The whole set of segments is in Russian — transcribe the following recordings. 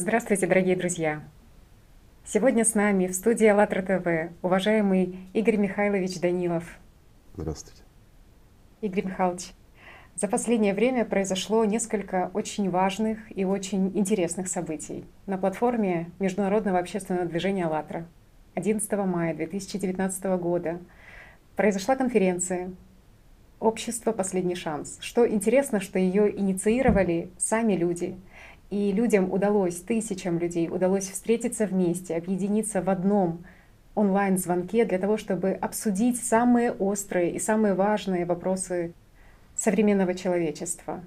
Здравствуйте, дорогие друзья! Сегодня с нами в студии АЛЛАТРА ТВ уважаемый Игорь Михайлович Данилов. Здравствуйте. Игорь Михайлович, за последнее время произошло несколько очень важных и очень интересных событий на платформе Международного общественного движения АЛЛАТРА. 11 мая 2019 года произошла конференция «Общество. Последний шанс». Что интересно, что ее инициировали сами люди. И людям удалось, тысячам людей удалось встретиться вместе, объединиться в одном онлайн-звонке для того, чтобы обсудить самые острые и самые важные вопросы современного человечества.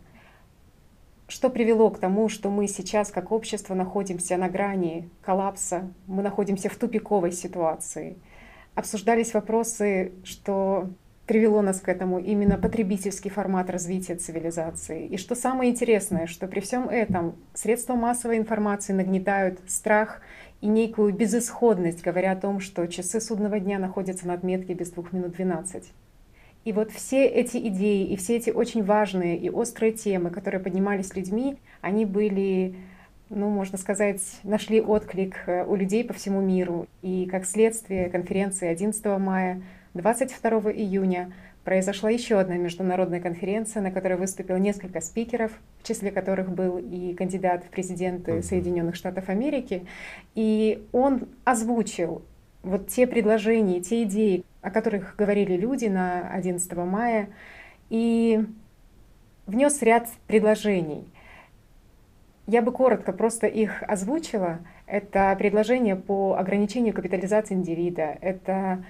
Что привело к тому, что мы сейчас как общество находимся на грани коллапса, мы находимся в тупиковой ситуации. Обсуждались вопросы, что привело нас к этому именно потребительский формат развития цивилизации. И что самое интересное, что при всем этом средства массовой информации нагнетают страх и некую безысходность, говоря о том, что часы судного дня находятся на отметке без 2 минут 12. И вот все эти идеи и все эти очень важные и острые темы, которые поднимались людьми, они были, можно сказать, нашли отклик у людей по всему миру. И как следствие конференции 11 мая, 22 июня произошла еще одна международная конференция, на которой выступило несколько спикеров, в числе которых был и кандидат в президенты Соединенных Штатов Америки. И он озвучил вот те предложения, те идеи, о которых говорили люди на 11 мая, и внес ряд предложений. Я бы коротко просто их озвучила. Это предложение по ограничению капитализации индивида, это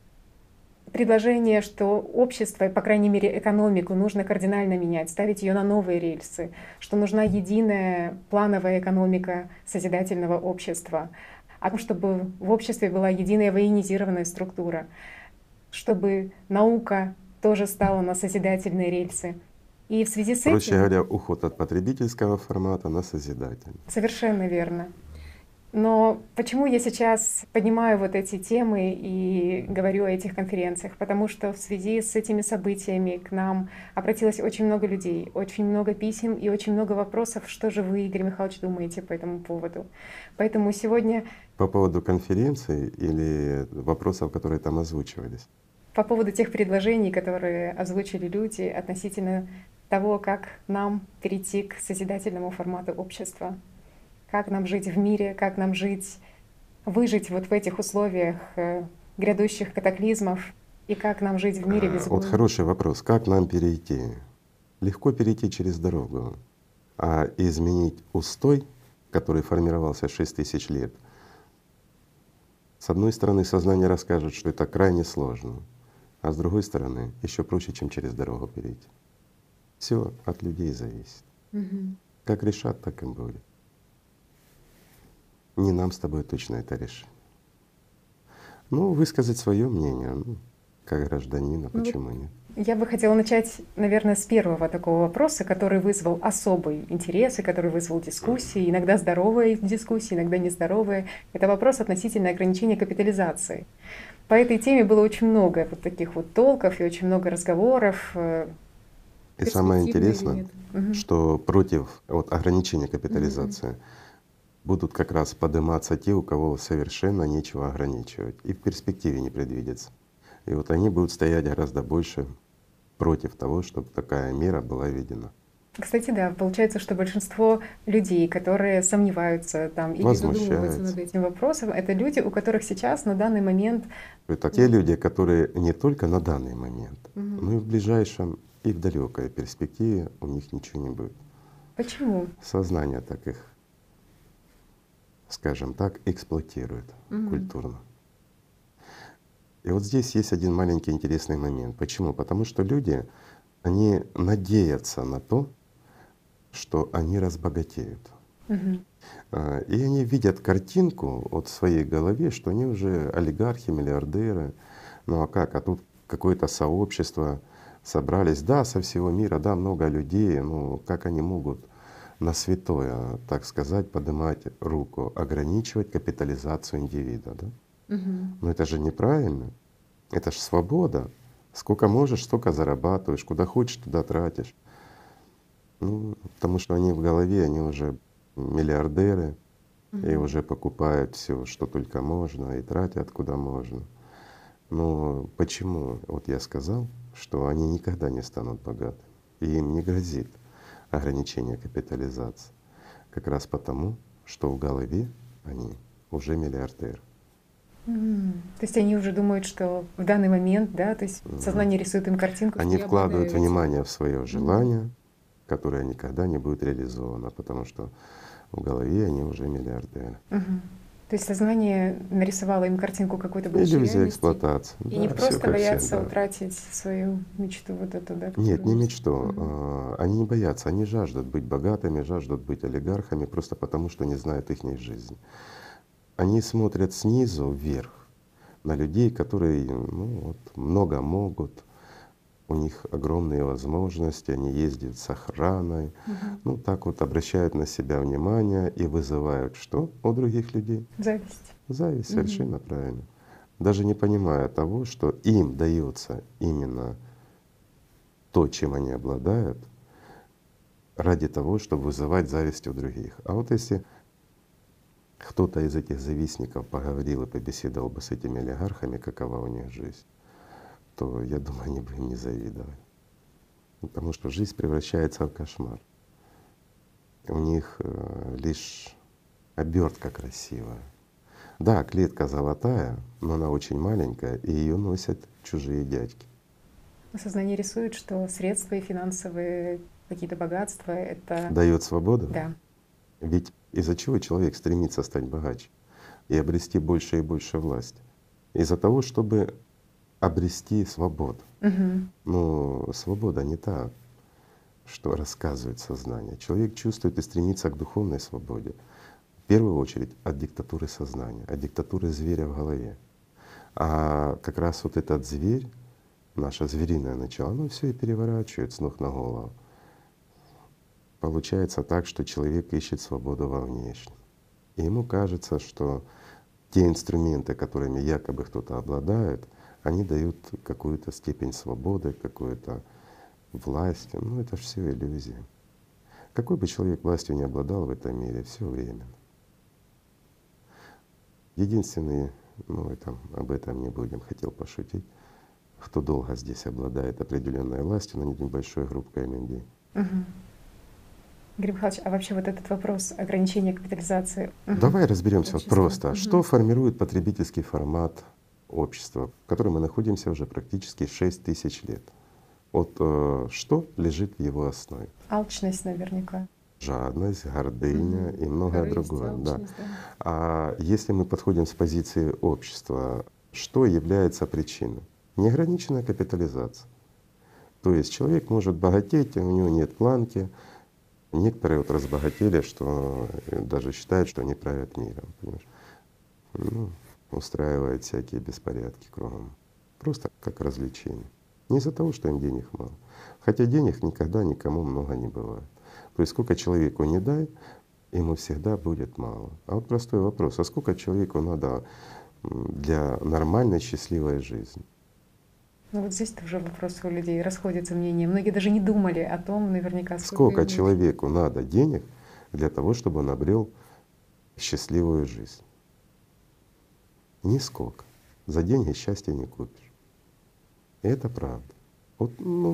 предложение, что общество, по крайней мере экономику, нужно кардинально менять, ставить ее на новые рельсы, что нужна единая плановая экономика созидательного общества, о том, чтобы в обществе была единая военизированная структура, чтобы наука тоже стала на созидательные рельсы. И в связи с Проще этим… говоря, уход от потребительского формата на созидательный. Совершенно верно. Но почему я сейчас поднимаю вот эти темы и говорю о этих конференциях? Потому что в связи с этими событиями к нам обратилось очень много людей, очень много писем и очень много вопросов, что же вы, Игорь Михайлович, думаете по этому поводу. Поэтому сегодня… По поводу конференции или вопросов, которые там озвучивались? По поводу тех предложений, которые озвучили люди относительно того, как нам перейти к созидательному формату общества. Как нам жить в мире, как нам выжить вот в этих условиях грядущих катаклизмов, и как нам жить в мире без Вот войн. хороший вопрос. Как нам перейти? Легко перейти через дорогу, а изменить устой, который формировался 6000 лет, с одной стороны, сознание расскажет, что это крайне сложно, а с другой стороны, еще проще, чем через дорогу перейти. Все от людей зависит. Как решат, так и будет. Не нам с тобой точно это решить. Высказать свое мнение, как гражданина, почему нет? Я бы хотела начать, наверное, с первого такого вопроса, который вызвал особый интерес и который вызвал дискуссии, иногда здоровые дискуссии, иногда нездоровые. Это вопрос относительно ограничения капитализации. По этой теме было очень много вот таких вот толков и очень много разговоров. И самое интересное, Мгм. что против ограничения капитализации будут как раз подниматься те, у кого совершенно нечего ограничивать и в перспективе не предвидится. И вот они будут стоять гораздо больше против того, чтобы такая мера была введена. Кстати, да, получается, что большинство людей, которые сомневаются там или задумываются Возмущаются. над этим вопросом, это люди, у которых сейчас на данный момент… Это те люди, которые не только на данный момент, Мгм. но и в ближайшем и в далекой перспективе у них ничего не будет. Почему? Сознание так их, скажем так, эксплуатирует культурно. И вот здесь есть один маленький интересный момент. Почему? Потому что люди, они надеются на то, что они разбогатеют. Мгм. И они видят картинку в своей голове, что они уже олигархи, миллиардеры. Ну а как? А тут какое-то сообщество собрались, да, со всего мира, да, много людей. Ну как они могут на святое, так сказать, поднимать руку, ограничивать капитализацию индивида, да? Но это же неправильно. Это же свобода. Сколько можешь, столько зарабатываешь, куда хочешь, туда тратишь. Потому что они в голове, они уже миллиардеры, и уже покупают все, что только можно, и тратят куда можно. Но почему? Вот я сказал, что они никогда не станут богатыми, и им не грозит ограничение капитализации. Как раз потому, что в голове они уже миллиардеры. То есть они уже думают, что в данный момент, да, то есть сознание рисует им картинку, что Они я вкладывают обладаю этим. внимание в свое желание, которое никогда не будет реализовано, потому что в голове они уже миллиардеры. То есть сознание нарисовало им картинку какой-то будущей Иллюзия реальности, эксплуатации. и не Да, все просто как все, боятся да. утратить свою мечту вот эту, да, Нет, которую не есть. мечту. Они не боятся, они жаждут быть богатыми, жаждут быть олигархами просто потому, что не знают их жизни. Они смотрят снизу вверх на людей, которые вот, много могут, у них огромные возможности, они ездят с охраной, ну так вот обращают на себя внимание и вызывают что у других людей? Зависть. Зависть, совершенно правильно. Даже не понимая того, что им дается именно то, чем они обладают, ради того, чтобы вызывать зависть у других. А вот если кто-то из этих завистников поговорил и побеседовал бы с этими олигархами, какова у них жизнь, то я думаю, они бы им не завидовали. Потому что жизнь превращается в кошмар. У них лишь обертка красивая. Да, клетка золотая, но она очень маленькая, и ее носят чужие дядьки. Сознание рисует, что средства и финансовые какие-то богатства — это… Дает свободу. Да. Ведь из-за чего человек стремится стать богаче и обрести больше и больше власти? Из-за того, чтобы обрести свободу. Но свобода не та, что рассказывает сознание. Человек чувствует и стремится к духовной свободе. В первую очередь от диктатуры сознания, от диктатуры зверя в голове. А как раз вот этот зверь, наше звериное начало, оно все и переворачивает с ног на голову. Получается так, что человек ищет свободу во внешнем. И ему кажется, что те инструменты, которыми якобы кто-то обладает, они дают какую-то степень свободы, какую-то власть. Ну это все иллюзия. Какой бы человек властью не обладал в этом мире, все временно. Единственный, об этом не будем, хотел пошутить, кто долго здесь обладает определенной властью над небольшой группой людей. Игорь Михайлович, а вообще вот этот вопрос ограничения капитализации… Давай разберемся вот просто, что формирует потребительский формат общества, в котором мы находимся уже практически 6000 лет. Вот что лежит в его основе? Алчность наверняка. Жадность, гордыня и многое Корысть, другое. алчность, да. А если мы подходим с позиции общества, что является причиной? Неограниченная капитализация. То есть человек может богатеть, у него нет планки. Некоторые вот разбогатели, что даже считают, что они правят миром, понимаешь? Устраивают всякие беспорядки кругом. Просто как развлечение. Не из-за того, что им денег мало. Хотя денег никогда никому много не бывает. То есть сколько человеку не дай, ему всегда будет мало. А вот простой вопрос: а сколько человеку надо для нормальной счастливой жизни? Ну вот здесь тоже вопрос у людей расходятся мнения. Многие даже не думали о том, наверняка, Сколько им человеку надо денег для того, чтобы он обрел счастливую жизнь? Нисколько. За деньги счастья не купишь. И это правда. Вот,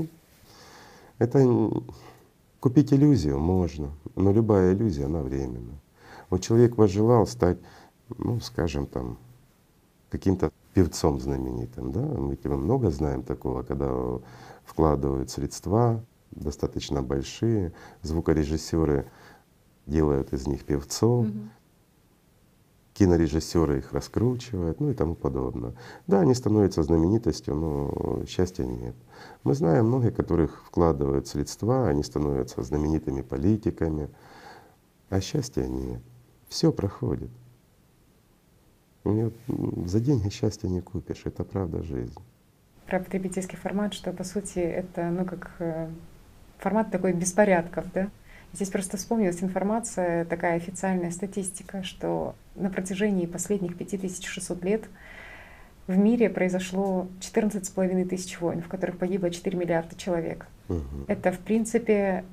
это купить иллюзию можно, но любая иллюзия, она временна. Вот человек возжелал стать, скажем, каким-то певцом знаменитым, да? Мы много знаем такого, когда вкладывают средства достаточно большие, звукорежиссеры делают из них певцов, кинорежиссеры их раскручивают, и тому подобное. Да, они становятся знаменитостью, но счастья нет. Мы знаем многих, которых вкладывают средства, они становятся знаменитыми политиками, а счастья нет. Все проходит. За деньги счастья не купишь, это правда жизнь. Про потребительский формат, что по сути это как формат такой беспорядков, да? Здесь просто вспомнилась информация, такая официальная статистика, что на протяжении последних 5600 лет в мире произошло 14,5 тысяч войн, в которых погибло 4 миллиарда человек. Это в принципе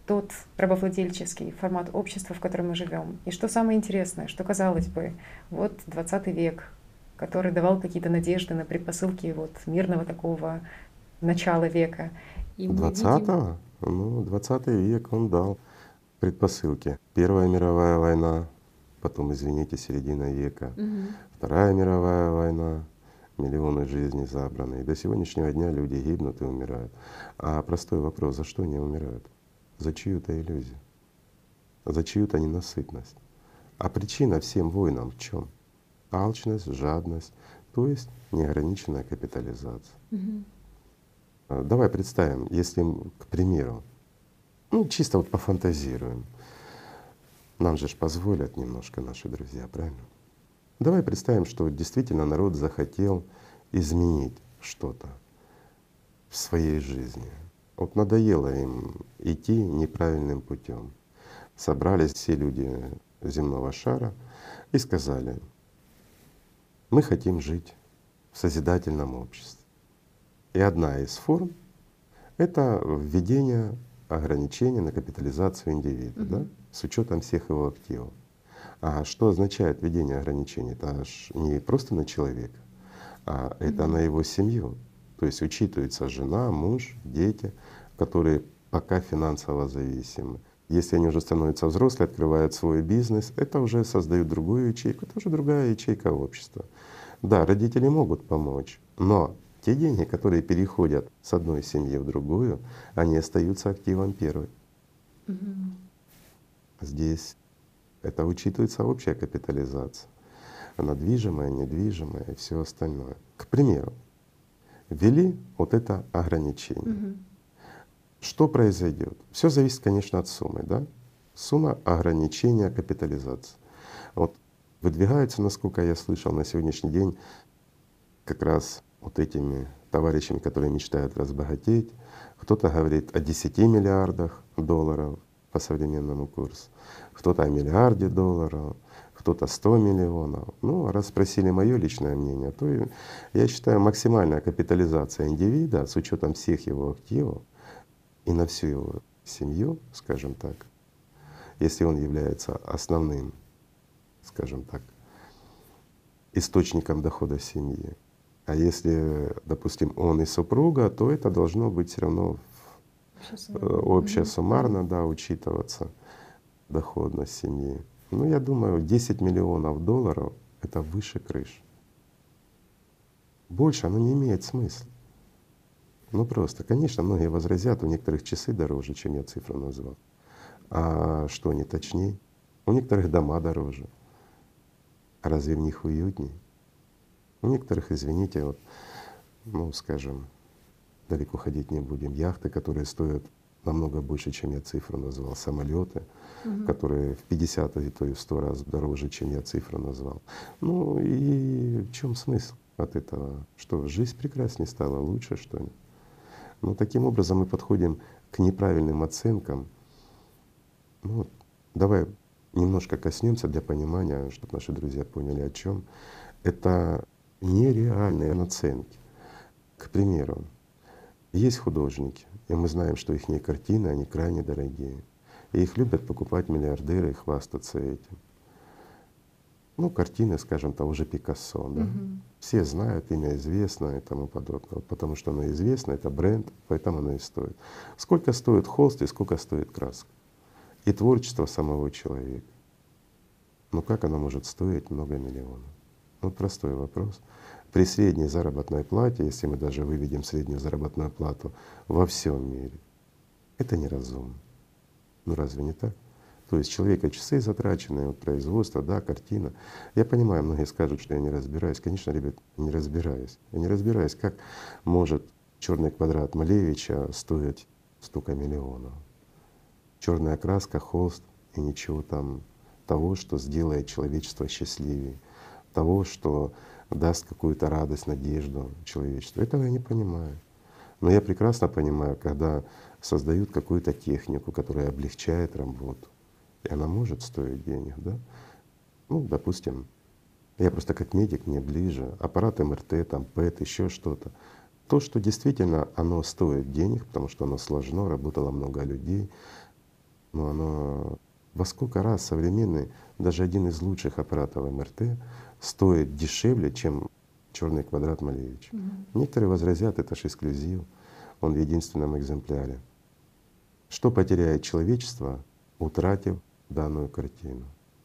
тот рабовладельческий формат общества, в котором мы живем. И что самое интересное, что казалось бы, вот 20 век, который давал какие-то надежды на предпосылки вот мирного такого начала века. И мы видим… 20-го? Ну, 20 век он дал предпосылки. Первая мировая война, потом, извините, середина века, Вторая мировая война, миллионы жизней забраны. И до сегодняшнего дня люди гибнут и умирают. А простой вопрос: за что они умирают? За чью-то иллюзию, за чью-то ненасытность. А причина всем войнам в чем? Алчность, жадность, то есть неограниченная капитализация. Давай представим, если, к примеру, ну чисто вот пофантазируем, нам же ж позволят немножко наши друзья, правильно? Давай представим, что действительно народ захотел изменить что-то в своей жизни. Вот надоело им идти неправильным путем. Собрались все люди земного шара и сказали: мы хотим жить в созидательном обществе. И одна из форм — это введение ограничений на капитализацию индивида, да, с учетом всех его активов. А что означает введение ограничений? Это ж не просто на человека, а это на его семью. То есть учитывается жена, муж, дети, которые пока финансово зависимы. Если они уже становятся взрослые, открывают свой бизнес, это уже создают другую ячейку, это уже другая ячейка общества. Да, родители могут помочь, но те деньги, которые переходят с одной семьи в другую, они остаются активом первой. Здесь это учитывается общая капитализация, движимое, недвижимое и все остальное. К примеру, ввели вот это ограничение. Что произойдет? Все зависит, конечно, от суммы, да? Сумма ограничения капитализации. Вот выдвигается, насколько я слышал, на сегодняшний день как раз вот этими товарищами, которые мечтают разбогатеть. Кто-то говорит о 10 миллиардах долларов по современному курсу, кто-то о миллиарде долларов, кто-то 100 миллионов. Ну, а раз спросили мое личное мнение, то я считаю, максимальная капитализация индивида с учетом всех его активов и на всю его семью, скажем так, если он является основным, скажем так, источником дохода семьи. А если, допустим, он и супруга, то это должно быть все равно общее суммарно, да, учитываться доходность семьи. Ну, я думаю, 10 миллионов долларов — это выше крыш. Больше оно не имеет смысла. Ну просто, конечно, многие возразят, у некоторых часы дороже, чем я цифру назвал. А что не точней? У некоторых дома дороже. А разве в них уютней? У некоторых, извините, вот, ну скажем, далеко ходить не будем, яхты, которые стоят намного больше, чем я цифру назвал, самолеты, которые в 50, и то и в 100 раз дороже, чем я цифру назвал. Ну и в чем смысл от этого? Что жизнь прекраснее стала, лучше, что ли? Ну таким образом мы подходим к неправильным оценкам. Ну, давай немножко коснемся для понимания, чтобы наши друзья поняли, о чем. Это нереальные наценки. К примеру, есть художники, и мы знаем, что их картины, они крайне дорогие. И их любят покупать миллиардеры и хвастаться этим. Ну, картины, скажем, того же Пикассо, да. Все знают, имя известно и тому подобное. Вот потому что оно известно, это бренд, поэтому оно и стоит. Сколько стоит холст и сколько стоит краска? И творчество самого человека. Ну как оно может стоить много миллионов? Ну простой вопрос. При средней заработной плате, если мы даже выведем среднюю заработную плату во всем мире, это неразумно. Ну разве не так? То есть человека часы затраченные, вот производство, да, картина. Я понимаю, многие скажут, что я не разбираюсь. Конечно, ребят, не разбираюсь. Я не разбираюсь, как может черный квадрат Малевича стоить столько миллионов. Черная краска, холст и ничего там того, что сделает человечество счастливее, того, что даст какую-то радость, надежду человечеству. Этого я не понимаю. Но я прекрасно понимаю, когда создают какую-то технику, которая облегчает работу, и она может стоить денег, да? Ну, допустим, я просто как медик, мне ближе, аппарат МРТ, там, ПЭТ, еще что-то. То, что действительно оно стоит денег, потому что оно сложно, работало много людей, но оно во сколько раз современный, даже один из лучших аппаратов МРТ стоит дешевле, чем черный квадрат Малевича. Некоторые возразят, это ж эксклюзив, он в единственном экземпляре. Что потеряет человечество, утратив данную картину?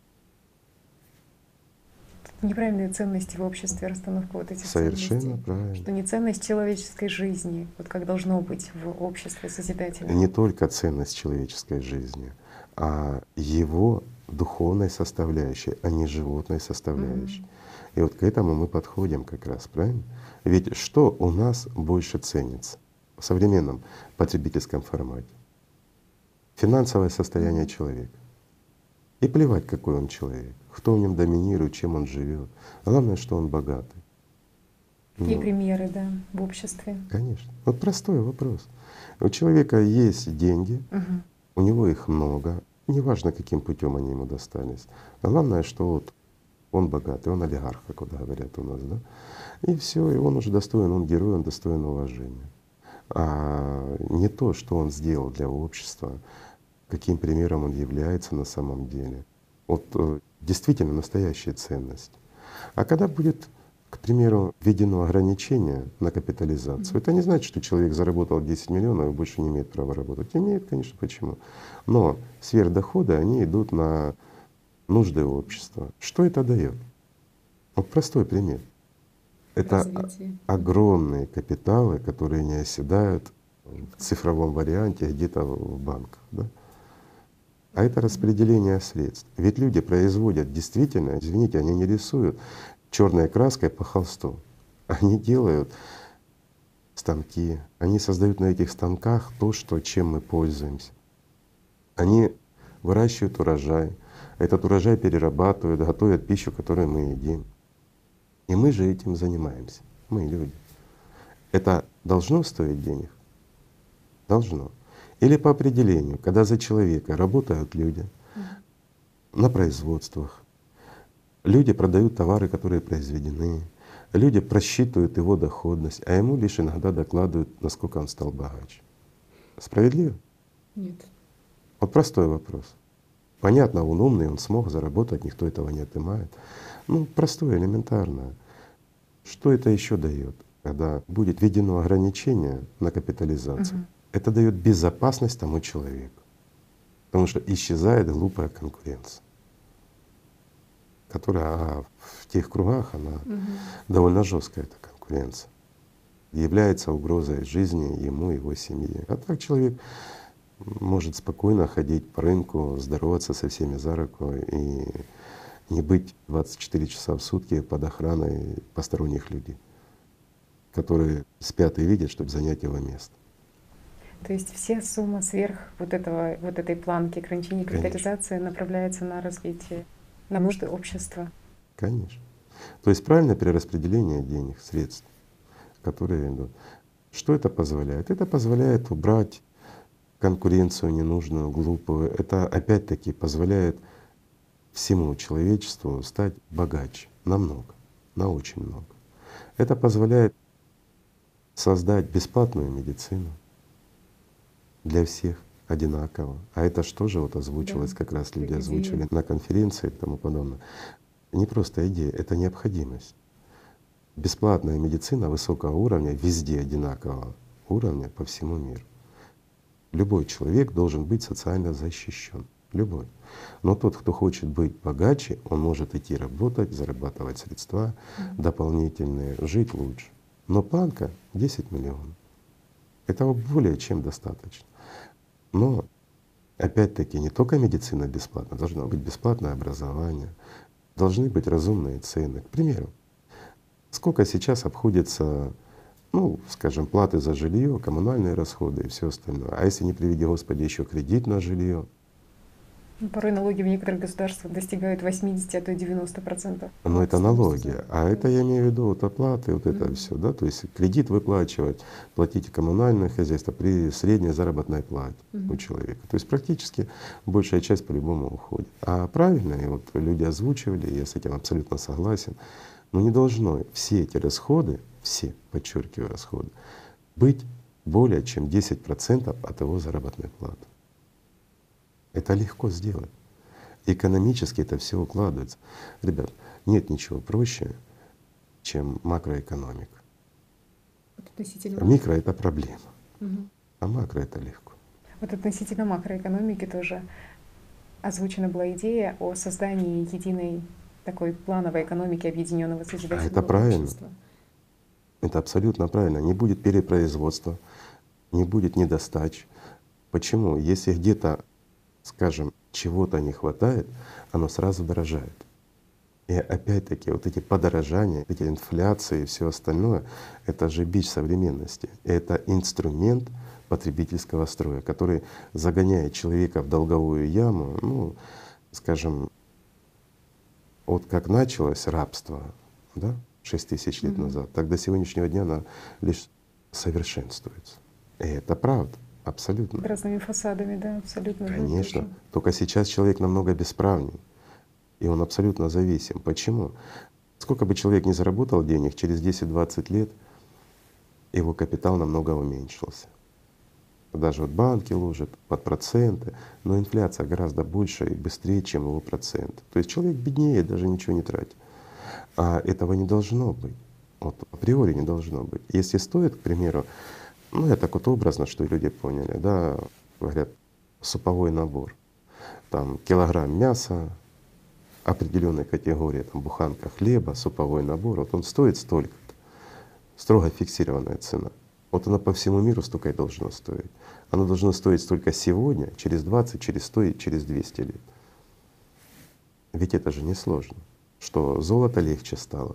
Неправильные ценности в обществе, расстановка вот этих Совершенно ценностей. правильно. Что не ценность человеческой жизни, вот как должно быть в обществе созидательном. Не только ценность человеческой жизни, а его духовной составляющей, а не животной составляющей. И вот к этому мы подходим как раз, правильно? Ведь что у нас больше ценится в современном потребительском формате? Финансовое состояние человека. И плевать, какой он человек, кто в нем доминирует, чем он живет. Главное, что он богатый. Какие Ну, примеры, да, в обществе? конечно. Вот простой вопрос. У человека есть деньги, Мгм. у него их много, неважно, каким путем они ему достались. Главное, что вот он богатый, он олигарх, как вот говорят у нас, да? И все, и он уже достоин, он герой, он достоин уважения. А не то, что он сделал для общества, каким примером он является на самом деле. Вот действительно настоящая ценность. А когда будет, к примеру, введено ограничение на капитализацию, это не значит, что человек заработал 10 миллионов и больше не имеет права работать. Имеет, конечно, почему. Но сверхдоходы, они идут на нужды общества. Что это дает? Вот простой пример. Это Развитие. огромные капиталы, которые не оседают в цифровом варианте где-то в банках. Да? А это распределение средств. Ведь люди производят действительно, извините, они не рисуют черной краской по холсту. Они делают станки, они создают на этих станках то, чем мы пользуемся. Они выращивают урожай, этот урожай перерабатывают, готовят пищу, которую мы едим. И мы же этим занимаемся, мы люди. Это должно стоить денег? Должно. Или по определению, когда за человека работают люди на производствах, люди продают товары, которые произведены, люди просчитывают его доходность, а ему лишь иногда докладывают, насколько он стал богаче. Справедливо? Нет. Вот простой вопрос. Понятно, он умный, он смог заработать, никто этого не отнимает. Ну, простое, элементарное. Что это еще дает, когда будет введено ограничение на капитализацию? Это дает безопасность тому человеку, потому что исчезает глупая конкуренция, которая в тех кругах она довольно жесткая, эта конкуренция, является угрозой жизни ему и его семье. А так человек может спокойно ходить по рынку, здороваться со всеми за руку и не быть 24 часа в сутки под охраной посторонних людей, которые спят и видят, чтобы занять его место. То есть вся сумма сверх вот этой планки ограничения капитализации направляется на развитие, на нужды общества. Конечно. То есть правильное перераспределение денег, средств, которые идут. Что это позволяет? Это позволяет убрать конкуренцию ненужную, глупую. Это опять-таки позволяет всему человечеству стать богаче намного, на очень много. Это позволяет создать бесплатную медицину для всех одинаково. А это что же вот озвучилось, как раз люди озвучивали на конференции и тому подобное. Не просто идея, это необходимость. Бесплатная медицина высокого уровня везде одинакового уровня по всему миру. Любой человек должен быть социально защищен. Любой. Но тот, кто хочет быть богаче, он может идти работать, зарабатывать средства дополнительные, жить лучше. Но планка 10 миллионов. Этого более чем достаточно. Но опять-таки не только медицина бесплатна, должно быть бесплатное образование, должны быть разумные цены. К примеру, сколько сейчас обходится, ну, скажем, платы за жилье, коммунальные расходы и все остальное. А если не приведи Господи, еще кредит на жилье. Порой налоги в некоторых государствах достигают 80, а то и 90%. Но это налоги, а это я имею в виду вот оплаты, вот это все, да, то есть кредит выплачивать, платить коммунальное хозяйство при средней заработной плате у человека. То есть практически большая часть по-любому уходит. А правильно, и вот люди озвучивали, я с этим абсолютно согласен, но не должно все эти расходы, все, подчеркиваю, расходы, быть более чем 10% от его заработной платы. Это легко сделать. Экономически это все укладывается. Ребят, нет ничего проще, чем макроэкономика. Вот относительно Микро — это проблема, Мгм. а макро — это легко. Вот относительно макроэкономики тоже озвучена была идея о создании единой такой плановой экономики объединенного А это созидательного правильно, общества. это абсолютно правильно. Не будет перепроизводства, не будет недостач. Почему? Если где-то, скажем, чего-то не хватает, оно сразу дорожает. И опять-таки вот эти подорожания, эти инфляции и все остальное — это же бич современности. Это инструмент потребительского строя, который загоняет человека в долговую яму. Ну, скажем, вот как началось рабство, да, 6000 лет Мгм. назад, так до сегодняшнего дня оно лишь совершенствуется. И это правда, абсолютно. Под разными фасадами, да, абсолютно одно и то Конечно. же. Только сейчас человек намного бесправней, и он абсолютно зависим. Почему? Сколько бы человек ни заработал денег, через 10-20 лет его капитал намного уменьшился. Даже вот банки ложат под проценты, но инфляция гораздо больше и быстрее, чем его процент. То есть человек беднеет, даже ничего не тратит. А этого не должно быть. Вот априори не должно быть. Если стоит, к примеру, ну я так вот образно, что люди поняли, да, говорят, суповой набор. Там килограмм мяса определенной категории, там буханка хлеба, суповой набор, вот он стоит столько-то, строго фиксированная цена. Вот она по всему миру столько и должно стоить. Оно должно стоить столько сегодня, через 20, через 100 и через 200 лет. Ведь это же не сложно. Что золото легче стало,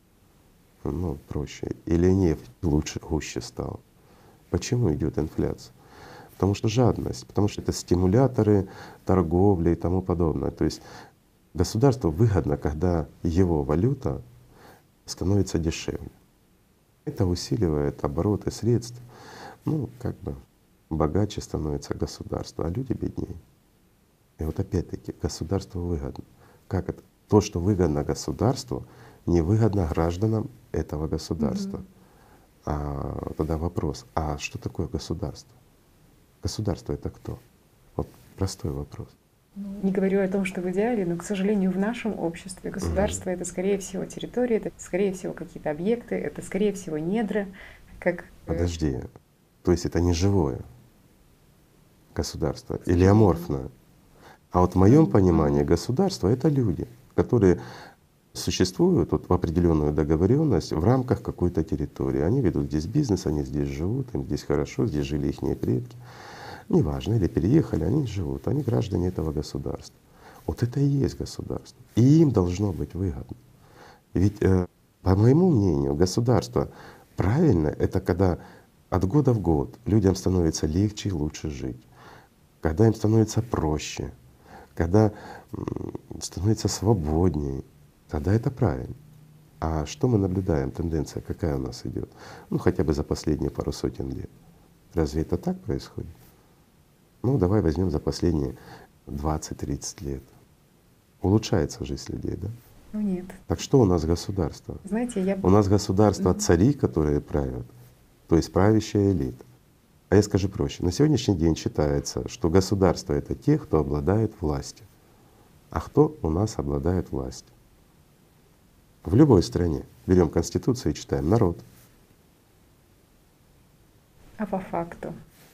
ну проще, или нефть лучше, гуще стала. Почему идет инфляция? Потому что жадность, потому что это стимуляторы торговли и тому подобное. То есть государству выгодно, когда его валюта становится дешевле. Это усиливает обороты средств. Ну, как бы богаче становится государство, а люди беднее. И вот опять-таки государству выгодно. Как это? То, что выгодно государству, не выгодно гражданам этого государства. Мгм. А тогда вопрос: а что такое государство? Государство — это кто? Вот простой вопрос. Не говорю о том, что в идеале, но, к сожалению, в нашем обществе Мгм. государство — это, скорее всего, территория, это, скорее всего, какие-то объекты, это, скорее всего, недра, как Подожди, то есть это не живое государство к или сожалению. аморфное? А вот в моем понимании Оно государство — это люди, которые существуют вот в определенную договоренность в рамках какой-то территории. Они ведут здесь бизнес, они здесь живут, им здесь хорошо, здесь жили их предки. Неважно, или переехали, они живут, они граждане этого государства. Вот это и есть государство. И им должно быть выгодно. Ведь, по моему мнению, государство правильно — это когда от года в год людям становится легче и лучше жить, когда им становится проще, когда становится свободнее, тогда это правильно. А что мы наблюдаем, тенденция какая у нас идет? Ну хотя бы за последние пару сотен лет. Разве это так происходит? Ну давай возьмем за последние 20-30 лет. Улучшается жизнь людей, да? ну нет. Так что у нас государство? Знаете, я У бы… нас государство — Мгм. цари, которые правят, то есть правящая элита. А я скажу проще. На сегодняшний день считается, что государство — это те, кто обладает властью. А кто у нас обладает властью? В любой стране. Берем Конституцию и читаем: народ. А по факту?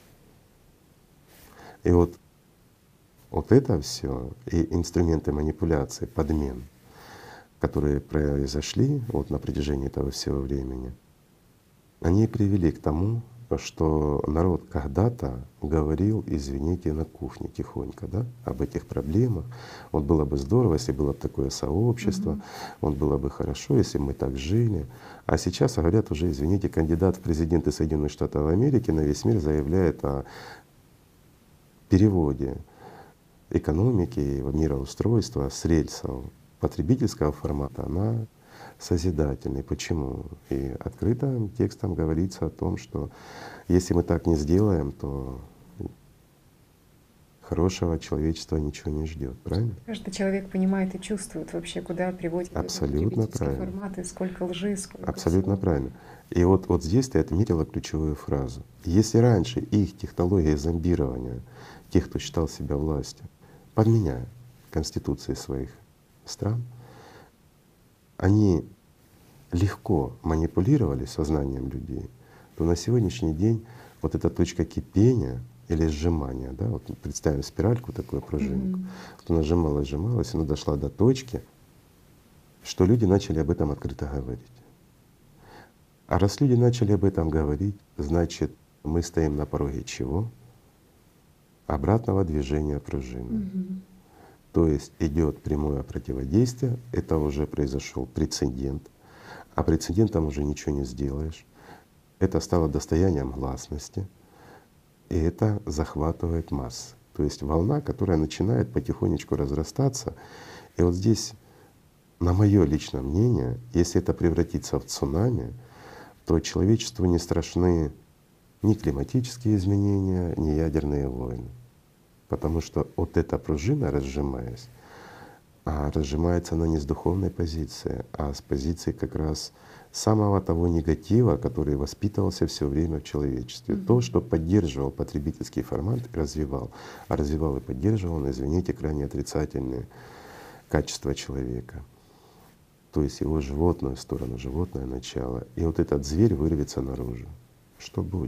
И вот это все и инструменты манипуляции, подмен, которые произошли вот на протяжении этого всего времени, они привели к тому, что народ когда-то говорил, извините, на кухне тихонько, да, об этих проблемах. Вот было бы здорово, если было бы такое сообщество, Мгм. вот было бы хорошо, если бы мы так жили. А сейчас говорят уже, извините, кандидат в президенты Соединенных Штатов Америки на весь мир заявляет о переводе экономики и мироустройства с рельсов потребительского формата на созидательный. Почему? И открытым текстом говорится о том, что если мы так не сделаем, то хорошего человечества ничего не ждет. Правильно? Каждый человек понимает и чувствует вообще, куда приводит этот Абсолютно потребительский правильно. формат, и сколько лжи, сколько Абсолютно всего. правильно. И вот здесь ты отметила ключевую фразу. Если раньше их технология зомбирования, тех, кто считал себя властью, подменяя конституции своих стран, они легко манипулировали сознанием людей, то на сегодняшний день вот эта точка кипения или сжимания, да, вот представим спиральку, такую пружинку, вот она сжималась, сжималась, она дошла до точки, что люди начали об этом открыто говорить. А раз люди начали об этом говорить, значит, мы стоим на пороге чего? Обратного движения пружины. То есть идет прямое противодействие, это уже произошел прецедент, а прецедентом уже ничего не сделаешь. Это стало достоянием гласности, и это захватывает массы. То есть волна, которая начинает потихонечку разрастаться. И вот здесь, на мое личное мнение, если это превратится в цунами, то человечеству не страшны ни климатические изменения, ни ядерные войны. Потому что вот эта пружина, разжимаясь, разжимается она не с духовной позиции, а с позиции как раз самого того негатива, который воспитывался все время в человечестве. То, что поддерживал потребительский формат и развивал. А развивал и поддерживал, но, извините, крайне отрицательные качества человека. То есть его животную сторону, животное начало. И вот этот зверь вырвется наружу. Что будет?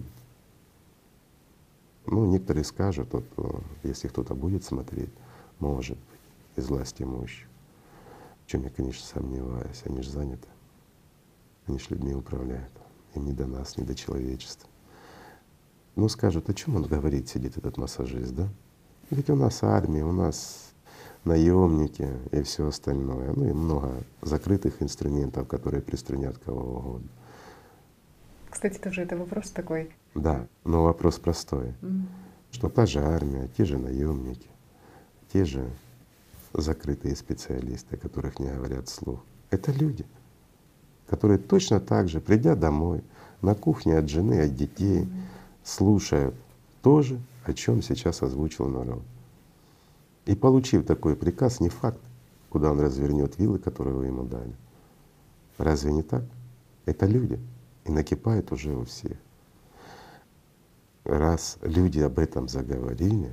Ну, некоторые скажут, вот, если кто-то будет смотреть, может быть, из власти мощи. В чем я, конечно, сомневаюсь, они же заняты. Они ж людьми управляют. Им не до нас, не до человечества. Ну скажут, о чем он говорит, сидит этот массажист, да? Ведь у нас армия, у нас наемники и все остальное. Ну и много закрытых инструментов, которые приструнят кого угодно. Кстати, тоже это вопрос такой. Да, но вопрос простой, что та же армия, те же наемники, те же закрытые специалисты, о которых не говорят вслух, это люди, которые точно так же, придя домой, на кухне от жены, от детей, слушают то же, о чем сейчас озвучил народ. И получив такой приказ, не факт, куда он развернет вилы, которые вы ему дали. Разве не так? Это люди, и накипает уже у всех. Раз люди об этом заговорили,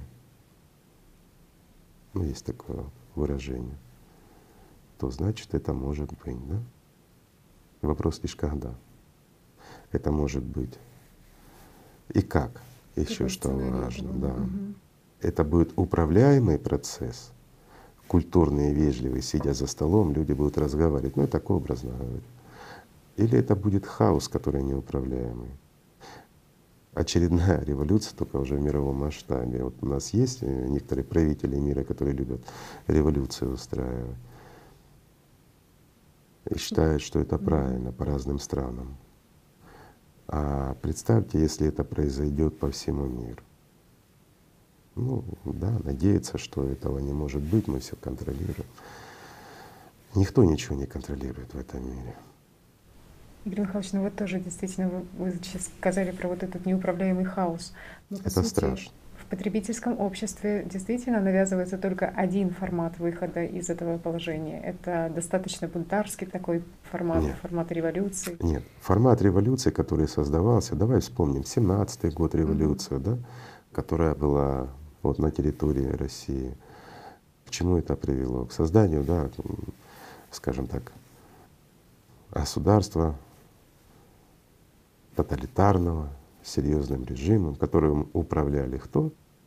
ну есть такое выражение, то значит это может быть, да? И вопрос лишь когда. Это может быть и как, еще что важно, да. Это будет управляемый процесс, культурный и вежливый, сидя за столом, люди будут разговаривать, ну я так образно говорю. Или это будет хаос, который неуправляемый. Очередная революция, только уже в мировом масштабе. Вот у нас есть некоторые правители мира, которые любят революции устраивать и считают, что это правильно по разным странам. А представьте, если это произойдет по всему миру. Ну да, надеяться, что этого не может быть, мы все контролируем. Никто ничего не контролирует в этом мире. Игорь Михайлович, ну вот тоже действительно вы сейчас сказали про вот этот неуправляемый хаос. Но, по Это сути, страшно. в потребительском обществе действительно навязывается только один формат выхода из этого положения. Это достаточно бунтарский такой формат, Нет. формат революции. Нет, формат революции, который создавался, давай вспомним 17-й год революцию, да, которая была вот на территории России. К чему это привело? К созданию, да, скажем так, государства тоталитарного, с серьезным режимом, которым управляли кто?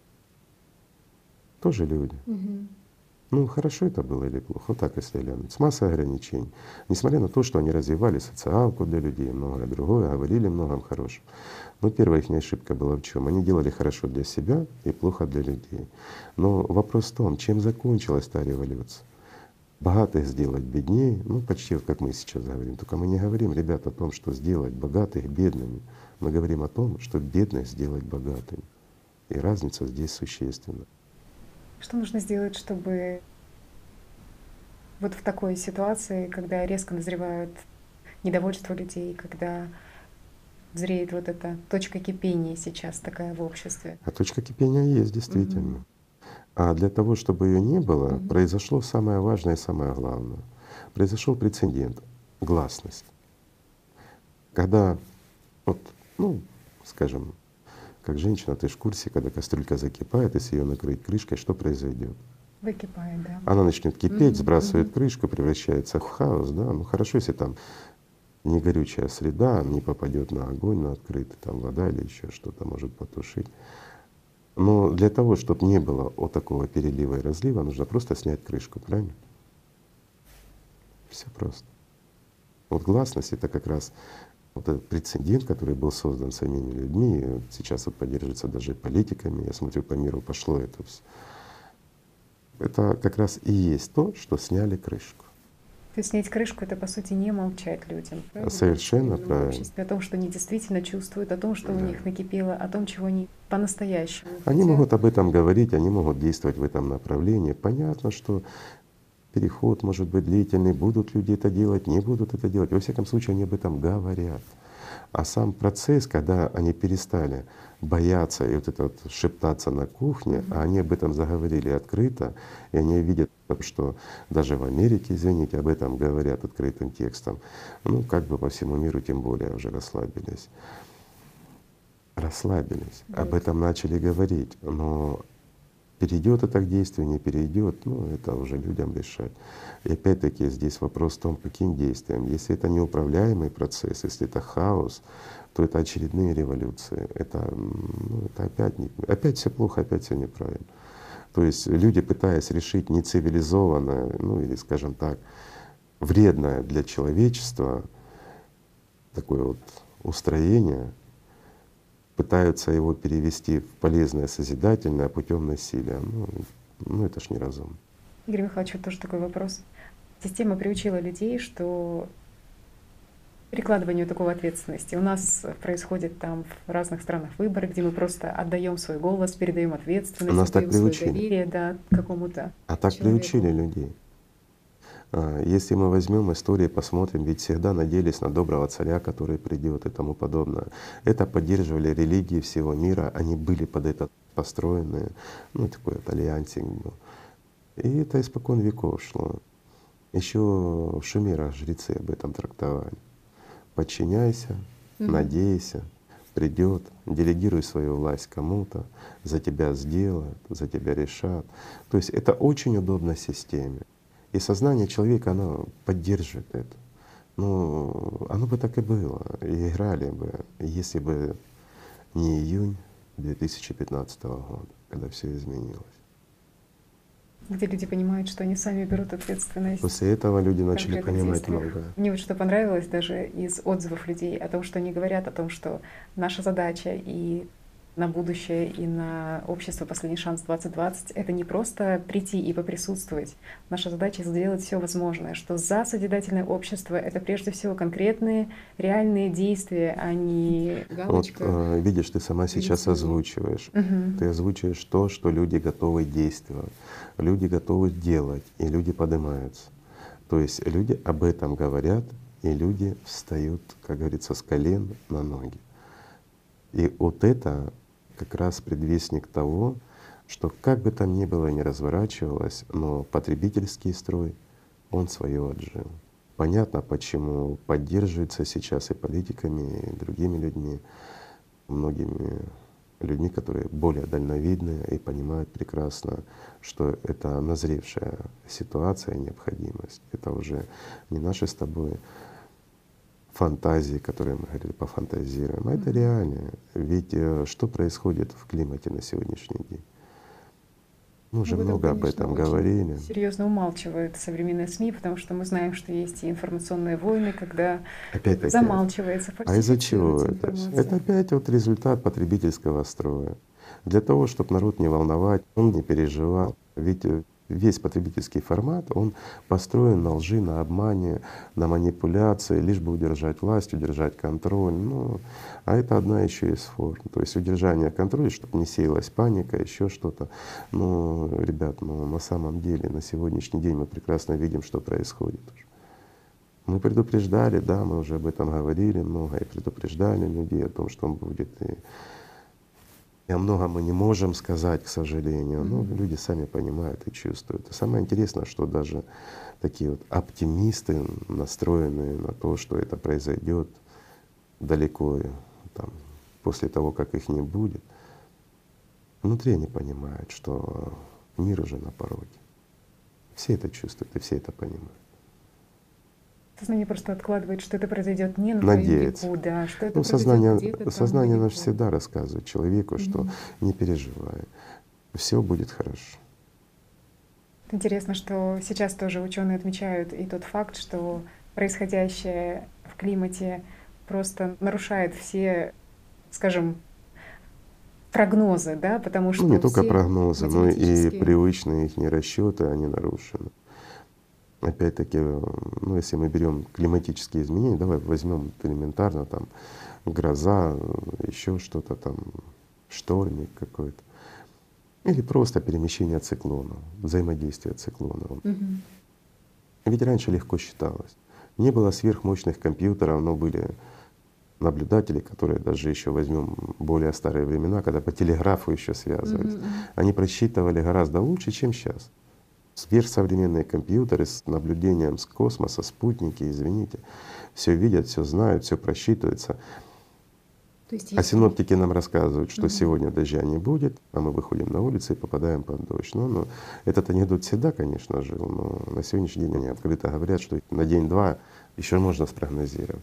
Тоже люди. Ну, хорошо это было или плохо? Вот так, если глянуть. С массой ограничений. Несмотря на то, что они развивали социалку для людей, многое другое, говорили многом хорошем. Но первая их ошибка была в чем? Они делали хорошо для себя и плохо для людей. Но вопрос в том, чем закончилась та революция? Богатых сделать беднее, ну почти вот как мы сейчас говорим. Только мы не говорим, ребята, о том, что сделать богатых бедными. Мы говорим о том, что бедных сделать богатыми. И разница здесь существенна. Что нужно сделать, чтобы вот в такой ситуации, когда резко назревает недовольство людей, когда зреет вот эта точка кипения сейчас такая в обществе? А точка кипения есть действительно. А для того, чтобы ее не было, произошло самое важное и самое главное. Произошел прецедент — гласность. Когда вот, ну, скажем, как женщина, ты ж в курсе, когда кастрюлька закипает, если ее накрыть крышкой, что произойдет? Выкипает, да. Она начнет кипеть, сбрасывает Мгм. крышку, превращается в хаос, да. Ну хорошо, если там не горючая среда, не попадет на огонь, на открытый, там вода или еще что-то может потушить. Но для того, чтобы не было вот такого перелива и разлива, нужно просто снять крышку, правильно? Все просто. Вот гласность — это как раз вот этот прецедент, который был создан самими людьми, и вот сейчас вот поддерживается даже политиками. Я смотрю, по миру пошло это всё. Это как раз и есть то, что сняли крышку. То есть снять крышку — это, по сути, не молчать людям, правильно? В Совершенно современном правильно. обществе о том, что они действительно чувствуют, о том, что у Да. них накипело, о том, чего они по-настоящему Они хотят. могут об этом говорить, они могут действовать в этом направлении. Понятно, что переход может быть длительный, будут люди это делать, не будут это делать. Во всяком случае, они об этом говорят. А сам процесс, когда они перестали бояться и вот это вот шептаться на кухне, а они об этом заговорили открыто, и они видят, что даже в Америке, извините, об этом говорят открытым текстом, ну как бы по всему миру тем более уже расслабились. Расслабились, об Вот. этом начали говорить, но перейдет это к действию, не перейдет, ну это уже людям решать. И опять-таки здесь вопрос в том, каким действием. Если это неуправляемый процесс, если это хаос, то это очередные революции. Это, ну, это опять все плохо, опять все неправильно. То есть люди, пытаясь решить нецивилизованное, ну или, скажем так, вредное для человечества такое вот устроение, пытаются его перевести в полезное, созидательное путем насилия. Ну это ж неразумно. Игорь Михайлович, вот тоже такой вопрос. Система приучила людей, что перекладыванию такого ответственности. У нас происходит там в разных странах выборы, где мы просто отдаем свой голос, передаем ответственность, Нас так отдаем свое приучили. доверие, да, какому-то А так приучили человеку. людей. Если мы возьмем истории, посмотрим, ведь всегда надеялись на доброго царя, который придет и тому подобное. Это поддерживали религии всего мира, они были под это построены, ну такой вот альянсик был. И это испокон веков шло. Еще в Шумерах жрецы об этом трактовали. Подчиняйся, надейся, придет, делегируй свою власть кому-то, за тебя сделают, за тебя решат. То есть это очень удобно системе. И сознание человека, оно поддерживает это. Ну, оно бы так и было, и играли бы, если бы не июнь 2015 года, когда все изменилось. Где люди понимают, что они сами берут ответственность После этого люди в начали конкретных понимать действиях. многое. Мне вот что понравилось даже из отзывов людей о том, что они говорят, о том, что наша задача и на будущее, и на общество «Последний шанс 2020» — это не просто прийти и поприсутствовать. Наша задача — сделать все возможное, что за созидательное общество — это прежде всего конкретные, реальные действия, а не Вот галочка. видишь, ты сама сейчас Рисую. озвучиваешь. Мгм. Ты озвучиваешь то, что люди готовы действовать, люди готовы делать, и люди поднимаются. То есть люди об этом говорят, и люди встают, как говорится, с колен на ноги. И вот это как раз предвестник того, что как бы там ни было и ни разворачивалось, но потребительский строй, он свое отжил. Понятно, почему поддерживается сейчас и политиками, и другими людьми, многими людьми, которые более дальновидные и понимают прекрасно, что это назревшая ситуация и необходимость. Это уже не наши с тобой фантазии, которые мы говорили, пофантазируем, а это реальное. Ведь что происходит в климате на сегодняшний день? Мы уже Об этом, много об конечно, этом очень говорили. серьезно умалчивают современные СМИ, потому что мы знаем, что есть и информационные войны, когда Опять-таки, замалчивается, а из-за чего фальсифицируется это всё? Это информация. опять вот результат потребительского строя. Для того, чтобы народ не волновать, он не переживал. Ведь весь потребительский формат, он построен на лжи, на обмане, на манипуляции, лишь бы удержать власть, удержать контроль. Ну, а это одна еще из форм. То есть удержание контроля, чтобы не сеялась паника, еще что-то. Но, ребят, ну на самом деле на сегодняшний день мы прекрасно видим, что происходит уже. Мы предупреждали, да, мы уже об этом говорили много и предупреждали людей о том, что он будет. И о многом мы не можем сказать, к сожалению, но люди сами понимают и чувствуют. И самое интересное, что даже такие вот оптимисты, настроенные на то, что это произойдет далеко там, после того, как их не будет, внутри они понимают, что мир уже на пороге. Все это чувствуют и все это понимают. Сознание просто откладывает, что это произойдет не на твоем Надеяться. веку, да, что это Ну, произойдет где-то там сознание наше далеко. всегда рассказывает человеку, что не переживай, все будет хорошо. Интересно, что сейчас тоже ученые отмечают и тот факт, что происходящее в климате просто нарушает все, скажем, прогнозы, да, потому Ну, не что только все прогнозы, но и математические. привычные их расчеты, они нарушены. Опять-таки, ну, если мы берем климатические изменения, давай возьмем элементарно там гроза, еще что-то там, штормик какой-то, или просто перемещение циклонов, взаимодействие циклонов. Мгм. Ведь раньше легко считалось. Не было сверхмощных компьютеров, но были наблюдатели, которые даже еще возьмем более старые времена, когда по телеграфу еще связывались, Мгм, мгм. они просчитывали гораздо лучше, чем сейчас. Сверхсовременные компьютеры с наблюдением с космоса, спутники, извините, все видят, все знают, все просчитывается. То есть А если. синоптики нам рассказывают, что Мгм. сегодня дождя не будет, а мы выходим на улицу и попадаем под дождь. Ну, этот анекдот всегда, конечно, жил, но на сегодняшний день они открыто говорят, что на день-два еще можно спрогнозировать.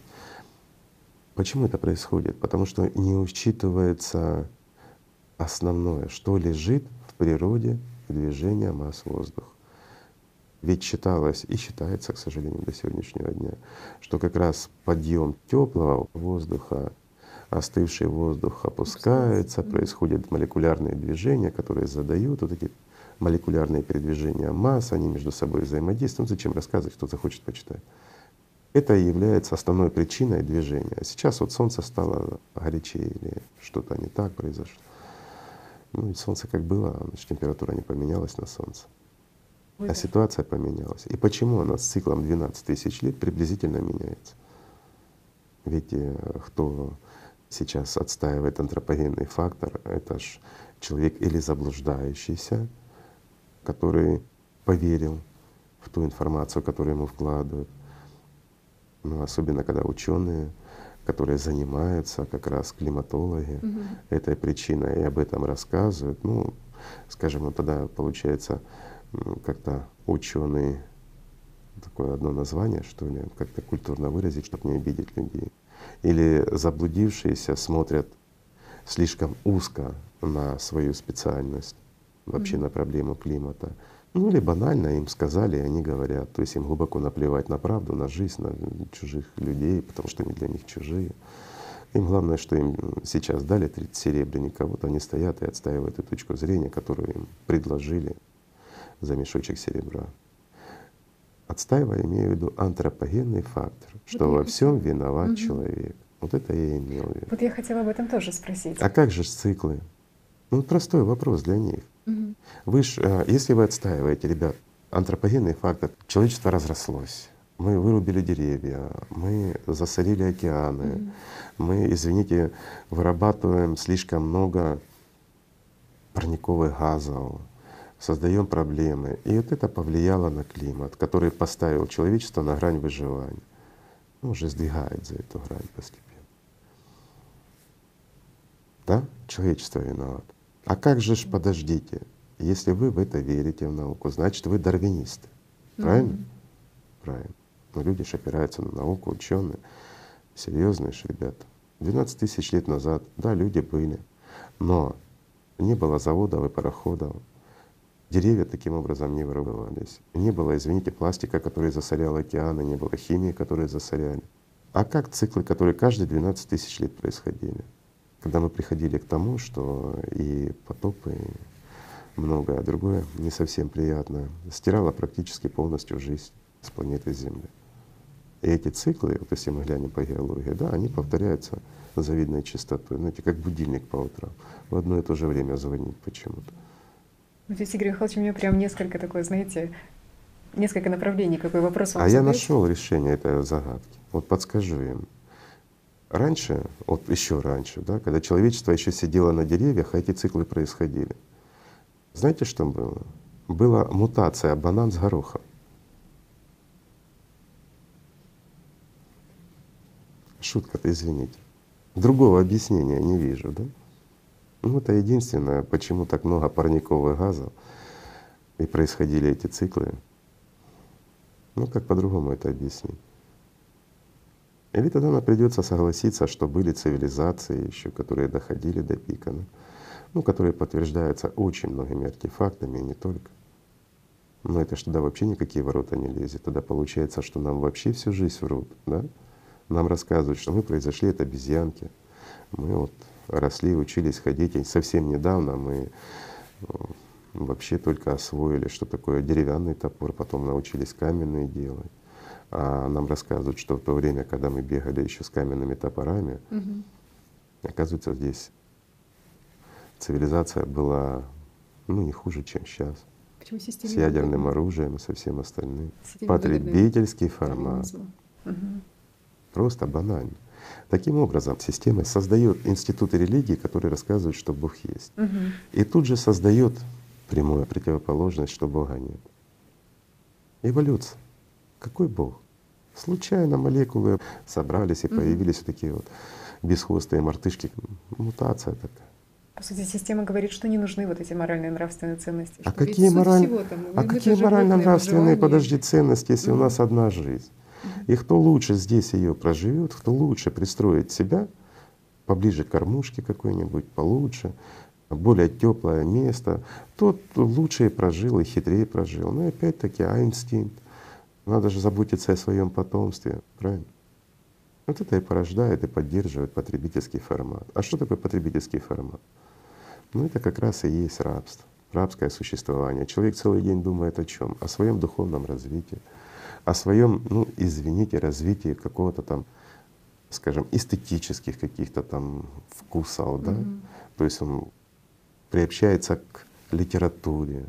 Почему это происходит? Потому что не учитывается основное, что лежит в природе движения масс воздуха. Ведь считалось и считается, к сожалению, до сегодняшнего дня, что как раз подъем теплого воздуха, остывший воздух Опускается. опускается, Мгм. происходят молекулярные движения, которые задают вот эти молекулярные передвижения масс, они между собой взаимодействуют. Ну, зачем рассказывать, кто захочет почитать. Это и является основной причиной движения. Сейчас вот Солнце стало горячее или что-то не так произошло. Ну и Солнце как было, значит, температура не поменялась на Солнце. Ой, А да. ситуация поменялась. И почему она с циклом 12 тысяч лет приблизительно меняется? Ведь кто сейчас отстаивает антропогенный фактор, это ж человек или заблуждающийся, который поверил в ту информацию, которую ему вкладывают. Ну, особенно когда ученые, которые занимаются, как раз климатологи, Мгм. этой причиной и об этом рассказывают. Ну, скажем, вот тогда получается как-то ученый такое одно название, что ли, как-то культурно выразить, чтобы не обидеть людей. Или заблудившиеся смотрят слишком узко на свою специальность, вообще Мгм. на проблему климата. Ну или банально им сказали, и они говорят. То есть им глубоко наплевать на правду, на жизнь, на чужих людей, потому что они для них чужие. Им главное, что им сейчас дали 30 серебряников, вот они стоят и отстаивают эту точку зрения, которую им предложили за мешочек серебра. Отстаивая, имею в виду антропогенный фактор, Вот что я во всем хотела. виноват Мгм. человек. Вот это я и имел в виду. Вот я хотела об этом тоже спросить. А как же ж циклы? Ну, простой вопрос для них. Мгм. Вы ж, если вы отстаиваете, ребят, антропогенный фактор, человечество разрослось, мы вырубили деревья, мы засорили океаны, Мгм. мы, извините, вырабатываем слишком много парниковых газов, создаем проблемы. И вот это повлияло на климат, который поставил человечество на грань выживания. Ну, уже сдвигает за эту грань постепенно. Да? Человечество виновато. А как же ж, подождите, если вы в это верите в науку, значит вы дарвинисты. Правильно? Мгм. Правильно. Но люди ж опираются на науку, ученые, серьезные ж ребята. 12 тысяч лет назад, да, люди были, но не было заводов и пароходов, деревья таким образом не вырубывались, не было, извините, пластика, который засорял океаны, не было химии, которые засоряли. А как циклы, которые каждые 12 тысяч лет происходили? Когда мы приходили к тому, что и потопы, и многое другое не совсем приятное стирало практически полностью жизнь с планеты Земли. И эти циклы, вот если мы глянем по геологии, да, они повторяются с завидной частотой, знаете, как будильник по утрам, в одно и то же время звонит почему-то. Вот здесь, Игорь Михайлович, у меня прям несколько такое, знаете, несколько направлений, какой вопрос вам А я задать. нашел решение этой загадки. Вот подскажу им. Раньше, вот еще раньше, да, когда человечество еще сидело на деревьях, а эти циклы происходили. Знаете, что было? Была мутация банан с горохом. Шутка-то, извините. Другого объяснения не вижу, да? Ну, это единственное, почему так много парниковых газов и происходили эти циклы. Ну, как по-другому это объяснить? Или тогда нам придется согласиться, что были цивилизации еще, которые доходили до пика, да? Ну, которые подтверждаются очень многими артефактами, и не только. Но это ж туда вообще никакие ворота не лезет. Тогда получается, что нам вообще всю жизнь врут, да? Нам рассказывают, что мы произошли от обезьянки, мы вот росли, учились ходить, и совсем недавно мы вообще только освоили, что такое деревянный топор, потом научились каменные делать. А нам рассказывают, что в то время, когда мы бегали еще с каменными топорами, оказывается, здесь цивилизация была ну не хуже, чем сейчас. Почему С система ядерным оружием и со всем остальным. с этим Потребительский формат. Мгм. Просто банально. Таким образом, система создает институты религии, которые рассказывают, что Бог есть. Мгм. И тут же создает прямую противоположность, что Бога нет. Эволюция. Какой Бог? Случайно молекулы собрались и появились вот такие вот бесхвостые мартышки. Мутация такая. По сути, система говорит, что не нужны вот эти моральные и нравственные ценности. А что ведь какие, суть мораль... всего там, а мы какие же морально-нравственные, выживание. подожди, ценности, если у нас одна жизнь? И кто лучше здесь ее проживет, кто лучше пристроит себя поближе к кормушке какой-нибудь, получше, более теплое место, тот лучше и прожил, и хитрее прожил. Ну и опять-таки, инстинкт. Надо же заботиться о своем потомстве, правильно? Вот это и порождает и поддерживает потребительский формат. А что такое потребительский формат? Ну это как раз и есть рабство, рабское существование. Человек целый день думает о чем? О своем духовном развитии, о своем, ну извините, развитии какого-то там, скажем, эстетических каких-то там вкусов, да? То есть он приобщается к литературе,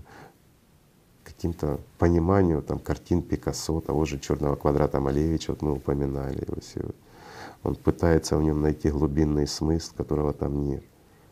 к каким-то пониманию там картин Пикассо, того же «Черного квадрата» Малевича, вот мы упоминали его сегодня. Он пытается в нем найти глубинный смысл, которого там нет.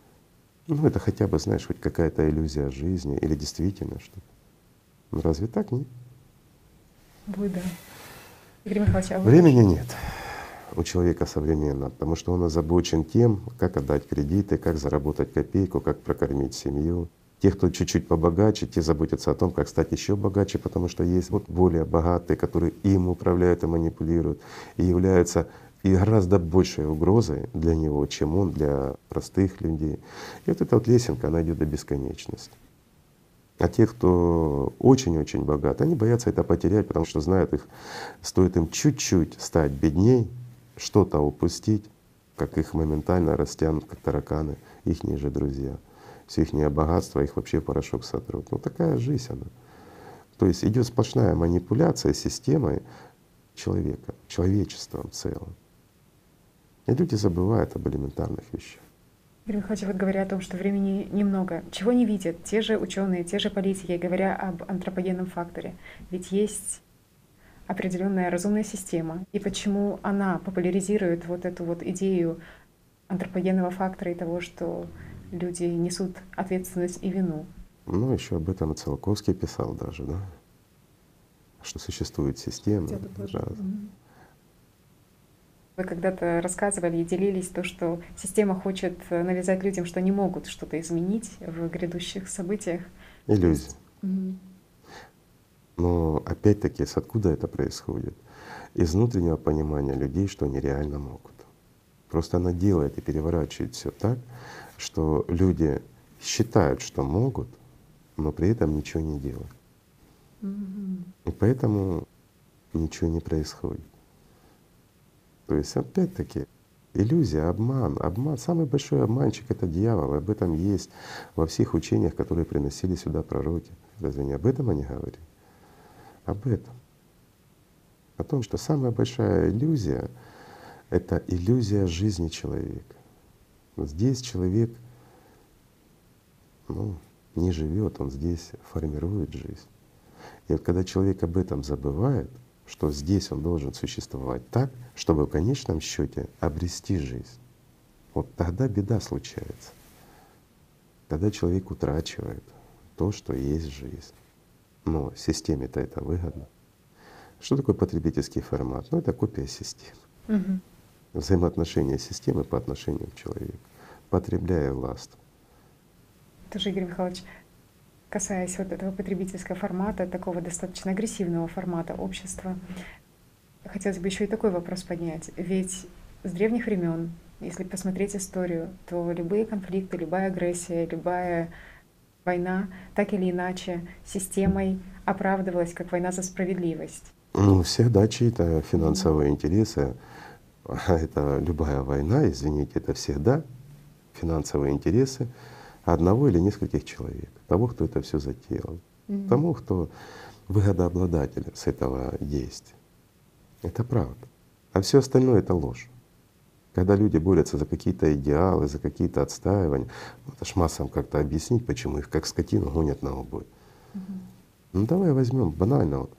Ну это хотя бы, знаешь, хоть какая-то иллюзия жизни или действительно что-то. Ну разве так, нет? Будет, да. Игорь Михайлович, а вы Времени нет у человека современного, потому что он озабочен тем, как отдать кредиты, как заработать копейку, как прокормить семью. Те, кто чуть-чуть побогаче, те заботятся о том, как стать еще богаче, потому что есть вот более богатые, которые им управляют и манипулируют, и являются и гораздо большей угрозой для него, чем он для простых людей. И вот эта вот лесенка, она идет до бесконечности. А те, кто очень-очень богат, они боятся это потерять, потому что знают их, стоит им чуть-чуть стать бедней, что-то упустить, как их моментально растянут, как тараканы, ихние же друзья. Все ихнее богатство их вообще в порошок сотрут. Ну такая жизнь она. То есть идет сплошная манипуляция системой человека, человечеством в целом. И люди забывают об элементарных вещах. Игорь Михайлович, вот говоря о том, что времени немного, чего не видят те же ученые, те же политики, говоря об антропогенном факторе? Ведь есть определенная разумная система. И почему она популяризирует вот эту вот идею антропогенного фактора и того, что люди несут ответственность и вину? Ну, еще об этом и Циолковский писал даже, да? Что существует система. Вы когда-то рассказывали и делились то, что система хочет навязать людям, что не могут что-то изменить в грядущих событиях. Иллюзия. Но опять-таки, с откуда это происходит? Из внутреннего понимания людей, что они реально могут. Просто она делает и переворачивает все так, что люди считают, что могут, но при этом ничего не делают. И поэтому ничего не происходит. То есть опять-таки иллюзия, обман. Обман, самый большой обманщик — это дьявол. Об этом есть во всех учениях, которые приносили сюда пророки. Разве не об этом они говорили? Об этом. О том, что самая большая иллюзия — это иллюзия жизни человека. Вот здесь человек не живет, он здесь формирует жизнь. И вот когда человек об этом забывает, что здесь он должен существовать так, чтобы в конечном счете обрести жизнь, вот тогда беда случается. Тогда человек утрачивает то, что есть жизнь. Но системе-то это выгодно. Что такое потребительский формат? Ну это копия системы. Взаимоотношения системы по отношению к человеку. Потребляя властвуй. Тоже, Игорь Михайлович, касаясь вот этого потребительского формата, такого достаточно агрессивного формата общества, хотелось бы еще и такой вопрос поднять. Ведь с древних времен, если посмотреть историю, то любые конфликты, любая агрессия, любая война так или иначе системой оправдывалась как война за справедливость. Ну, всегда чьи-то финансовые интересы, а это любая война, извините, это всегда финансовые интересы одного или нескольких человек, того, кто это все затеял, тому, кто выгодообладатель с этого действия. Это правда. А все остальное это ложь. Когда люди борются за какие-то идеалы, за какие-то отстаивания, ну, это ж массам как-то объяснить, почему их как скотину гонят на убой. Ну давай возьмем банально вот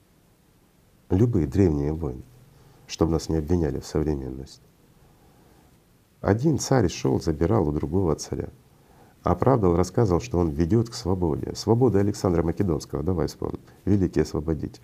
любые древние войны, чтобы нас не обвиняли в современности. Один царь шел, забирал у другого царя, оправдывал, рассказывал, что он ведет к свободе. Свобода Александра Македонского, давай вспомним, великий освободитель.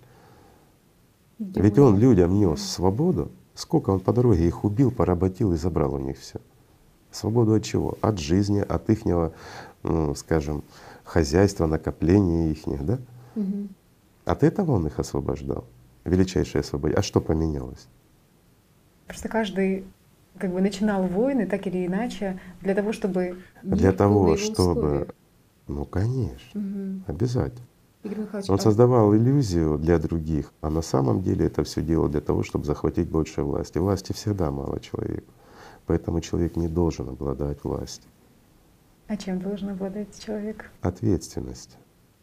Ведь он людям нес свободу, сколько он по дороге их убил, поработил и забрал у них все. Свободу от чего? От жизни, от ихнего, скажем, хозяйства, накопления ихних, да? От этого он их освобождал. Величайшее освободитель. А что поменялось? Просто каждый как бы начинал войны так или иначе для того, чтобы Для мир был на того, его чтобы, условиях. ну конечно, обязательно. Игорь Михайлович, Он создавал иллюзию для других, а на самом деле это все делал для того, чтобы захватить больше власти. Власти всегда мало человеку, поэтому человек не должен обладать властью. а чем должен обладать человек? Ответственность,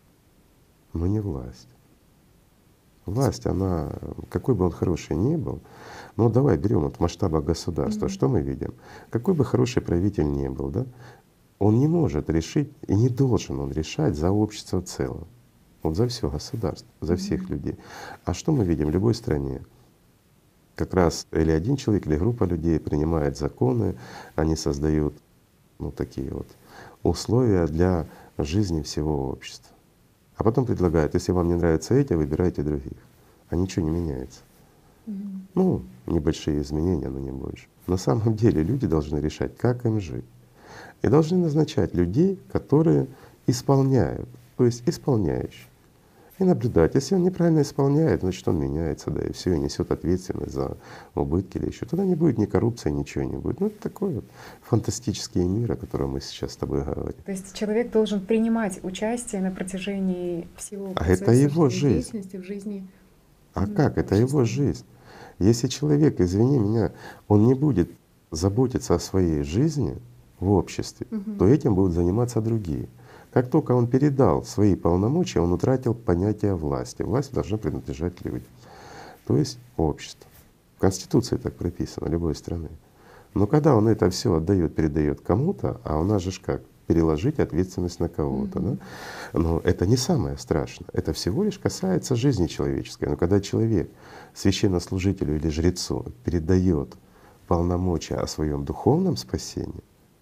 но не власть. Власть, она, какой бы он хороший ни был, ну давай берем вот в масштабах государства, что мы видим? Какой бы хороший правитель ни был, да, он не может решить и не должен он решать за общество в целом. Вот за все государство, за всех людей. А что мы видим в любой стране? Как раз или один человек, или группа людей принимает законы, они создают ну, такие вот условия для жизни всего общества. А потом предлагают, если вам не нравятся эти, выбирайте других. А ничего не меняется. Ну, небольшие изменения, но не больше. На самом деле люди должны решать, как им жить. И должны назначать людей, которые исполняют, то есть исполняющие. И наблюдать. Если он неправильно исполняет, значит он меняется, да, и все, и несет ответственность за убытки или еще. Тогда не будет ни коррупции, ничего не будет. Ну это такой вот фантастический мир, о котором мы сейчас с тобой говорим. То есть человек должен принимать участие на протяжении всего А процесса это его жизнеdeятельности в жизни. А как? Это его жизнь. Если человек, извини меня, он не будет заботиться о своей жизни в обществе, то этим будут заниматься другие. Как только он передал свои полномочия, он утратил понятие власти. Власть должна принадлежать людям, то есть обществу. В Конституции так прописано любой страны. Но когда он это все отдает, передает кому-то, а у нас же как? Переложить ответственность на кого-то, да? Но это не самое страшное. Это всего лишь касается жизни человеческой. Но когда человек священнослужителю или жрецу передает полномочия о своем духовном спасении,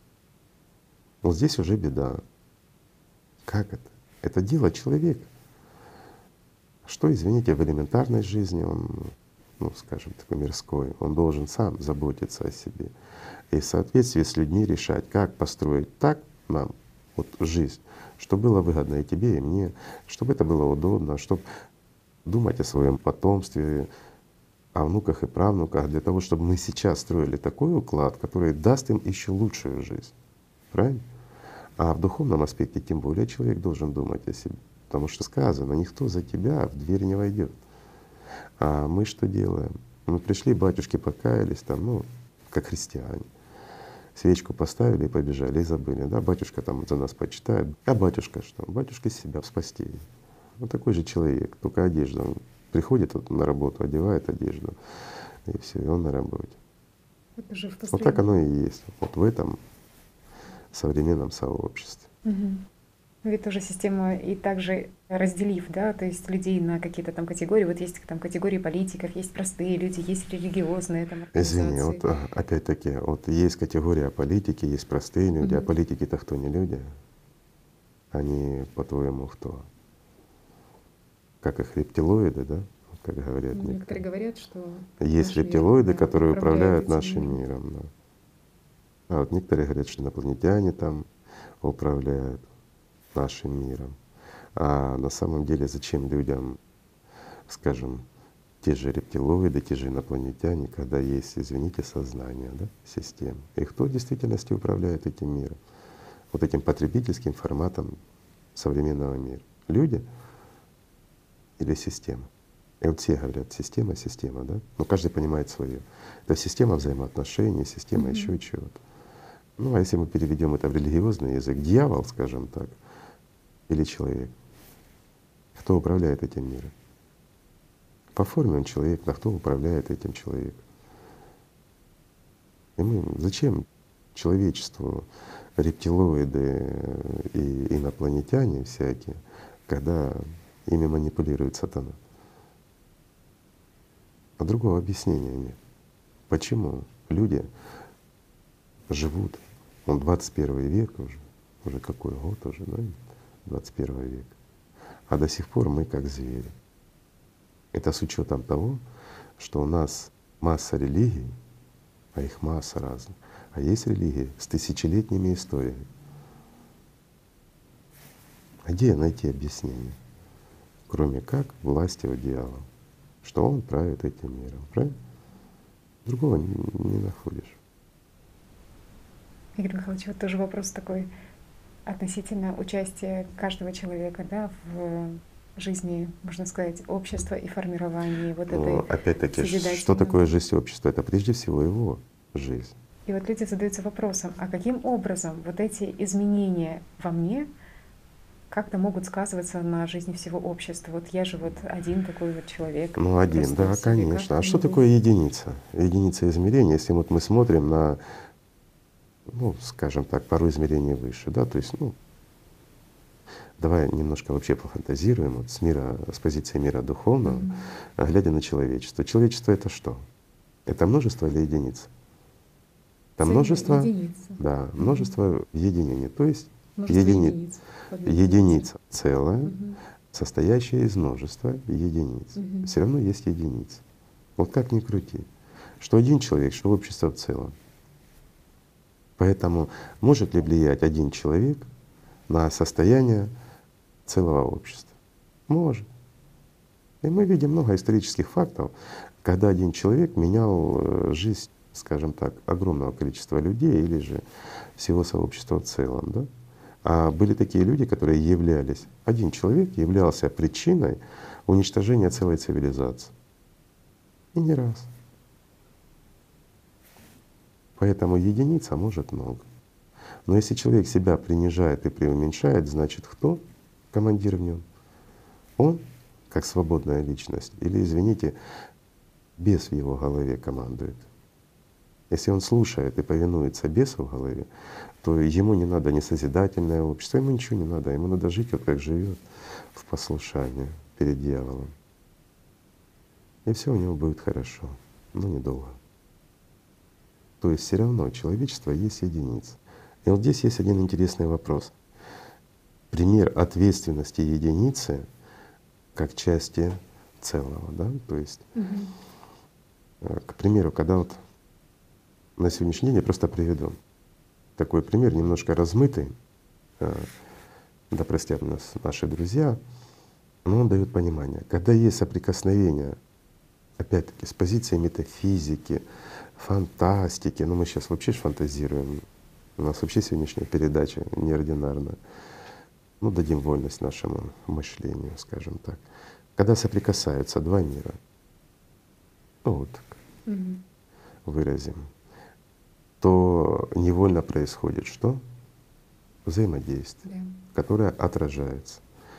вот здесь уже беда. Как это? Это дело человека. Что, извините, в элементарной жизни он, ну, скажем, такой мирской, он должен сам заботиться о себе и в соответствии с людьми решать, как построить так нам вот жизнь, чтобы было выгодно и тебе, и мне, чтобы это было удобно, чтобы думать о своем потомстве, о внуках и правнуках, для того, чтобы мы сейчас строили такой уклад, который даст им еще лучшую жизнь. Правильно? А в духовном аспекте тем более человек должен думать о себе. Потому что сказано, никто за тебя в дверь не войдет. А мы что делаем? Мы пришли, батюшки покаялись, там, ну, как христиане. Свечку поставили и побежали, и забыли. Да, батюшка там за нас почитает. А батюшка что? Батюшка себя спасти. Вот такой же человек, только одежда. Он приходит вот на работу, одевает одежду, и все, и он на работе. Это же в Вот так оно и есть. Вот в этом современном сообществе. Ведь тоже система и также разделив, да, то есть людей на какие-то там категории. Вот есть там категории политиков, есть простые люди, есть религиозные там Извини, организации. вот опять-таки, вот есть категория политики, есть простые люди, а политики-то кто, не люди? Они, по-твоему, кто? Как их рептилоиды, да? Как говорят некоторые. Некоторые говорят, что Есть наш мир, рептилоиды, да, которые управляют этим нашим миром. Да. А вот некоторые говорят, что инопланетяне там управляют. нашим миром. А на самом деле зачем людям, скажем, те же рептилоиды, те же инопланетяне, когда есть, извините, сознание, да, система. И кто в действительности управляет этим миром, вот этим потребительским форматом современного мира? Люди или система? И вот все говорят система, система, да? Но каждый понимает свое. Это система взаимоотношений, система еще чего-то. Ну а если мы переведем это в религиозный язык, дьявол, скажем так, или человек, кто управляет этим миром? По форме он человек, но кто управляет этим человеком? И мы зачем человечеству рептилоиды и инопланетяне всякие, когда ими манипулирует сатана? А другого объяснения нет. Почему люди живут, он 21 век уже какой год уже, да, 21 век, а до сих пор мы как звери. Это с учетом того, что у нас масса религий, а их масса разных, а есть религии с тысячелетними историями. А где найти объяснение, кроме как власти у дьявола, что он правит этим миром, правильно? Другого не находишь. Игорь Михайлович, вот тоже вопрос такой относительно участия каждого человека, да, в жизни, можно сказать, общества и формировании вот Но этой опять-таки, что созидательной. такое жизнь общества? Это прежде всего его жизнь. И вот люди задаются вопросом, а каким образом вот эти изменения во мне как-то могут сказываться на жизни всего общества? Вот я же вот один такой вот человек. Ну, один, просто да, себе конечно. А как-то что могу- такое единица? Единица измерения, если вот мы смотрим на, ну, скажем так, пару измерений выше, да, то есть, ну, давай немножко вообще пофантазируем вот с позиции мира духовного, глядя на человечество. Человечество — это что? Это множество или единица? Это множество, единица. да, множество единений, то есть Множество единиц. единиц. Единица целая, состоящая из множества единиц. Все равно есть единица. Вот как ни крути, что один человек, что общество в целом. Поэтому может ли влиять один человек на состояние целого общества? Может. И мы видим много исторических фактов, когда один человек менял жизнь, скажем так, огромного количества людей или же всего сообщества в целом. Да? А были такие люди, которые являлись, один человек являлся причиной уничтожения целой цивилизации. И не раз. Поэтому единица может много. Но если человек себя принижает и преуменьшает, значит кто командир в нем? Он как свободная личность или, извините, бес в его голове командует? Если он слушает и повинуется бесу в голове, то ему не надо ни созидательное общество, ему ничего не надо, ему надо жить вот как живет в послушании перед дьяволом. И все у него будет хорошо, но недолго. То есть все равно человечество есть единица. И вот здесь есть один интересный вопрос. Пример ответственности единицы как части целого, да? То есть, к примеру, когда вот на сегодняшний день я просто приведу такой пример, немножко размытый, да простят нас наши друзья, но он дает понимание. Когда есть соприкосновение, опять-таки, с позиции метафизики, фантастики, ну мы сейчас вообще ж фантазируем, у нас вообще сегодняшняя передача неординарная, ну дадим вольность нашему мышлению, скажем так. Когда соприкасаются два мира, ну вот так выразим, то невольно происходит что? Взаимодействие, которое отражается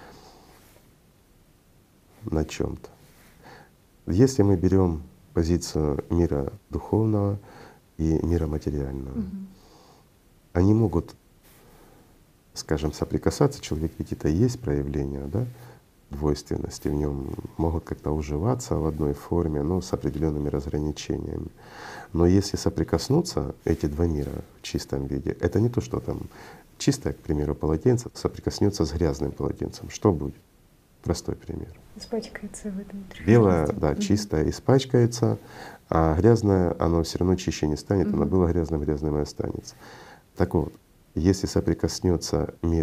на чем-то. Если мы берем позицию мира духовного и мира материального, они могут, скажем, соприкасаться, человек ведь это и есть проявление, да, двойственности, в нем могут как-то уживаться в одной форме, но с определенными разграничениями. Но если соприкоснуться эти два мира в чистом виде, это не то, что там чистое, к примеру, полотенце соприкоснется с грязным полотенцем. Что будет? Простой пример. Испачкается в этом. Белое, да, чистое испачкается, а грязное, оно все равно чище не станет, оно было грязным, грязным и останется. Так вот, если соприкоснется мир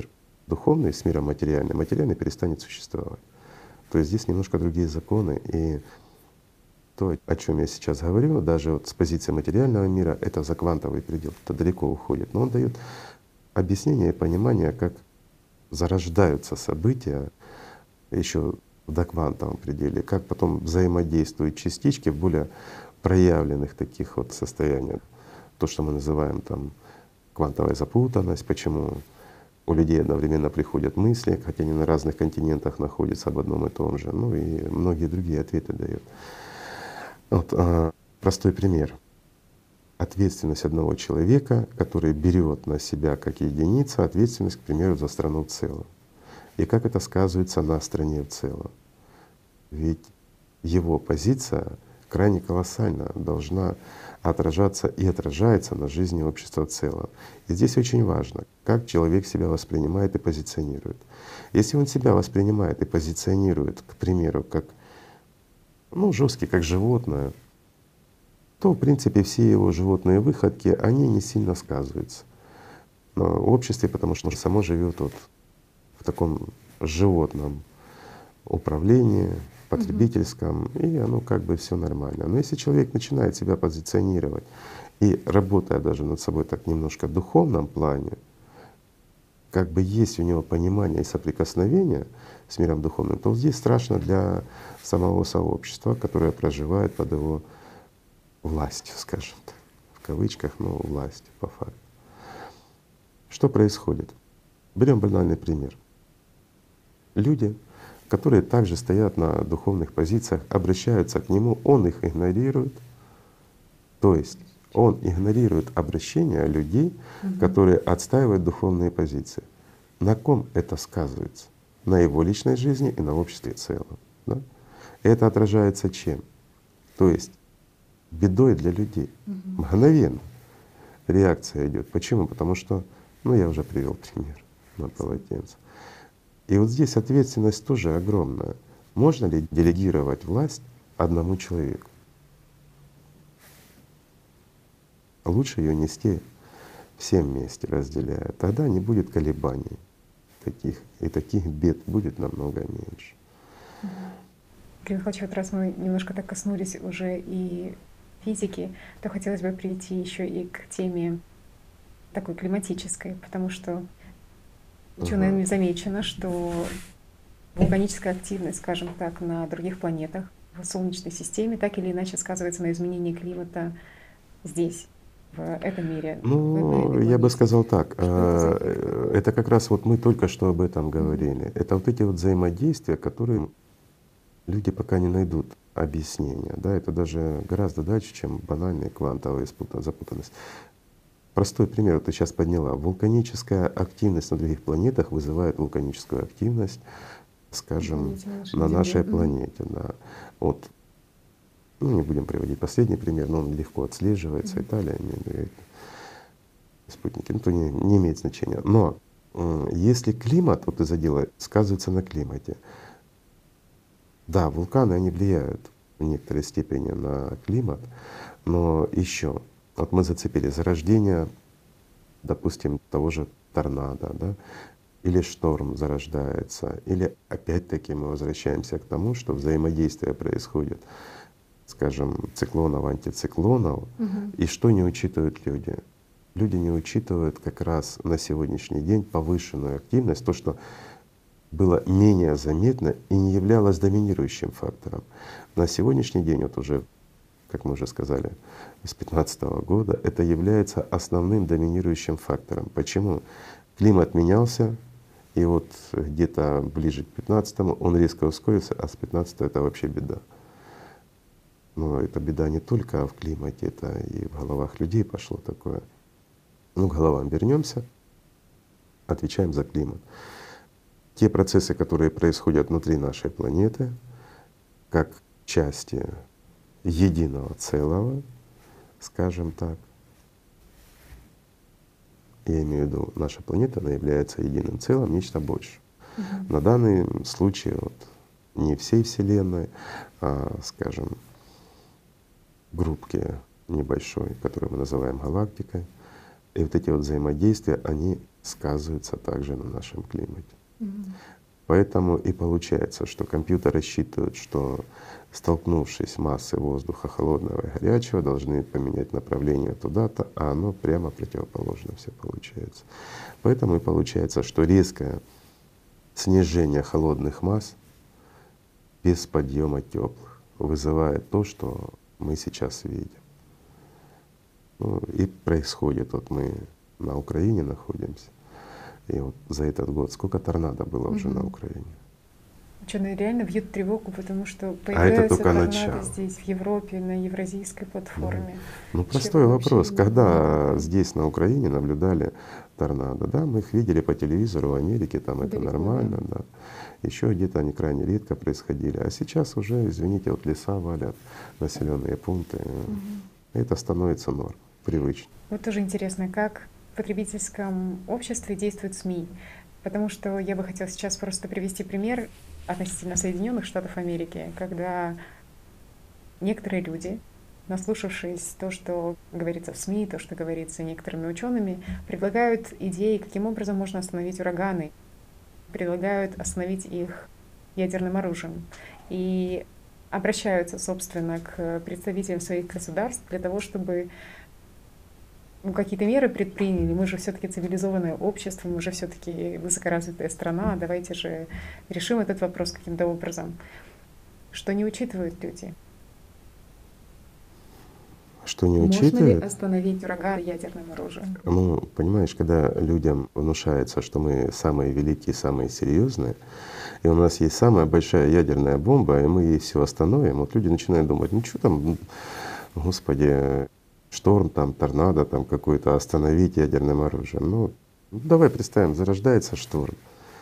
духовный с миром материальным, материальный перестанет существовать. То есть здесь немножко другие законы, и то, о чем я сейчас говорю, даже вот с позиции материального мира, это за квантовый предел, это далеко уходит. Но он дает объяснение и понимание, как зарождаются события еще в доквантовом пределе, как потом взаимодействуют частички в более проявленных таких вот состояниях. То, что мы называем там квантовая запутанность, почему у людей одновременно приходят мысли, хотя они на разных континентах находятся об одном и том же, ну и многие другие ответы дают. Вот, простой пример. Ответственность одного человека, который берет на себя как единица ответственность, к примеру, за страну в целом. И как это сказывается на стране в целом. Ведь его позиция крайне колоссально должна отражаться и отражается на жизни общества в целом. И здесь очень важно, как человек себя воспринимает и позиционирует. Если он себя воспринимает и позиционирует, к примеру, как жесткий, как животное, то в принципе все его животные выходки, они не сильно сказываются на обществе, потому что само живет вот в таком животном управлении, потребительском, и оно как бы все нормально. Но если человек начинает себя позиционировать и работая даже над собой так немножко в духовном плане, как бы есть у него понимание и соприкосновение с миром духовным, то здесь страшно для самого сообщества, которое проживает под его властью, скажем так, в кавычках, но властью по факту. Что происходит? Берем банальный пример. Люди, которые также стоят на духовных позициях, обращаются к нему, он их игнорирует. То есть он игнорирует обращения людей, которые отстаивают духовные позиции. На ком это сказывается? На его личной жизни и на обществе в целом. Да? Это отражается чем? То есть бедой для людей. Мгновенно реакция идет. Почему? Потому что, я уже привел пример на полотенце. И вот здесь ответственность тоже огромная. Можно ли делегировать власть одному человеку? Лучше ее нести всем вместе, разделяя. Тогда не будет колебаний таких, и таких бед будет намного меньше. Кирилл Михайлович, вот раз мы немножко так коснулись уже и физики, то хотелось бы перейти еще и к теме такой климатической, потому что учеными замечено, что вулканическая активность, скажем так, на других планетах в Солнечной системе так или иначе сказывается на изменении климата здесь, в этом мире. Я бы сказал так, это это как раз вот мы только что об этом говорили. Это вот эти вот взаимодействия, которые люди пока не найдут объяснения. Да? Это даже гораздо дальше, чем банальная квантовая запутанность. Простой пример, вот ты сейчас подняла. Вулканическая активность на других планетах вызывает вулканическую активность, скажем, на нашей планете. Да. Вот. Не будем приводить последний пример, но он легко отслеживается и далее. Спутники, то не имеет значения. Но если климат, вот из-за дела, сказывается на климате, да, вулканы, они влияют в некоторой степени на климат, но еще вот мы зацепили зарождение, допустим, того же торнадо, да, или шторм зарождается, или опять-таки мы возвращаемся к тому, что взаимодействие происходит, скажем, циклонов, антициклонов, и что не учитывают люди. Люди не учитывают как раз на сегодняшний день повышенную активность, то, что было менее заметно и не являлось доминирующим фактором. На сегодняшний день, вот уже, как мы уже сказали, с 2015 года это является основным доминирующим фактором. Почему? Климат менялся, и вот где-то ближе к 15-му он резко ускорился, а с 15-го это вообще беда. Но это беда не только в климате, это и в головах людей пошло такое. К головам вернемся, отвечаем за климат. Те процессы, которые происходят внутри нашей планеты, как части единого целого, скажем так, я имею в виду, наша планета, она является единым целым, нечто больше. На данный случай вот, не всей Вселенной, а, скажем, группки небольшой, которую мы называем галактикой. И вот эти вот взаимодействия, они сказываются также на нашем климате. Мгм. Поэтому и получается, что компьютер рассчитывает, что столкнувшись массы воздуха холодного и горячего, должны поменять направление туда-то, а оно прямо противоположно все получается. Поэтому и получается, что резкое снижение холодных масс без подъема теплых вызывает то, что мы сейчас видим. Ну, и происходит. Вот мы на Украине находимся, и вот за этот год сколько торнадо было уже на Мгм. Украине. Ученые реально бьют тревогу, потому что А это появляются только торнадо начало. здесь, в Европе, на евразийской Ну, платформе, ну, чего простой вообще вопрос. не Когда наблюдали. здесь на Украине наблюдали торнадо? Да, мы их видели по телевизору в Америке, там это Далеко, да? нормально, да. Еще где-то они крайне редко происходили. А сейчас уже, извините, вот леса валят, населенные пункты. Мгм. Это становится норм, привычно. Вот тоже интересно, как в потребительском обществе действуют СМИ. Потому что я бы хотела сейчас просто привести пример относительно Соединенных Штатов Америки, когда некоторые люди, наслушавшись то, что говорится в СМИ, то, что говорится некоторыми учеными, предлагают идеи, каким образом можно остановить ураганы, предлагают остановить их ядерным оружием. И обращаются, собственно, к представителям своих государств для того, чтобы какие-то меры предприняли. Мы же все-таки цивилизованное общество, мы же все-таки высокоразвитая страна, давайте же решим этот вопрос каким-то образом. Что не учитывают люди? Что не Можно ли учитывает, остановить ураган ядерным оружием? ну, понимаешь, когда людям внушается, что мы самые великие, самые серьезные, и у нас есть самая большая ядерная бомба, и мы ей все остановим, вот люди начинают думать, ну что там, Господи, шторм там, торнадо там какой-то остановить ядерным оружием. Ну, давай представим, зарождается шторм.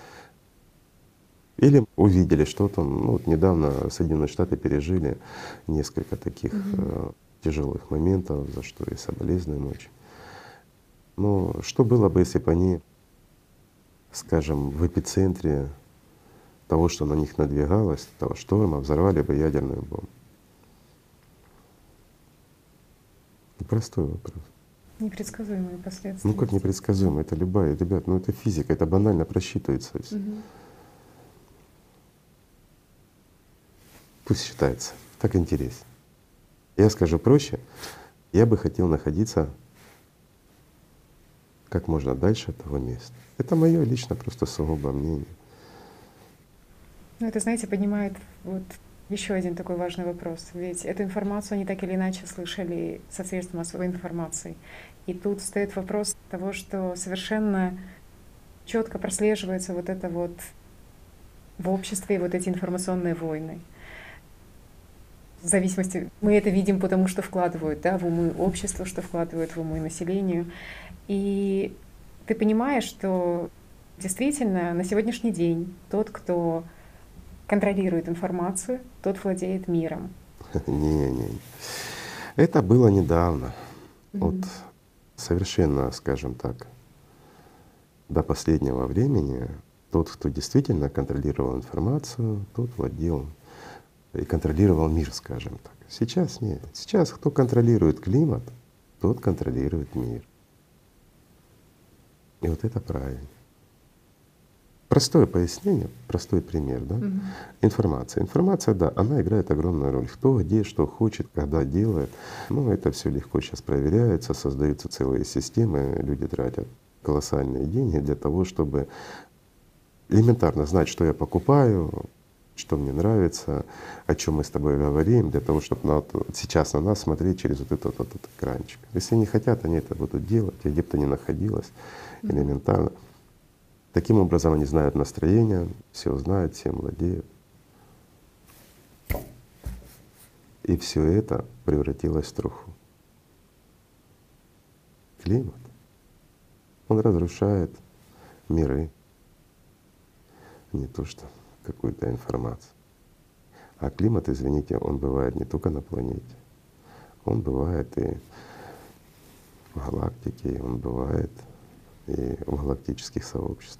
Или увидели что-то, ну вот недавно Соединенные Штаты пережили несколько таких Мгм. тяжелых моментов, за что и соболезнуем очень. Но что было бы, если бы они, скажем, в эпицентре того, что на них надвигалось, того шторма, взорвали бы ядерную бомбу? Простой вопрос. Непредсказуемые Ну последствия, как естественно. непредсказуемо? Это любая, ребят, ну это физика, это банально просчитывается всё. Мгм. Пусть считается, так интереснее. Я скажу проще, я бы хотел находиться как можно дальше от того места. Это мое лично просто сугубо мнение. Ну, это, знаете, поднимает вот еще один такой важный вопрос. Ведь эту информацию они так или иначе слышали со средств массовой информации. И тут встает вопрос того, что совершенно четко прослеживается вот это вот в обществе, вот эти информационные войны. В зависимости, мы это видим, потому что вкладывают, да, в умы общества, что вкладывают в умы населению. И ты понимаешь, что действительно на сегодняшний день тот, кто контролирует информацию, тот владеет миром. Не-не-не. Это было недавно. Вот Мгм. совершенно, скажем так, до последнего времени тот, кто действительно контролировал информацию, тот владел и контролировал мир, скажем так. Сейчас нет. Сейчас кто контролирует климат, тот контролирует мир. И вот это правильно. Простое пояснение, простой пример, да? Мгм. Информация. Информация, да, она играет огромную роль. Кто где что хочет, когда делает. Ну, это все легко сейчас проверяется, создаются целые системы, люди тратят колоссальные деньги для того, чтобы элементарно знать, что я покупаю, что мне нравится, о чем мы с тобой говорим, для того, чтобы вот сейчас на нас смотреть через вот этот экранчик. Если они хотят, они это будут делать, и где бы то ни находилось, Мгм. элементарно. Таким образом они знают настроение, все знают, всем владеют. И все это превратилось в труху. Климат, он разрушает миры, не то что какую-то информацию. А климат, извините, он бывает не только на планете, он бывает и в галактике, и он бывает и в галактических сообществах.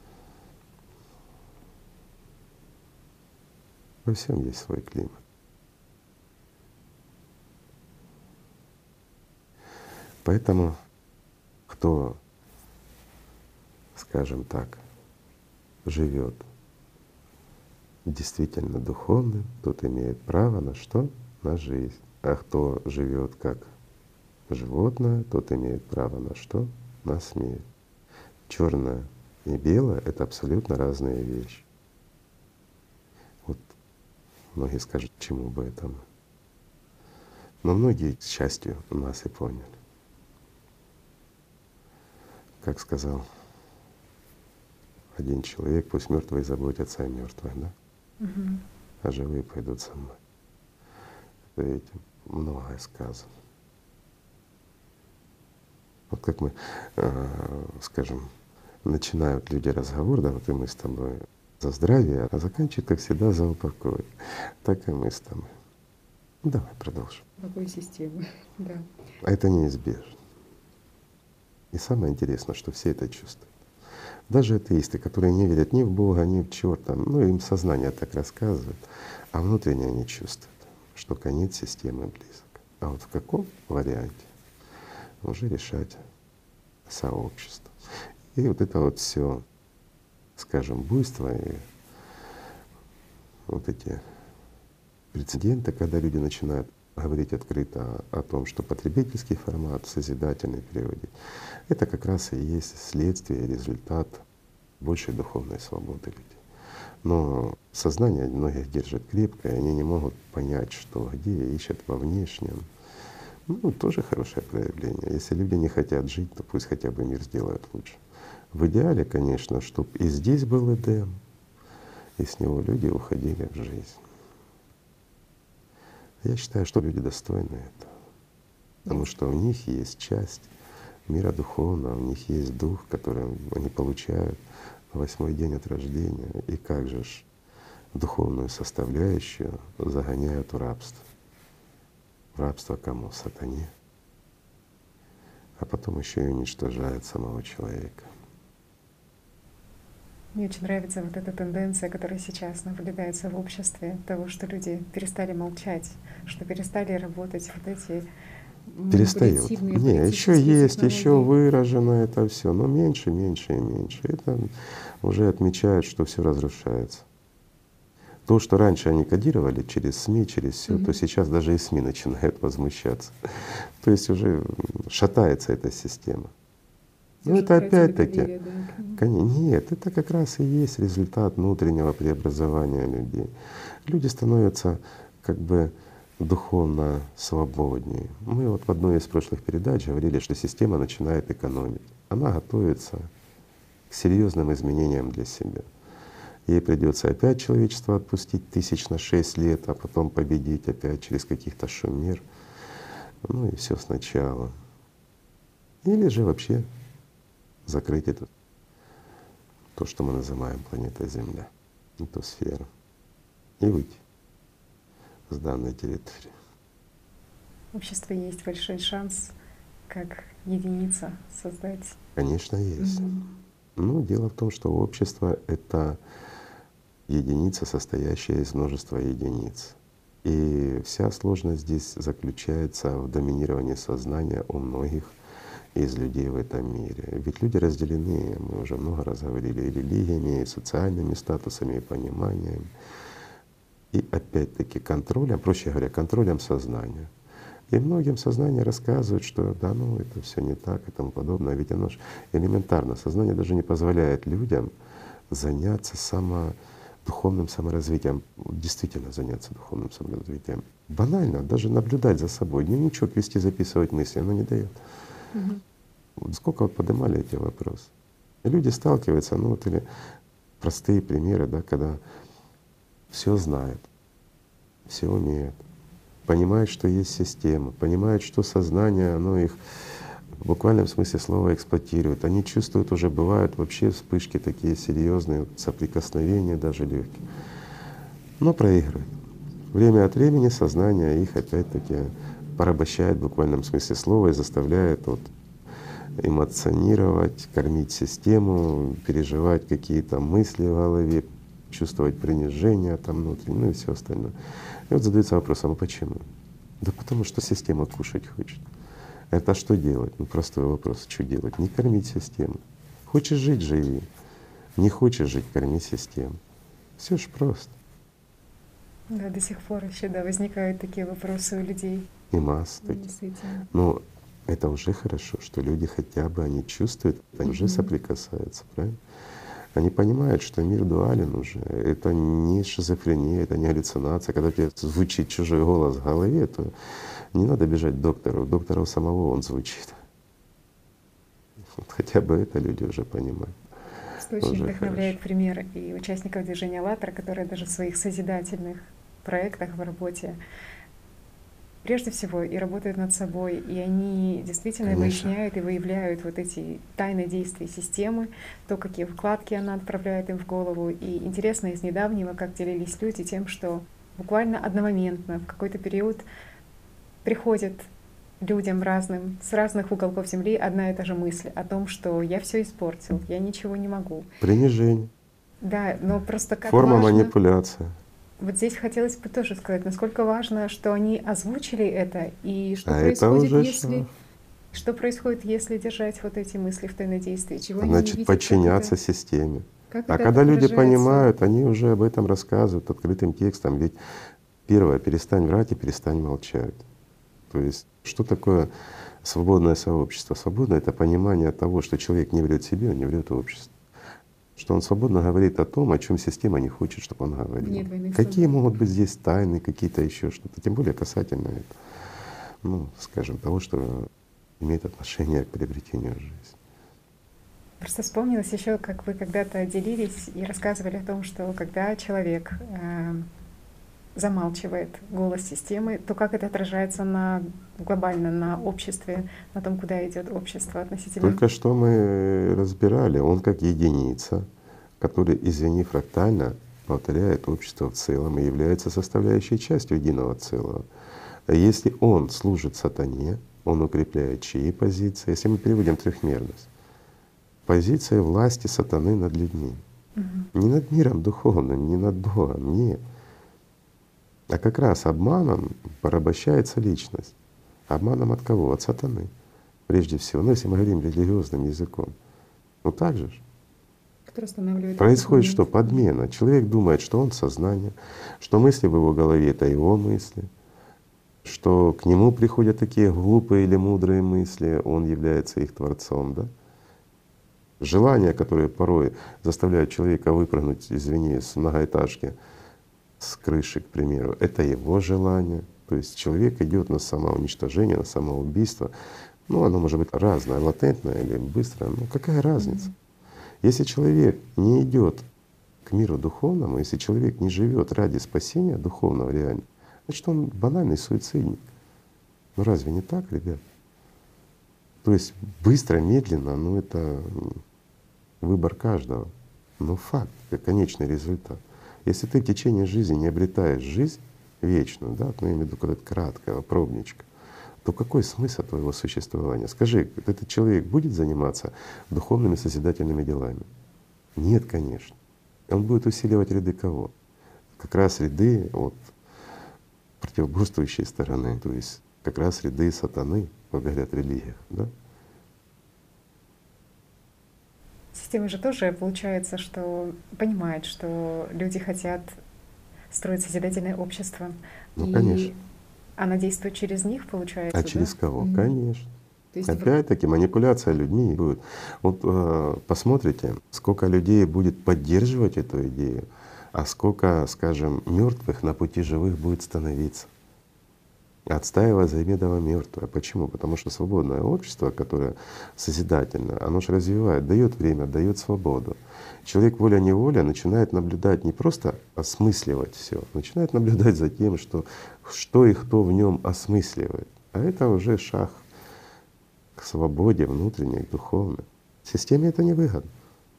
Во всем есть свой климат. Поэтому кто, скажем так, живет действительно духовным, тот имеет право на что? На жизнь. А кто живет как животное, тот имеет право на что? На смерть. Черное и белое — это абсолютно разные вещи. Вот многие скажут, чему бы это мы. Но многие, к счастью, нас и поняли. Как сказал один человек: пусть мертвые заботятся о мертвых, да? А живые пойдут со мной. Это этим многое сказано. Вот как мы, скажем, начинают люди разговор, да, вот и мы с тобой за здравие, а заканчивают, как всегда, за упокой. Так и мы с тобой. Ну, давай продолжим. Какой системы, да. А это неизбежно. И самое интересное, что все это чувствуют. Даже атеисты, которые не верят ни в Бога, ни в чёрта, ну им сознание так рассказывает, а внутренне они чувствуют, что конец системы близок. А вот в каком варианте уже решать сообщество. И вот это вот все, скажем, буйство и вот эти прецеденты, когда люди начинают говорить открыто о том, что потребительский формат, созидательный переводить, это как раз и есть следствие, результат большей духовной свободы людей. Но сознание многих держит крепко, и они не могут понять, что где ищут во внешнем. Ну, тоже хорошее проявление. Если люди не хотят жить, то пусть хотя бы мир сделают лучше. В идеале, конечно, чтобы и здесь был Эдем, и с него люди уходили в жизнь. Я считаю, что люди достойны этого, потому что у них есть часть мира духовного, у них есть дух, который они получают на 8-й день от рождения. И как же ж духовную составляющую загоняют в рабство. В рабство кому? Сатане. А потом еще и уничтожают самого человека. Мне очень нравится вот эта тенденция, которая сейчас наблюдается в обществе, того, что люди перестали молчать, что перестали работать вот эти Перестают. манипулятивные Не, еще политические есть, еще технологии. выражено это все, но меньше, меньше и меньше. Это уже отмечают, что все разрушается. То, что раньше они кодировали через СМИ, через все, то сейчас даже и СМИ начинают возмущаться. То есть уже шатается эта система. Ну Уже это утратили опять-таки, доверие, да. нет, это как раз и есть результат внутреннего преобразования людей. Люди становятся как бы духовно свободнее. Мы вот в одной из прошлых передач говорили, что система начинает экономить. Она готовится к серьезным изменениям для себя. Ей придется опять человечество отпустить 1006 лет, а потом победить опять через каких-то шумер. Ну и все сначала. Или же вообще закрыть это, то, что мы называем планетой Земля, эту сферу, и выйти с данной территории. У общества есть большой шанс как единица создать. Конечно, есть. Но дело в том, что общество — это единица, состоящая из множества единиц. И вся сложность здесь заключается в доминировании сознания у многих из людей в этом мире. Ведь люди разделены, мы уже много раз говорили, и религиями, и социальными статусами, и пониманием. И опять-таки контролем, проще говоря, контролем сознания. И многим сознание рассказывают, что да ну это все не так и тому подобное, ведь оно же элементарно. Сознание даже не позволяет людям заняться духовным саморазвитием, действительно заняться духовным саморазвитием. Банально, даже наблюдать за собой, дневничок вести, записывать мысли, оно не дает. Сколько вот поднимали эти вопросы. И люди сталкиваются, ну вот или простые примеры, да, когда все знают, все умеют, понимают, что есть система, понимают, что сознание, оно их в буквальном смысле слова эксплуатирует. Они чувствуют, уже бывают вообще вспышки такие серьезные, соприкосновения даже легкие, но проигрывают. Время от времени сознание их опять-таки порабощает в буквальном смысле слова и заставляет вот эмоционировать, кормить систему, переживать какие-то мысли в голове, чувствовать принижение там внутри, ну и все остальное. И вот задается вопросом: а почему? Да потому что система кушать хочет. Это что делать? Ну простой вопрос, что делать? Не кормить систему. Хочешь жить — живи. Не хочешь жить — корми систему. Все ж просто. Да, до сих пор еще, да, возникают такие вопросы у людей. И масса таких. Действительно. Но это уже хорошо, что люди хотя бы они чувствуют, они уже соприкасаются, правильно? Они понимают, что мир дуален уже. Это не шизофрения, это не галлюцинация. Когда у тебя звучит чужой голос в голове, то не надо бежать к доктору. У доктора у самого он звучит. Вот хотя бы это люди уже понимают. Что очень Уже вдохновляет хорошо. пример и участников движения «АЛЛАТРА», которые даже в своих созидательных проектах в работе прежде всего и работают над собой, и они действительно Конечно. выясняют и выявляют вот эти тайные действия системы, то, какие вкладки она отправляет им в голову. И интересно из недавнего, как делились люди тем, что буквально одномоментно в какой-то период приходит людям разным с разных уголков Земли одна и та же мысль о том, что я все испортил, я ничего не могу. Принижение. Да, но просто как Форма важно. манипуляции. Вот здесь хотелось бы тоже сказать, насколько важно, что они озвучили это, и что А это происходит, уже если шаг. что происходит, если держать вот эти мысли в тайном действии, чего они не Значит, видят, подчиняться системе. как А это когда люди отображается. понимают, они уже об этом рассказывают открытым текстом. Ведь первое — перестань врать и перестань молчать. То есть что такое свободное сообщество? Свободное — это понимание того, что человек не врет себе, он не врет обществу. Что он свободно говорит о том, о чем система не хочет, чтобы он говорил. Нет двойных Какие стандартов. могут быть здесь тайны, какие-то еще что-то, тем более касательно, ну, скажем, того, что имеет отношение к приобретению жизни. Просто вспомнилось еще, как вы когда-то делились и рассказывали о том, что когда человек замалчивает голос системы, то как это отражается глобально на обществе, на том, куда идет общество относительно. Только что мы разбирали, он как единица, который, извини, фрактально повторяет общество в целом и является составляющей частью единого целого. А если он служит сатане, он укрепляет чьи позиции? Если мы переводим трехмерность, позиция власти сатаны над людьми. Не над миром духовным, не над Богом, нет. А как раз обманом порабощается личность. Обманом от кого? От сатаны. Прежде всего, ну если мы говорим религиозным языком. Ну так же ж. Который останавливает Происходит этот что? момент. Подмена. Человек думает, что он сознание, что мысли в его голове — это его мысли, что к нему приходят такие глупые или мудрые мысли, он является их творцом, да? Желания, которые порой заставляют человека выпрыгнуть, извини, с многоэтажки, с крыши, к примеру, это его желание. То есть человек идет на самоуничтожение, на самоубийство. Ну, оно может быть разное, латентное или быстрое. Ну какая разница? Если человек не идет к миру духовному, если человек не живет ради спасения духовного реально, значит он банальный суицидник. Ну разве не так, ребят? То есть быстро, медленно, ну это выбор каждого. Но факт, как конечный результат. Если ты в течение жизни не обретаешь жизнь вечную, да, ну я имею в виду когда-то краткого пробничка, то какой смысл твоего существования? Скажи, этот человек будет заниматься духовными созидательными делами? Нет, конечно. Он будет усиливать ряды кого? Как раз ряды от противоборствующей стороны, то есть как раз ряды сатаны, как говорят в религиях, да? Система же тоже получается, что понимает, что люди хотят строить созидательное общество. Ну, и конечно. она действует через них, получается, А через да? кого? Конечно. То есть Опять-таки манипуляция людьми будет. Вот посмотрите, сколько людей будет поддерживать эту идею, а сколько, скажем, мертвых на пути живых будет становиться, отстаивая заведомо мертвое. Почему? Потому что свободное общество, которое созидательное, оно же развивает, дает время, дает свободу. Человек воля-неволя начинает наблюдать, не просто осмысливать все, начинает наблюдать за тем, что и кто в нем осмысливает. А это уже шаг к свободе внутренней, духовной. Системе это невыгодно.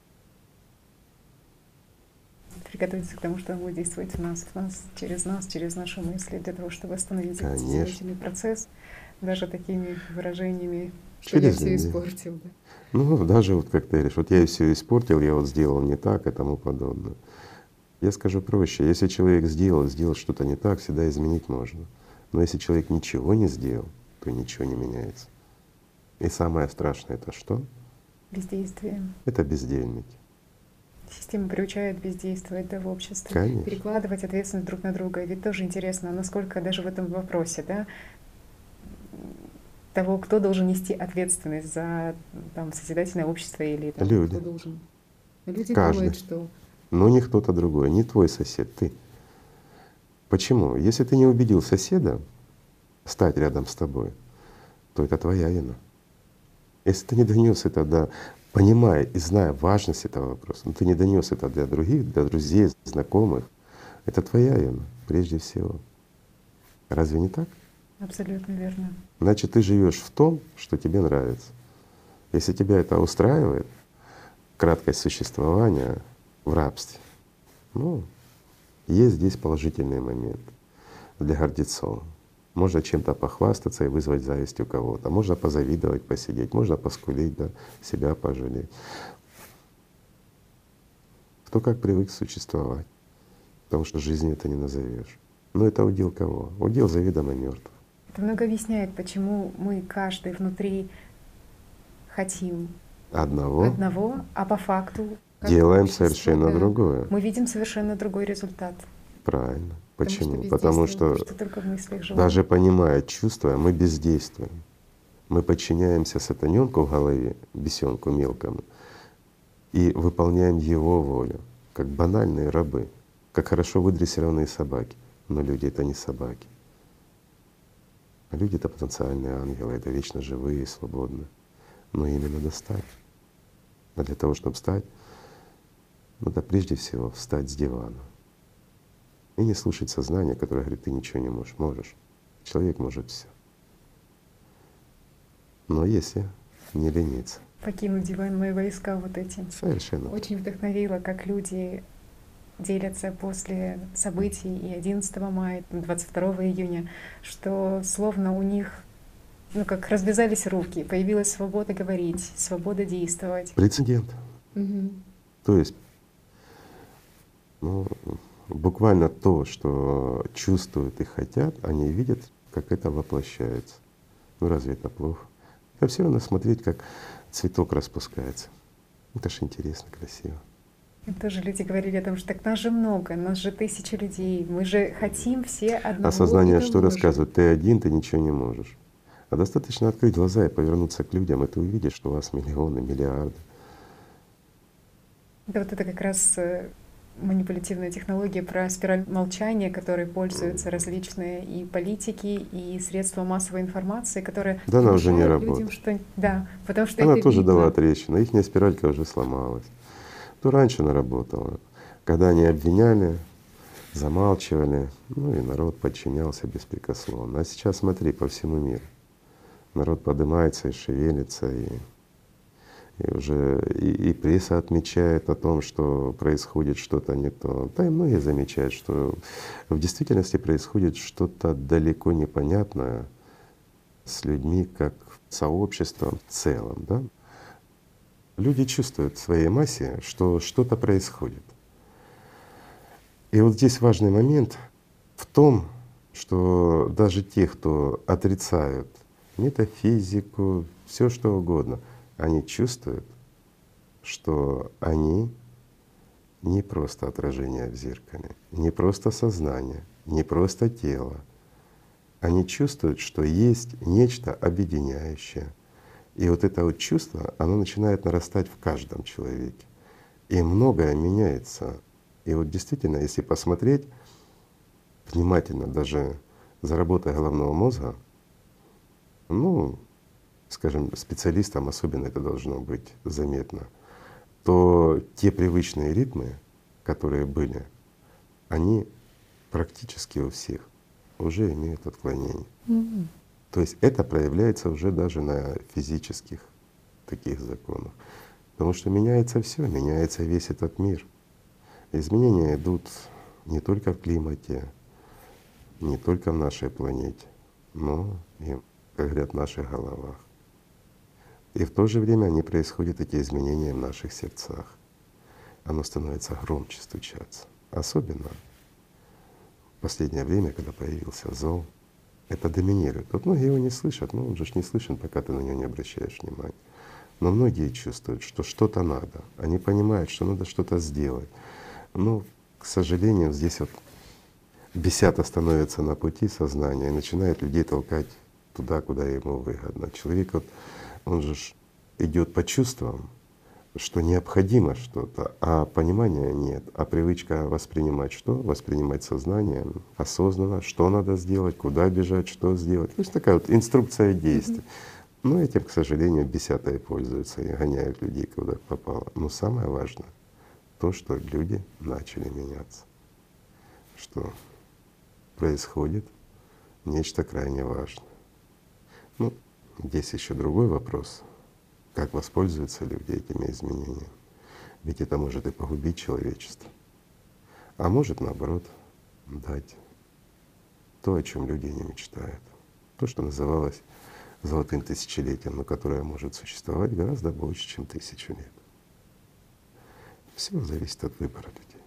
приготовиться к тому, что он будет действовать в нас, через наши мысли, для того, чтобы остановить этот созидательный процесс, даже такими выражениями, что я все испортил. Да? Ну, даже вот как ты говоришь, вот я все испортил, я вот сделал не так и тому подобное. Я скажу проще, если человек сделал что-то не так, всегда изменить можно. Но если человек ничего не сделал, то ничего не меняется. И самое страшное — это что? Бездействие. Это бездельники. Система приучает бездействовать, да, в обществе, Конечно. перекладывать ответственность друг на друга. Ведь тоже интересно, насколько даже в этом вопросе, да, того, кто должен нести ответственность за там, созидательное общество или там, Люди. кто должен. Люди Каждый. думают, что Но не кто-то другой, не твой сосед, ты. Почему? Если ты не убедил соседа стать рядом с тобой, то это твоя вина. Если ты не донес это понимая и зная важность этого вопроса, но ты не донес это для других, для друзей, знакомых, это твоя вина прежде всего. Разве не так? абсолютно верно. Значит, ты живешь в том, что тебе нравится. Если тебя это устраивает, краткость существования в рабстве, ну, есть здесь положительный момент для гордецов. Можно чем-то похвастаться и вызвать зависть у кого-то. Можно позавидовать, посидеть, можно поскулить, да, себя пожалеть. Кто как привык существовать, потому что жизнью это не назовешь. Но это удел кого? Удел заведомо мертвых. Это много объясняет, почему мы каждый внутри хотим одного, а по факту как делаем общество, совершенно да, другое. мы видим совершенно другой результат. Правильно. Почему? Потому Потому что что только в мыслях живем. даже понимая, чувствуя, мы бездействуем. Мы подчиняемся сатаненку в голове, бесенку мелкому, и выполняем его волю, как банальные рабы, как хорошо выдрессированные собаки. Но люди — это не собаки. А люди — это потенциальные ангелы, это вечно живые и свободные. Но ими надо стать. А для того, чтобы стать, надо прежде всего встать с дивана и не слушать сознание, которое говорит: ты ничего не можешь. Можешь. Человек может все. Но если не лениться. Покинуть диванные войска вот эти. Совершенно. Очень вдохновило, как люди делятся после событий и 11 мая, 22 июня, что словно у них как развязались руки, появилась свобода говорить, свобода действовать. Прецедент. Мгм. То есть, ну, буквально то, что чувствуют и хотят, они видят, как это воплощается. Ну разве это плохо? А все равно смотреть, как цветок распускается. Это ж интересно, красиво. И тоже люди говорили о том, что так нас же много, нас же тысячи людей, мы же хотим все одного А сознание и что того же. рассказывает? Ты один, ты ничего не можешь. А достаточно открыть глаза и повернуться к людям, и ты увидишь, что у вас миллионы, миллиарды. Да, вот это как раз манипулятивная технология про спираль молчания, которой пользуются различные и политики, и средства массовой информации, которые Да она уже не внушают людям, работает. что да, потому что Она это тоже видно. дала трещину, ихняя спиралька уже сломалась. То раньше она работала, когда они обвиняли, замалчивали, ну и народ подчинялся беспрекословно. А сейчас смотри, по всему миру народ поднимается и шевелится, и уже и пресса отмечает о том, что происходит что-то не то. Да и многие замечают, что в действительности происходит что-то далеко непонятное с людьми, как сообществом в целом, да? Люди чувствуют в своей массе, что что-то происходит. И вот здесь важный момент в том, что даже те, кто отрицают метафизику, все что угодно, они чувствуют, что они не просто отражение в зеркале, не просто сознание, не просто тело. Они чувствуют, что есть нечто объединяющее. И вот это вот чувство, оно начинает нарастать в каждом человеке. И многое меняется. И вот действительно, если посмотреть внимательно даже за работой головного мозга, ну, скажем, специалистам особенно это должно быть заметно, то те привычные ритмы, которые были, они практически у всех уже имеют отклонение. То есть это проявляется уже даже на физических таких законах. Потому что меняется все, меняется весь этот мир. Изменения идут не только в климате, не только в нашей планете, но и, как говорят, в наших головах. И в то же время они происходят, эти изменения, в наших сердцах. Оно становится громче стучаться. Особенно в последнее время, когда появился зол, это доминирует. Вот многие его не слышат, но он же ж не слышен, пока ты на него не обращаешь внимания. Но многие чувствуют, что что-то надо, они понимают, что надо что-то сделать. Но, к сожалению, здесь вот бесята становится на пути сознания и начинает людей толкать туда, куда ему выгодно. Человек вот, он же идет по чувствам, что необходимо что-то, а понимания нет, а привычка воспринимать что? Воспринимать сознанием, осознанно, что надо сделать, куда бежать, что сделать. То есть такая вот инструкция действий. Но этим, к сожалению, бесята и пользуются, и гоняют людей куда попало. Но самое важное то, что люди начали меняться, что происходит нечто крайне важное. Ну, здесь еще другой вопрос, как воспользуются люди этими изменениями. Ведь это может и погубить человечество, а может наоборот дать то, о чем люди не мечтают, то, что называлось золотым тысячелетием, но которое может существовать гораздо больше, чем 1000 лет. Все зависит от выбора людей.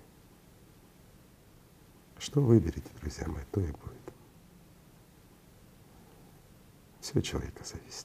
Что выберете, друзья мои, то и будет. Все от человека зависит.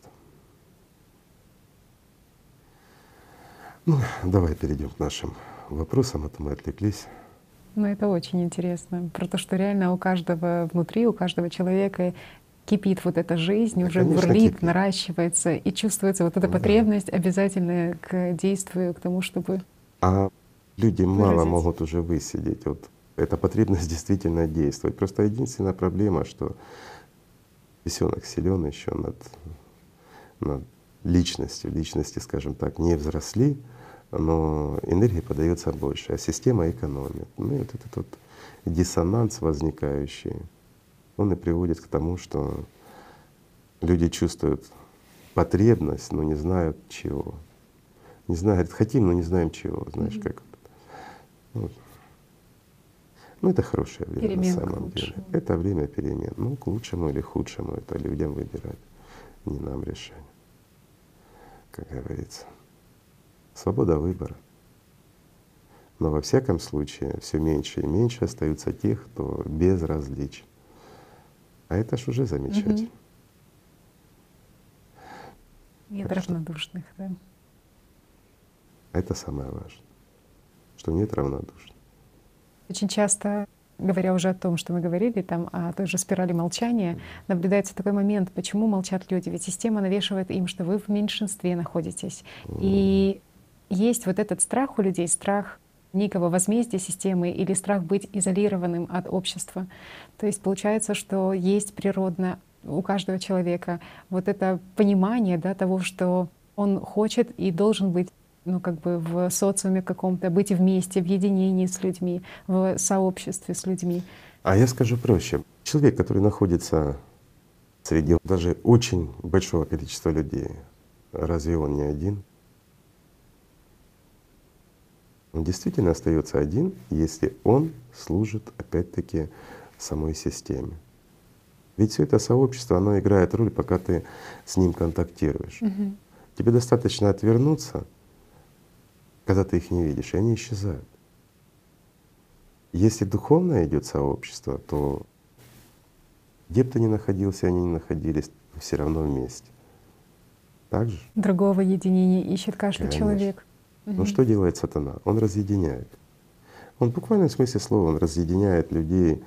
Ну, давай перейдем к нашим вопросам, а то мы отвлеклись. Ну, это очень интересно. Про то, что реально у каждого внутри, у каждого человека кипит вот эта жизнь, Да, уже конечно, бурлит, кипит. наращивается, и чувствуется вот эта Да. потребность обязательно к действию, к тому, чтобы А люди мало выразить. могут уже высидеть. Вот эта потребность действительно действовать. Просто единственная проблема, что бесенок силен еще над личностью. Личности, скажем так, не взросли, но энергии подается больше, а система экономит. Ну и вот этот вот диссонанс возникающий, он и приводит к тому, что люди чувствуют потребность, но не знают чего. Не знают, хотим, но не знаем чего, знаешь, как вот. Ну, это хорошее время Перемен на к самом деле. лучшему. Это время перемен. Ну, к лучшему или худшему, это людям выбирать, не нам решать, как говорится. Свобода выбора. Но во всяком случае все меньше и меньше остаются тех, кто безразличен. А это ж уже замечательно. Нет Так что равнодушных, да. это самое важное, что нет равнодушных. Очень часто, говоря уже о том, что мы говорили, там, о той же спирали молчания, наблюдается такой момент, почему молчат люди. Ведь система навешивает им, что вы в меньшинстве находитесь. И есть вот этот страх у людей, страх некого возмездия системы или страх быть изолированным от общества. То есть получается, что есть природно у каждого человека вот это понимание, да, того, что он хочет и должен быть, ну, как бы в социуме каком-то, быть вместе, в единении с людьми, в сообществе с людьми. А я скажу проще. Человек, который находится среди даже очень большого количества людей, разве он не один? Он действительно остается один, если он служит опять-таки самой системе. Ведь все это сообщество, оно играет роль, пока ты с ним контактируешь. Тебе достаточно отвернуться, когда ты их не видишь, и они исчезают. Если духовное идет сообщество, то где бы ты ни находился, они не находились, все равно вместе. Так же? Другого единения ищет каждый Конечно. человек. Но что делает сатана? Он разъединяет. Он в буквальном смысле слова, он разъединяет людей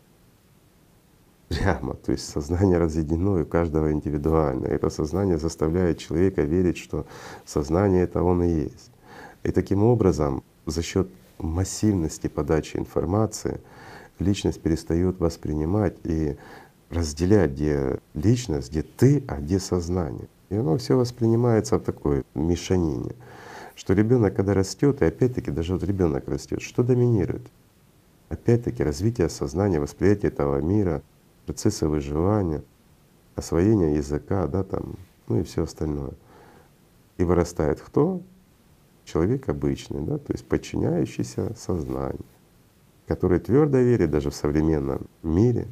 прямо, то есть сознание разъединено, и у каждого индивидуально. Это сознание заставляет человека верить, что сознание — это он и есть. И таким образом, за счет массивности подачи информации, личность перестает воспринимать и разделять, где личность, где ты, а где сознание. И оно все воспринимается в такой мешанине, что ребенок, когда растет, и опять-таки даже вот ребенок растет, что доминирует? Опять-таки развитие сознания, восприятие этого мира, процессы выживания, освоение языка, да, там, ну и все остальное. И вырастает кто? Человек обычный, да, то есть подчиняющийся сознанию, который твердо верит даже в современном мире,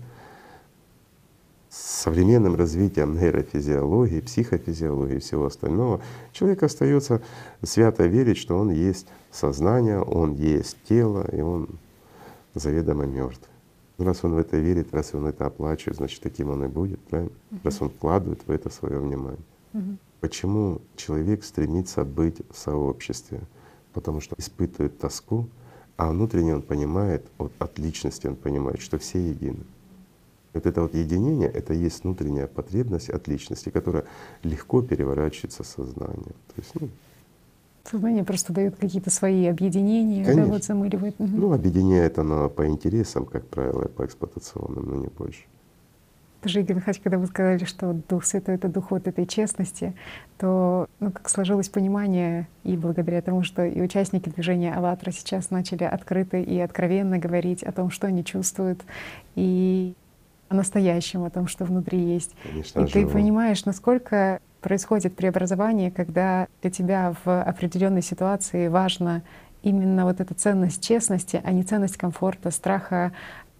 с современным развитием нейрофизиологии, психофизиологии и всего остального, человек остается свято верить, что он есть сознание, он есть тело, и он заведомо мертв. Раз он в это верит, раз он это оплачивает, значит, таким он и будет, правильно? Раз он вкладывает в это свое внимание. Мгм. Почему человек стремится быть в сообществе? Потому что испытывает тоску, а внутренне он понимает, вот от личности он понимает, что все едины. Вот это вот единение — это есть внутренняя потребность от личности, которая легко переворачивается в сознание. То есть, Сознание просто дает какие-то свои объединения, да, вот конечно. замыливает. Мгм. Объединяет оно по интересам, как правило, и по эксплуатационным, но не больше. Даже, Игорь Михайлович, когда вы сказали, что Дух Святой — это дух вот этой честности, то как сложилось понимание, и благодаря тому, что и участники движения «АЛЛАТРА» сейчас начали открыто и откровенно говорить о том, что они чувствуют, и о настоящем, о том, что внутри есть. Конечно, И о ты живом. понимаешь, насколько происходит преобразование, когда для тебя в определенной ситуации важна именно вот эта ценность честности, а не ценность комфорта, страха.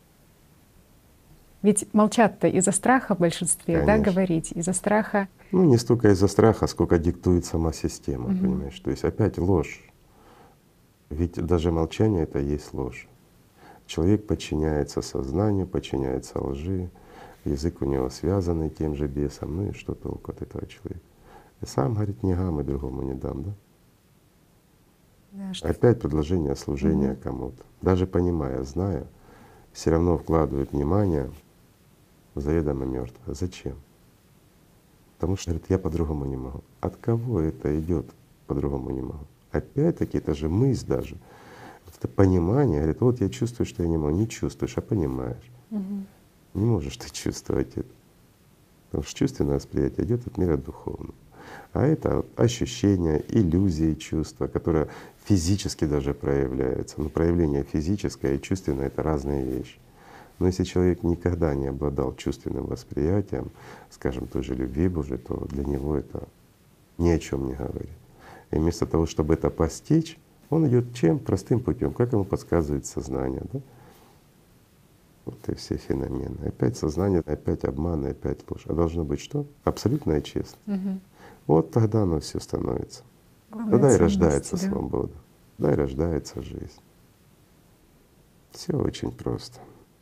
Ведь молчат-то из-за страха в большинстве, да, Конечно. говорить, из-за страха. Не столько из-за страха, сколько диктует сама система, Мгм. понимаешь? То есть опять ложь. Ведь даже молчание — это есть ложь. Человек подчиняется сознанию, подчиняется лжи, язык у него связанный тем же бесом, ну и что толку от этого человека? И сам говорит, не гам и другому не дам, да? Да, что Опять предложение служения Мгм. кому-то. Даже понимая, зная, все равно вкладывает внимание в заведомо мертвое. Зачем? Потому что, говорит, я по-другому не могу. От кого это идет по-другому не могу? Опять-таки, это же мысль даже. Вот это понимание, говорит, вот я чувствую, что я не могу. Не чувствуешь, а понимаешь. Мгм. Не можешь ты чувствовать это. Потому что чувственное восприятие идет от мира духовного. А это вот ощущения, иллюзии, чувства, которые физически даже проявляются. Но проявление физическое и чувственное — это разные вещи. Но если человек никогда не обладал чувственным восприятием, скажем, той же любви Божией, то для него это ни о чем не говорит. И вместо того, чтобы это постичь, он идет чем? Простым путем, как ему подсказывает сознание. Да? Вот и все феномены. Опять сознание, опять обман, и опять ложь. А должно быть что? Абсолютная честность. Мгм. Вот тогда оно все становится. Главное — Тогда и ценности, рождается да. свобода, тогда и рождается жизнь. Все очень просто.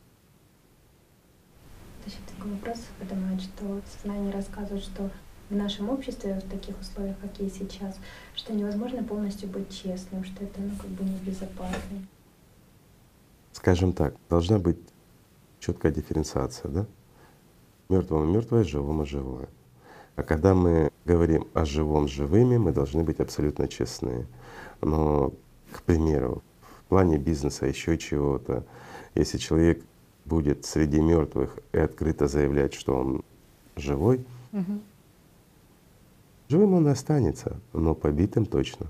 Еще такой вопрос поднимает, что сознание рассказывает, что в нашем обществе, в таких условиях, как есть сейчас, что невозможно полностью быть честным, что это как бы небезопасно. Скажем так, должна быть четкая дифференциация, да? Мертвому мертвое, живому живое. А когда мы говорим о живом с живыми, мы должны быть абсолютно честны. Но, к примеру, в плане бизнеса, еще чего-то, если человек будет среди мертвых и открыто заявлять, что он живой, Мгм. живым он и останется, но побитым точно.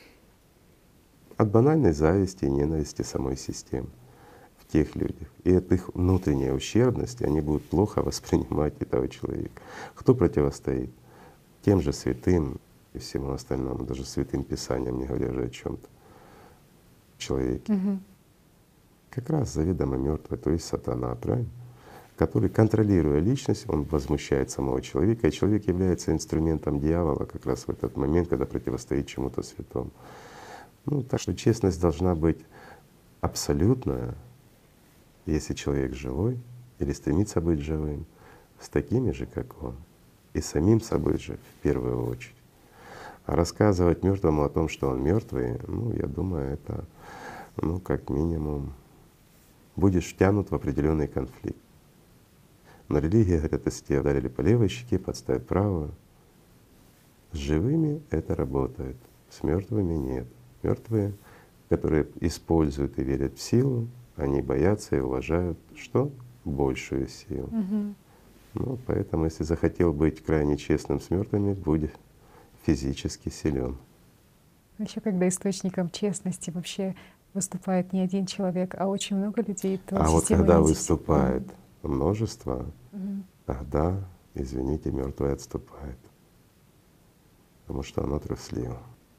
От банальной зависти и ненависти самой системы в тех людях. И от их внутренней ущербности они будут плохо воспринимать этого человека. Кто противостоит? Тем же святым и всему остальному, даже святым писаниям, не говоря уже о чем-то, человеке. Мгм. Как раз заведомо мертвый, то есть сатана, правильно? Который, контролируя личность, он возмущает самого человека, и человек является инструментом дьявола как раз в этот момент, когда противостоит чему-то святому. Так что честность должна быть абсолютная, если человек живой или стремится быть живым, с такими же, как он, и самим собой же в первую очередь. А рассказывать мертвому о том, что он мертвый, я думаю, это, как минимум, будешь втянут в определенный конфликт. Но религия говорит, если тебя ударили по левой щеке, подставь правую. С живыми это работает, с мертвыми нет. Мертвые, которые используют и верят в силу, они боятся и уважают что? Большую силу. Мгм. Поэтому, если захотел быть крайне честным с мертвыми, будь физически силен. Еще когда источником честности вообще выступает не один человек, а очень много людей, то А вот система когда видит. выступает множество, Мгм. тогда, извините, мертвое отступает, потому что оно трусливо.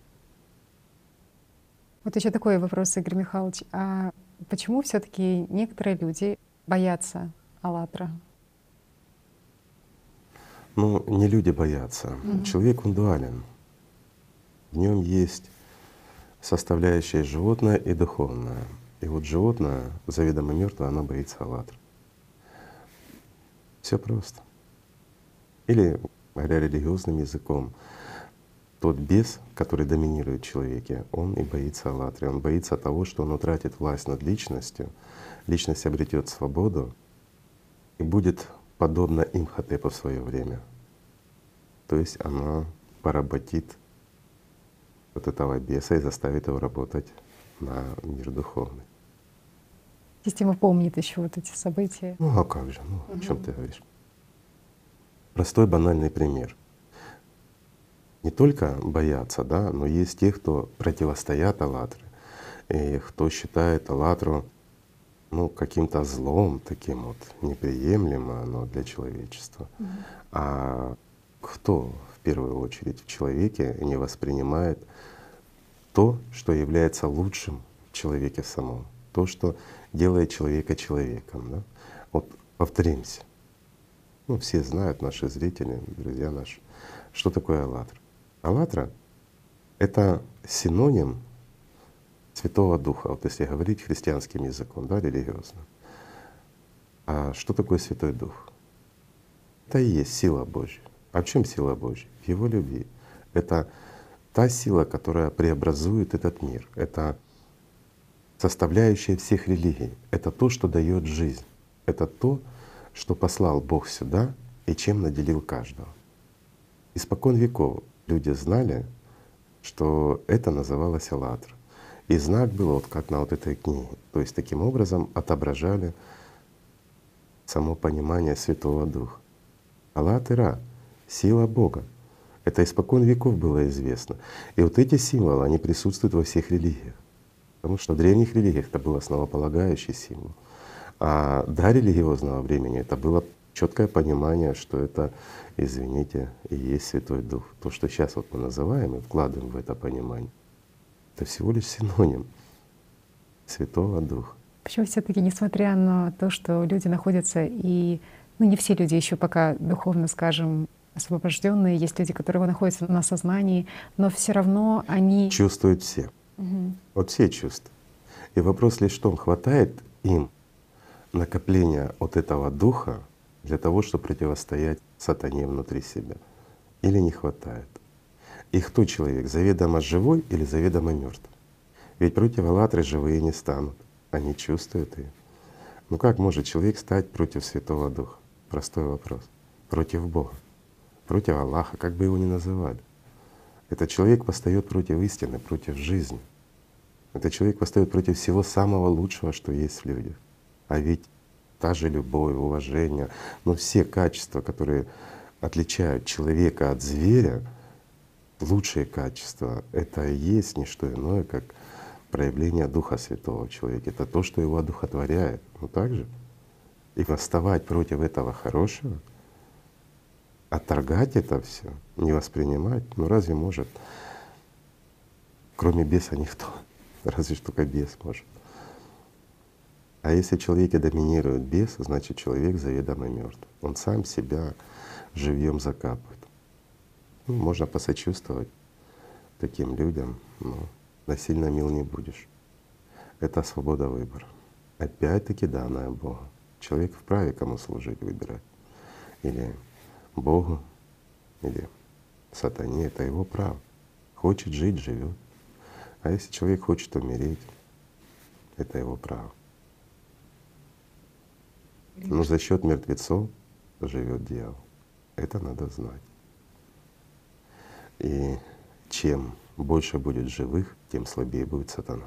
Вот еще такой вопрос, Игорь Михайлович. А почему все-таки некоторые люди боятся «АЛЛАТРА»? Не люди боятся. Мгм. Человек он дуален. В нем есть составляющая животное и духовное. И вот животное, заведомо мертвое, оно боится «АЛЛАТРА». Все просто. Или, говоря религиозным языком, тот бес, который доминирует в человеке, он и боится аллатры. Он боится того, что он утратит власть над личностью, личность обретет свободу и будет подобна Имхотепу в свое время. То есть она поработит вот этого беса и заставит его работать на мир духовный. Система помнит еще вот эти события. Ну а как же, ну о чем ты говоришь? Простой банальный пример. Не только боятся, да, но есть те, кто противостоят аллатре, и кто считает аллатру ну, каким-то злом, таким вот неприемлемо оно для человечества. А кто в первую очередь в человеке не воспринимает то, что является лучшим в человеке самом, то, что делает человека человеком. Да? Вот повторимся. Ну, все знают, наши зрители, друзья наши, что такое аллатра. Аллатра — это синоним Святого Духа, вот если говорить христианским языком, да, религиозным. А что такое Святой Дух? Это и есть сила Божья. А в чем сила Божья? В Его любви. Это та сила, которая преобразует этот мир. Это составляющая всех религий. Это то, что дает жизнь. Это то, что послал Бог сюда и чем наделил каждого. Испокон веков люди знали, что это называлось аллатра. И знак был вот как на вот этой книге. То есть таким образом отображали само понимание Святого Духа. Аллатра — сила Бога. Это испокон веков было известно. И вот эти символы, они присутствуют во всех религиях. Потому что в древних религиях это был основополагающий символ. А до религиозного времени это было четкое понимание, что это, извините, и есть Святой Дух. То, что сейчас вот мы называем и вкладываем в это понимание, это всего лишь синоним Святого Духа. Почему все-таки, несмотря на то, что люди находятся и, ну не все люди еще пока духовно, скажем, освобожденные, есть люди, которые находятся на сознании, но все равно они чувствуют все. Вот все чувствуют. И вопрос лишь в том, хватает им накопления от этого духа для того, чтобы противостоять сатане внутри себя, или не хватает. И кто человек, заведомо живой или заведомо мертвый? Ведь против аллатры живые не станут, они чувствуют ее. Ну как может человек стать против Святого Духа? Простой вопрос. Против Бога, против Аллаха, как бы его ни называли. Этот человек восстает против истины, против жизни. Этот человек восстает против всего самого лучшего, что есть в людях. А ведь та же любовь, уважение, но все качества, которые отличают человека от зверя, лучшие качества — это и есть не что иное, как проявление Духа Святого в человеке. Это то, что его одухотворяет. Ну так же? И восставать против этого хорошего, отторгать это все, не воспринимать, ну разве может? Кроме беса никто, разве что только бес может. А если в человеке доминирует бес, значит человек заведомо мертв. Он сам себя живьем закапывает. Ну, можно посочувствовать таким людям, но насильно мил не будешь. Это свобода выбора. Опять-таки данная Богом. Человек вправе кому служить, выбирать. Или Богу, или сатане — это его право. Хочет жить — живет. А если человек хочет умереть, это его право. Но за счет мертвецов живет дьявол. Это надо знать. И чем больше будет живых, тем слабее будет сатана.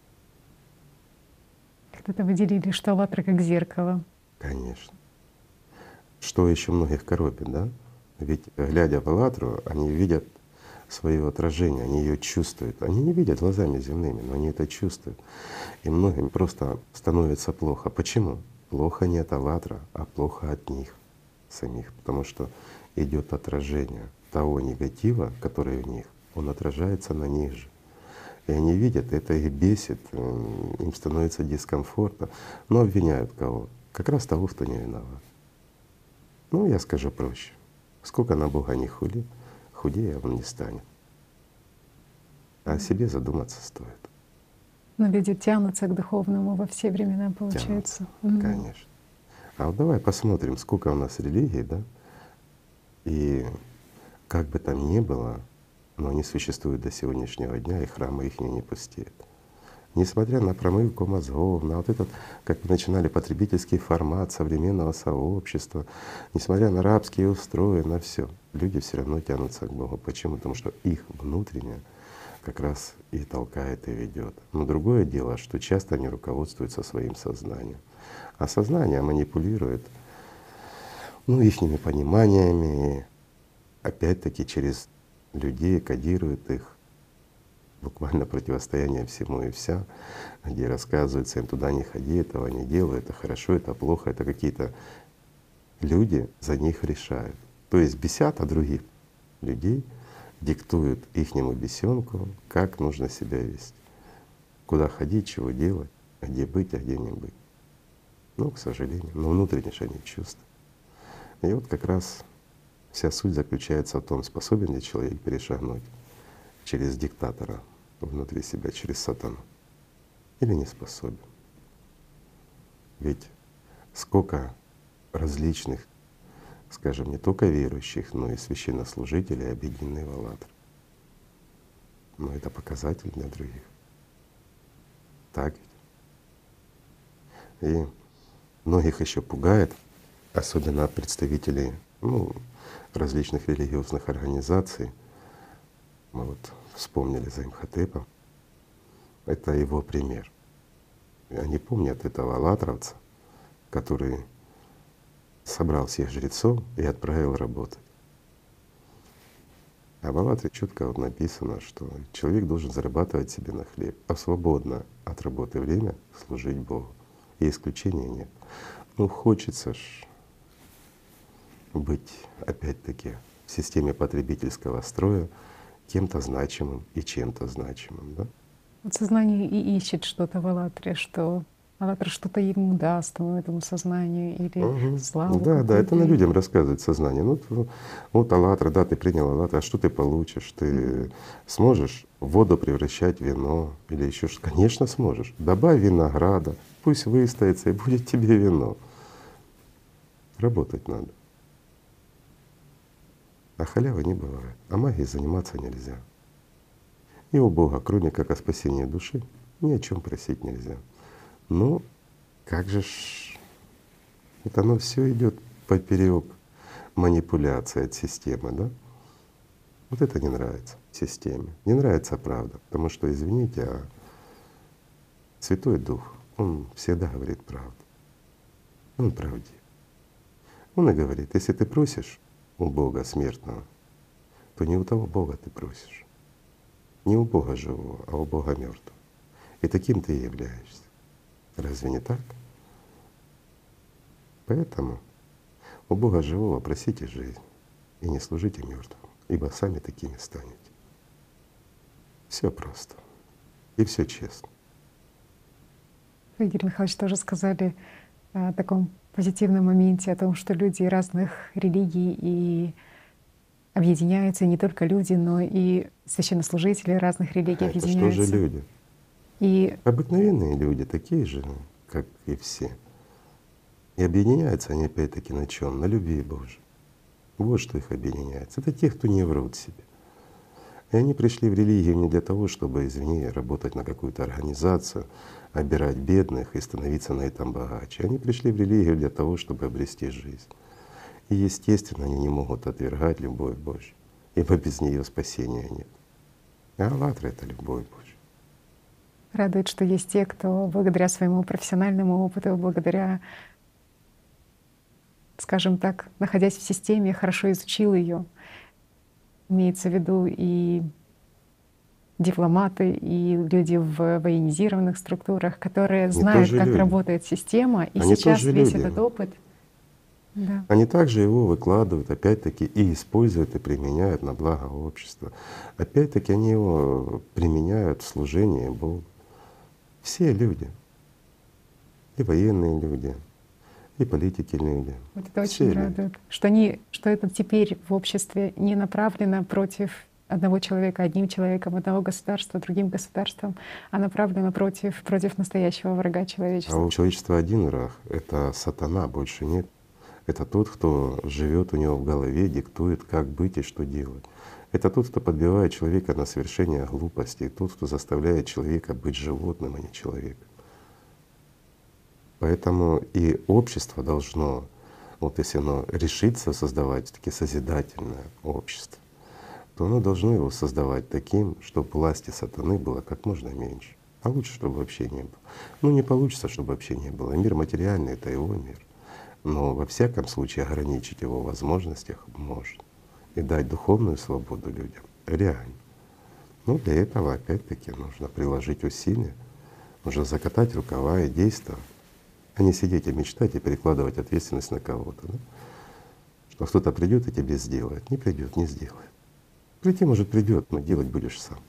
когда-то выделили, что аллатра как зеркало. Конечно. Что еще многих коробит, да? Ведь глядя в аллатру, они видят свое отражение, они ее чувствуют. Они не видят глазами земными, но они это чувствуют. И многим просто становится плохо. Почему? Плохо не от аллатра, а плохо от них самих, потому что идет отражение того негатива, который в них, он отражается на них же. И они видят, это их бесит, им становится дискомфортно, но обвиняют кого? Как раз того, кто не виноват. Ну, я скажу проще. Сколько на Бога не хули, худее он не станет. А о себе задуматься стоит. Но люди тянутся к духовному во все времена, получается. Тянутся, конечно. А вот давай посмотрим, сколько у нас религий, да, и как бы там ни было, но они существуют до сегодняшнего дня, и храмы их не пустеют. Несмотря на промывку мозгов, на вот этот, как мы начинали, потребительский формат современного сообщества, несмотря на рабские устрои, на все, люди все равно тянутся к Богу. Почему? Потому что их внутреннее как раз и толкает, и ведет. Но другое дело, что часто они руководствуются своим сознанием. А сознание манипулирует ихними пониманиями, опять-таки через людей кодирует их, буквально противостояние всему и вся, где рассказывается им туда не ходи, этого не делай, это хорошо, это плохо, это какие-то люди за них решают. То есть бесят, а других людей диктуют ихнему бесенку, как нужно себя вести, куда ходить, чего делать, где быть, а где не быть. К сожалению, но внутренне же они чувствуют. И вот как раз вся суть заключается в том, способен ли человек перешагнуть через диктатора внутри себя, через сатану, или не способен. Ведь сколько различных, скажем, не только верующих, но и священнослужителей объединены в «АЛЛАТРА». Но это показатель для других. Так ведь? И многих еще пугает, особенно представителей различных религиозных организаций. Мы вот вспомнили за Имхотепа, это его пример. И они помнят этого аллатровца, который собрал всех жрецов и отправил работать. А в «АЛЛАТРе» четко вот написано, что человек должен зарабатывать себе на хлеб, а свободно от работы время служить Богу. И исключения нет. Хочется ж быть опять-таки в системе потребительского строя кем-то значимым и чем-то значимым, да? Вот сознание и ищет что-то в «АЛЛАТРе», что «АЛЛАТРа» что-то ему даст, этому сознанию, или славу Да, это какую-то. на людям рассказывает сознание. Вот «АЛЛАТРа», да, ты принял «АЛЛАТРа», а что ты получишь? Ты сможешь воду превращать в вино или еще что? Конечно, сможешь. Добавь винограда, пусть выстоится и будет тебе вино. Работать надо. А халявы не бывает. А магией заниматься нельзя. И у Бога, кроме как о спасении души, ни о чем просить нельзя. Но как же ж это оно все идет поперек манипуляции от системы, да? Вот это не нравится системе. Не нравится правда, потому что, извините, а Святой Дух, Он всегда говорит правду. Он правдив. Он и говорит, если ты просишь у Бога смертного, то не у того Бога ты просишь, не у Бога живого, а у Бога мертвого. И таким ты и являешься. Разве не так? Поэтому у Бога живого просите жизнь и не служите мертвым, ибо сами такими станете. Все просто и все честно. Вы, Игорь Михайлович, тоже сказали о таком позитивном моменте, о том, что люди разных религий и объединяются, и не только люди, но и священнослужители разных религий Это что объединяются. же люди? И Обыкновенные люди, такие же, как и все. И объединяются они опять-таки на чем? На любви Божьей. Вот что их объединяет. Это те, кто не врут себе. И они пришли в религию не для того, чтобы, извини, работать на какую-то организацию, обирать бедных и становиться на этом богаче. Они пришли в религию для того, чтобы обрести жизнь. И естественно, они не могут отвергать любовь Божью, ибо без нее спасения нет. А «АЛЛАТРА» — это любовь Божья. радует, что есть те, кто благодаря своему профессиональному опыту, благодаря, скажем так, находясь в системе, хорошо изучил ее. Имеется в виду и дипломаты, и люди в военизированных структурах, которые Они знают, тоже как люди. работает система, и Они сейчас тоже весь люди. этот опыт. Да. Они также его выкладывают, опять-таки, и используют, и применяют на благо общества. Опять-таки они его применяют в служении Богу. Все люди, и военные люди, и политики люди. Вот это Все очень люди. радует, что это теперь в обществе не направлено против одного человека одним человеком, одного государства другим государством, а направлена против настоящего врага А человечества. у человечества один враг — это сатана, больше нет. Это тот, кто живет у него в голове, диктует, как быть и что делать. Это тот, кто подбивает человека на совершение глупостей, тот, кто заставляет человека быть животным, а не человеком. Поэтому и общество должно, вот если оно решится создавать таки созидательное общество, то оно должно его создавать таким, чтобы власти сатаны было как можно меньше. А лучше, чтобы вообще не было. Ну не получится, чтобы вообще не было. Мир материальный — это его мир. Но во всяком случае ограничить его в возможностях можно. И дать духовную свободу людям реально. Ну для этого опять-таки нужно приложить усилия, нужно закатать рукава и действовать, а не сидеть и мечтать и перекладывать ответственность на кого-то. Да? Что кто-то придет и тебе сделает. Не придет, не сделает. Прийти, может, придет, но делать будешь сам.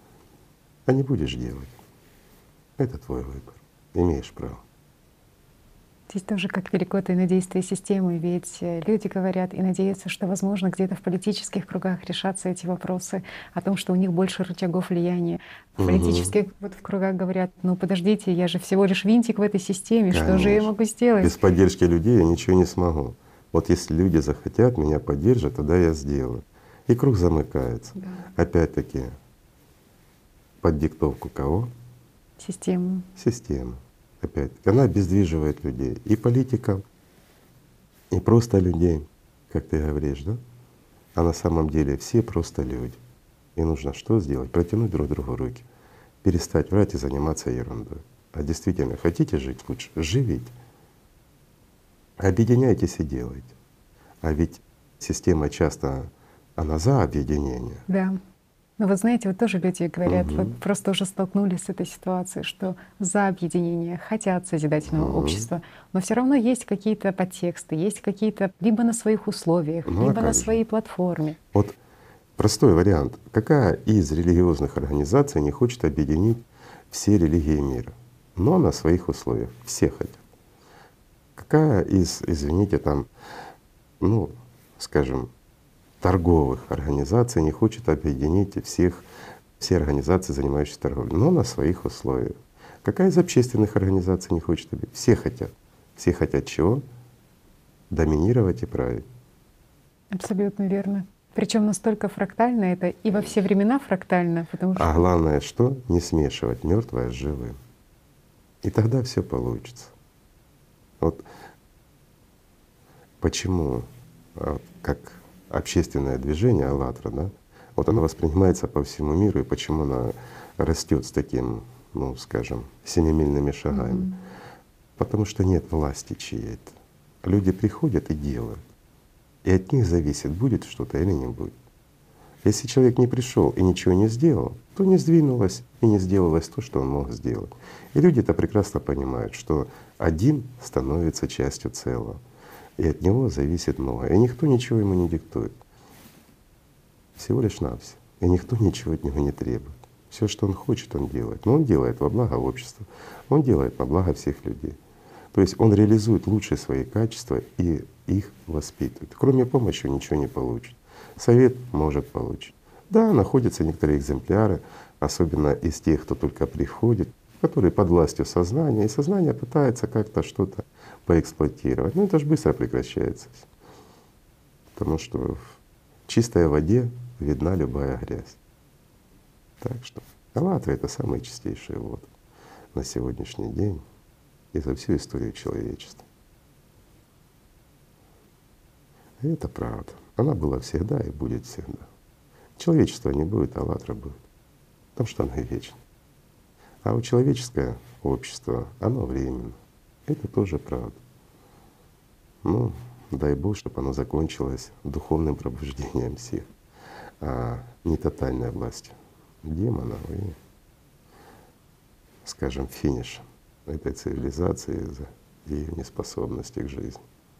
А не будешь делать. Это твой выбор. Имеешь право. Здесь тоже как перекоты на действия системы, ведь люди говорят и надеются, что, возможно, где-то в политических кругах решатся эти вопросы о том, что у них больше рычагов влияния. В Угу. политических вот в кругах говорят: ну подождите, я же всего лишь винтик в этой системе, что же я Конечно. могу сделать? Без поддержки людей я ничего не смогу. Вот если люди захотят, меня поддержат, тогда я сделаю. И круг замыкается. Да. Опять-таки под диктовку кого? Система. Система. Опять-таки она обездвиживает людей. И политиков, и просто людей, как ты говоришь, да? А на самом деле все просто люди. И нужно что сделать? Протянуть друг другу руки, перестать врать и заниматься ерундой. А действительно, хотите жить лучше? Живите. Объединяйтесь и делайте. А ведь система часто, она за объединение. Да. Но вы знаете, вот тоже люди говорят, вот Мгм. просто уже столкнулись с этой ситуацией, что за объединение, хотят созидательного Мгм. общества, но все равно есть какие-то подтексты, есть какие-то либо на своих условиях, Ну а либо на как же? своей платформе. Вот простой вариант. Какая из религиозных организаций не хочет объединить все религии мира, но на своих условиях? Все хотят. Какая из, извините, там, ну, скажем, торговых организаций не хочет объединить все организации, занимающиеся торговлей, но на своих условиях? Какая из общественных организаций не хочет объединить? Все хотят. Все хотят чего? Доминировать и править. Абсолютно верно. Причем настолько фрактально это и во все времена фрактально, потому А что главное что? Не смешивать мертвое с живым. И тогда все получится. Вот почему как общественное движение «АЛЛАТРА», да, вот оно воспринимается по всему миру, и почему оно растет с таким, ну скажем, семимильными шагами. Мгм. Потому что нет власти чьей-то. Люди приходят и делают. И от них зависит, будет что-то или не будет. Если человек не пришел и ничего не сделал, то не сдвинулось и не сделалось то, что он мог сделать. И люди это прекрасно понимают, что один становится частью целого, и от него зависит многое. И никто ничего ему не диктует. Всего лишь навсего. И никто ничего от него не требует. Все, что он хочет, он делает. Но он делает во благо общества, он делает во благо всех людей. То есть он реализует лучшие свои качества и их воспитывает. Кроме помощи он ничего не получит. Совет может получить. Да, находятся некоторые экземпляры, особенно из тех, кто только приходит, которые под властью сознания, и сознание пытается как-то что-то поэксплуатировать. Но это же быстро прекращается. Потому что в чистой воде видна любая грязь. Так что «АЛЛАТРА» — это самый чистейший воды на сегодняшний день и за всю историю человечества. И это правда. Она была всегда и будет всегда. Человечества не будет, «АЛЛАТРА» будет. Потому что она вечна. А вот человеческое общество, оно временно. Это тоже правда. Ну, дай Бог, чтобы оно закончилось духовным пробуждением всех, а не тотальной властью демонов и, скажем, финишем этой цивилизации из-за ее неспособности к жизни.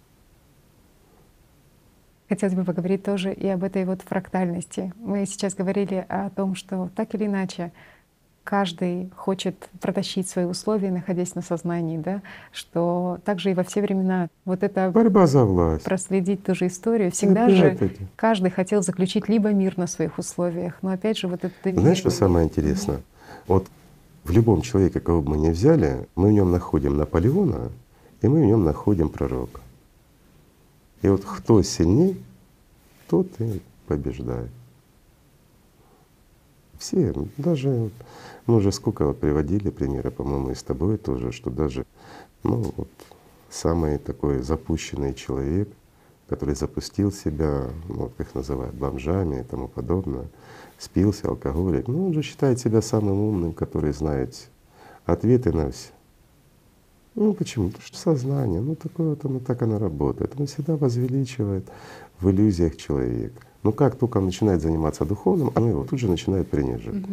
хотелось бы поговорить тоже и об этой вот фрактальности. Мы сейчас говорили о том, что так или иначе каждый хочет протащить свои условия, находясь на сознании, да, что также и во все времена вот это Борьба за власть. проследить ту же историю, всегда же Опять-таки. каждый хотел заключить либо мир на своих условиях, но опять же вот это Знаешь, что доверие. самое интересное? Вот в любом человеке, кого бы мы ни взяли, мы в нем находим Наполеона, и мы в нем находим пророка. И вот кто сильней, тот и побеждает. Все, даже вот мы уже сколько вот приводили примеры, по-моему, и с тобой тоже, что даже вот самый такой запущенный человек, который запустил себя, вот их называют бомжами и тому подобное, спился, алкоголик, он же считает себя самым умным, который знает ответы на все. Почему? Потому что сознание, такое вот оно, так оно работает. Оно всегда возвеличивает в иллюзиях человека. Как только он начинает заниматься духовным, оно его тут же начинает принижать.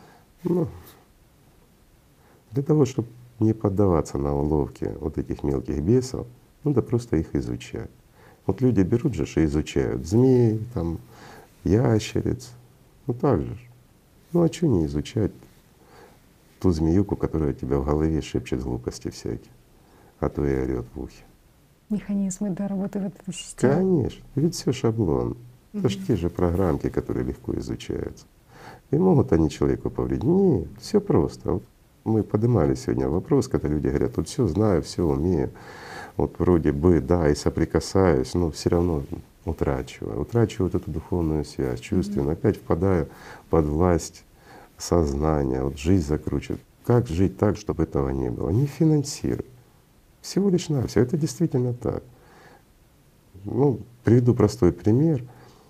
Для того, чтобы не поддаваться на уловки вот этих мелких бесов, надо просто их изучать. Вот люди берут же и изучают змей, там, ящериц, так же. А что не изучать ту змеюку, которая у тебя в голове шепчет глупости всякие, а то и орёт в ухе? Механизмы, да, работы в этой системе. Конечно, ведь все шаблон. Это ж те же программки, которые легко изучаются. И могут они человеку повредить? Нет, все просто. Вот мы поднимали сегодня вопрос, когда люди говорят, вот все знаю, все умею, вот вроде бы да, и соприкасаюсь, но все равно утрачиваю вот эту духовную связь, чувственную, опять впадаю под власть сознания, вот жизнь закручивает. Как жить так, чтобы этого не было? Не финансируй. Всего лишь навсего. Это действительно так. Приведу простой пример.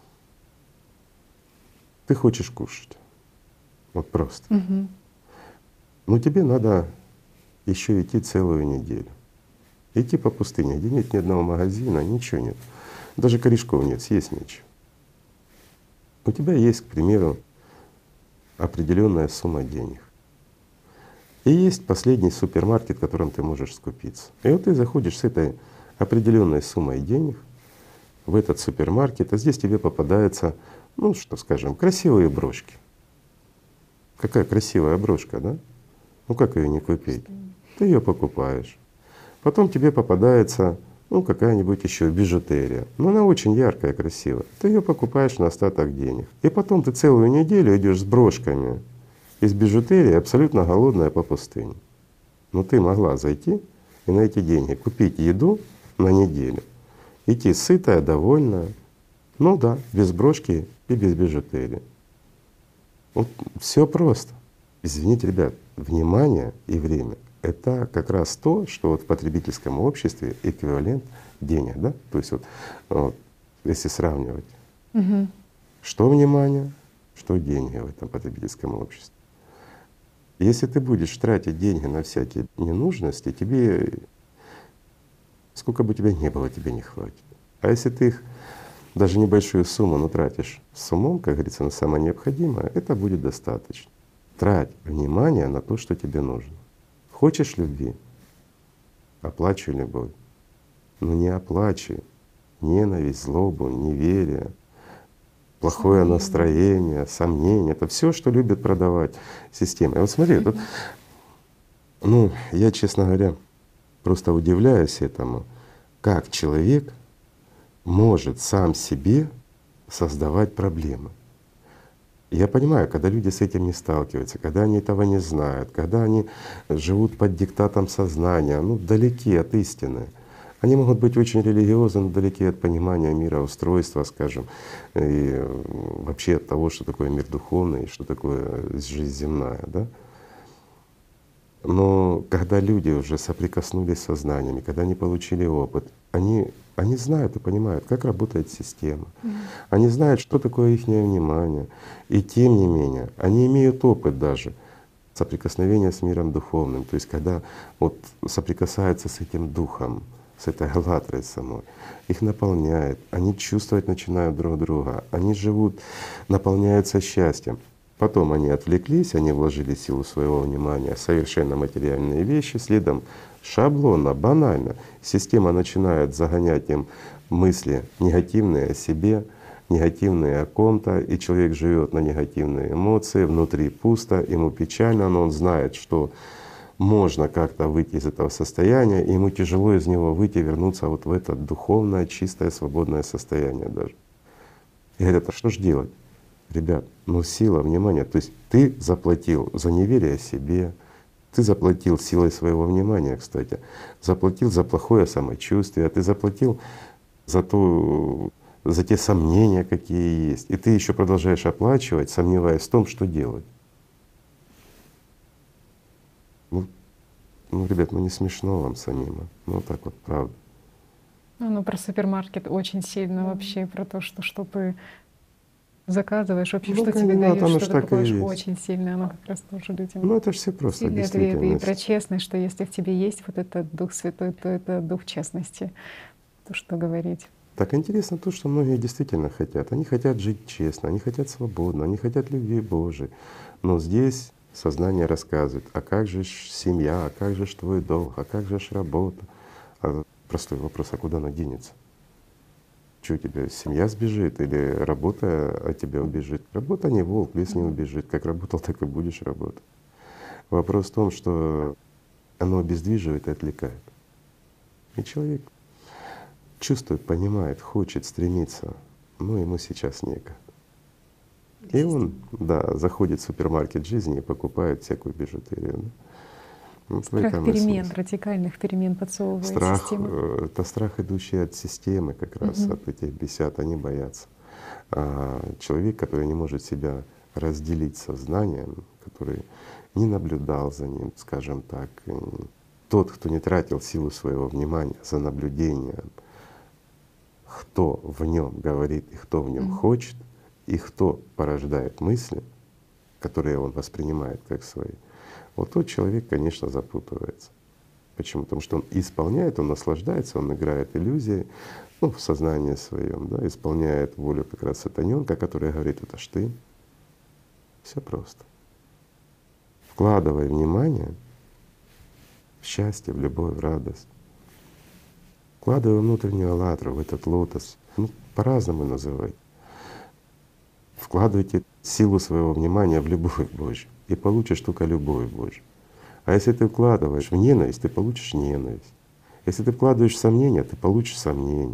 Ты хочешь кушать. Вот просто. Но тебе надо еще идти целую неделю. Идти по пустыне, где нет ни одного магазина, ничего нет. Даже корешков нет, съесть нечего. У тебя есть, к примеру, определенная сумма денег. И есть последний супермаркет, в котором ты можешь скупиться. И вот ты заходишь с этой определенной суммой денег в этот супермаркет, а здесь тебе попадается, скажем, красивые брошки. Какая красивая брошка, да? Как ее не купить? Ты ее покупаешь. Потом тебе попадается какая-нибудь еще бижутерия. Она очень яркая, красивая. Ты ее покупаешь на остаток денег. И потом ты целую неделю идешь с брошками из бижутерии, абсолютно голодная по пустыне. Но ты могла зайти и на эти деньги купить еду на неделю, идти сытая, довольная, без брошки и без бижутерии. Вот все просто. Извините, ребят, внимание и время — это как раз то, что вот в потребительском обществе эквивалент денег, да? То есть вот если сравнивать, что внимание, что деньги в этом потребительском обществе. Если ты будешь тратить деньги на всякие ненужности, тебе, сколько бы у тебя ни было, тебе не хватит. А если ты их, даже небольшую сумму, тратишь с умом, как говорится, на самое необходимое, это будет достаточно. Трать внимание на то, что тебе нужно. Хочешь любви — оплачивай любовь. Но не оплачивай ненависть, злобу, неверие, плохое настроение, сомнение. Это все, что любит продавать система. И вот смотри, тут, я, честно говоря, просто удивляюсь этому, как человек может сам себе создавать проблемы. Я понимаю, когда люди с этим не сталкиваются, когда они этого не знают, когда они живут под диктатом сознания, далеки от истины. Они могут быть очень религиозны, но далеки от понимания мироустройства, скажем, и вообще от того, что такое мир духовный, что такое жизнь земная, да? Но когда люди уже соприкоснулись с сознаниями, когда они получили опыт, они знают и понимают, как работает система, они знают, что такое их внимание. И тем не менее, они имеют опыт даже соприкосновения с миром духовным. То есть когда вот соприкасаются с этим духом, с этой аллатрой самой, их наполняет, они чувствовать начинают друг друга, они живут, наполняются счастьем. Потом они отвлеклись, они вложили силу своего внимания в совершенно материальные вещи, следом шаблонно, банально система начинает загонять им мысли негативные о себе, негативные о ком-то, и человек живет на негативные эмоции, внутри пусто, ему печально, но он знает, что можно как-то выйти из этого состояния, и ему тяжело из него выйти, вернуться вот в это духовное, чистое, свободное состояние даже. И говорят, а что ж делать? Ребят, ну сила внимания, то есть ты заплатил за неверие себе, ты заплатил силой своего внимания, кстати, заплатил за плохое самочувствие, ты заплатил за те сомнения, какие есть, и ты еще продолжаешь оплачивать, сомневаясь в том, что делать. Ну, ребят, ну не смешно вам самим, ну так вот правда. Ну, про супермаркет очень сильно вообще, про то, что ты заказываешь, вообще, Ну, что тебе ну, дают, оно что ж ты так и покупаешь, есть. очень сильно, оно как раз тоже людям Ну это же все просто сильный ответ. И про действительность. честность, что если в тебе есть вот этот Дух Святой, то это Дух честности, то что говорить. Так интересно то, что многие действительно хотят. Они хотят жить честно, они хотят свободно, они хотят любви Божией. Но здесь сознание рассказывает, а как же ж семья, а как же ж твой долг, а как же ж работа. А простой вопрос, а куда она денется? Что у тебя, семья сбежит или работа от тебя убежит? Работа не волк, лес не убежит. Как работал, так и будешь работать. Вопрос в том, что оно обездвиживает и отвлекает. И человек чувствует, понимает, хочет, стремится, но ему сейчас некогда. И он, да, заходит в супермаркет жизни и покупает всякую бижутерию. Да? Вот в Страх этом и перемен, смысл. радикальных перемен подсовывает Страх, система. это страх, идущий от системы, как раз от этих бесят, они боятся. А человек, который не может себя разделить сознанием, который не наблюдал за ним, скажем так, тот, кто не тратил силу своего внимания за наблюдение, кто в нем говорит и кто в нем хочет, и кто порождает мысли, которые он воспринимает как свои, вот тот человек, конечно, запутывается. Почему? Потому что он исполняет, он наслаждается, он играет иллюзией, ну, в сознании своем, да, исполняет волю как раз сатанёнка, который говорит: это ж ты. Все просто. Вкладывай внимание в счастье, в любовь, в радость. Вкладывай внутреннюю аллатру, в этот лотос, ну, по-разному называть. Вкладывайте силу своего внимания в любовь Божью, и получишь только любовь Божью. А если ты вкладываешь в ненависть, ты получишь ненависть. Если ты вкладываешь в сомнения, ты получишь сомнения.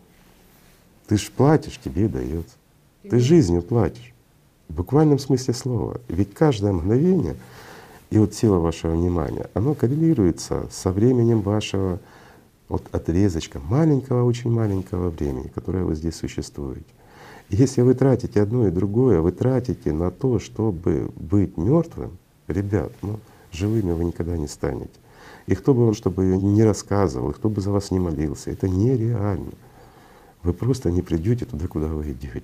Ты ж платишь, тебе и дается. Ты жизнью платишь. В буквальном смысле слова. Ведь каждое мгновение и вот сила вашего внимания, оно коррелируется со временем вашего вот отрезочка, маленького, очень маленького времени, которое вы здесь существуете. И если вы тратите одно и другое, вы тратите на то, чтобы быть мертвым, ребят, ну живыми вы никогда не станете. И кто бы вам, чтобы не рассказывал, и кто бы за вас не молился, это нереально. Вы просто не придете туда, куда вы идете.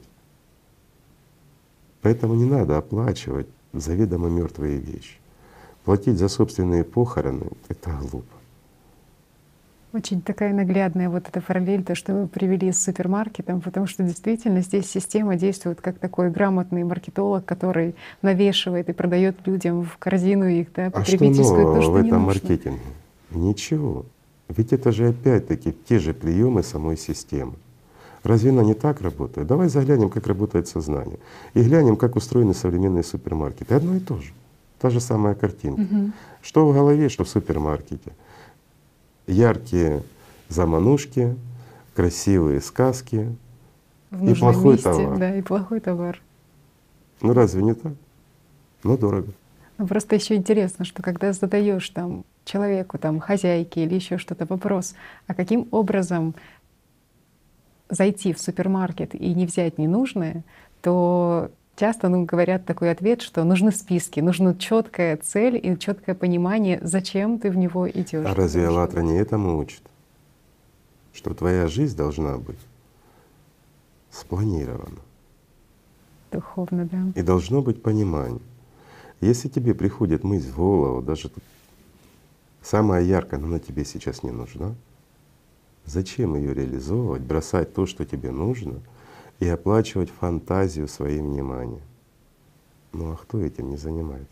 Поэтому не надо оплачивать заведомо мертвые вещи. Платить за собственные похороны — это глупо. Очень такая наглядная вот эта параллель, то, что вы привели с супермаркетом, потому что действительно здесь система действует как такой грамотный маркетолог, который навешивает и продает людям в корзину их, да, А что потребительскую, то, нового что в не этом нужно. маркетинге? Ничего. Ведь это же опять-таки те же приемы самой системы. Разве она не так работает? Давай заглянем, как работает сознание. И глянем, как устроены современные супермаркеты. Одно и то же. Та же самая картинка. Что в голове, что в супермаркете. Яркие заманушки, красивые сказки В и нужном плохой месте, товар. да, и плохой товар. Ну разве не так? Но дорого. Ну, просто еще интересно, что когда задаешь там человеку, там, хозяйке или еще что-то вопрос, а каким образом зайти в супермаркет и не взять ненужное, то часто говорят такой ответ, что нужны списки, нужна четкая цель и четкое понимание, зачем ты в него идешь. А разве «АЛЛАТРА» не этому учит? Что твоя жизнь должна быть спланирована. Духовно, да. И должно быть понимание. Если тебе приходит мысль в голову, даже самая яркая, но она тебе сейчас не нужна, зачем ее реализовывать, бросать то, что тебе нужно, и оплачивать фантазию своим вниманием? Ну а кто этим не занимается?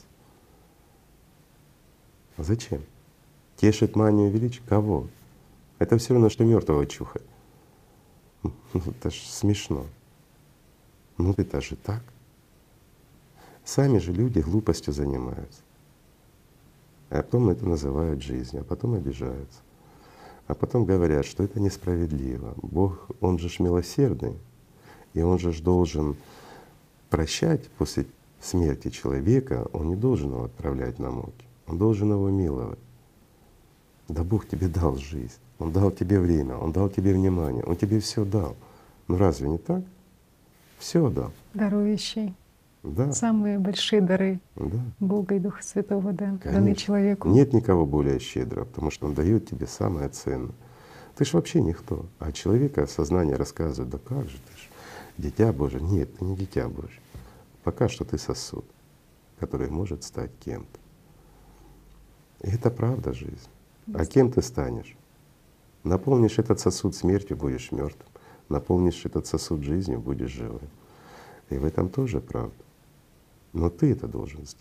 Зачем? Тешит манию величия? Кого? Это все равно, что мертвого чухать. Это ж смешно. Ну это же так. Сами же люди глупостью занимаются. А потом это называют жизнью, а потом обижаются. А потом говорят, что это несправедливо. Бог, Он же ж милосердный, и Он же ж должен прощать после смерти человека, Он не должен его отправлять на муки, Он должен его миловать. Да Бог тебе дал жизнь, Он дал тебе время, Он дал тебе внимание, Он тебе все дал. Ну разве не так? Все дал. Дарующий. Да, Самые большие дары да. Бога и Духа Святого, да, даны Конечно. человеку. Нет никого более щедрого, потому что Он дает тебе самое ценное. Ты ж вообще никто. А человека сознание рассказывает: да как же ты ж, дитя Божие. Нет, ты не дитя Божие. Пока что ты сосуд, который может стать кем-то. И это правда жизнь. А кем ты станешь? Наполнишь этот сосуд смертью — будешь мертвым. Наполнишь этот сосуд жизнью — будешь живым. И в этом тоже правда. Но ты это должен сделать.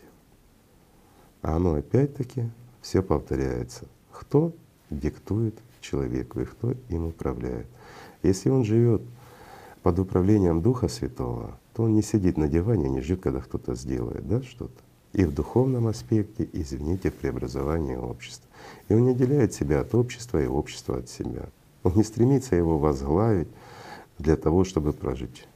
А оно опять-таки все повторяется. Кто диктует человеку и кто им управляет? Если он живет под управлением Духа Святого, то он не сидит на диване, не ждет, когда кто-то сделает, да, что-то. И в духовном аспекте, извините, в преобразовании общества. И он не отделяет себя от общества и общество от себя. Он не стремится его возглавить для того, чтобы прожить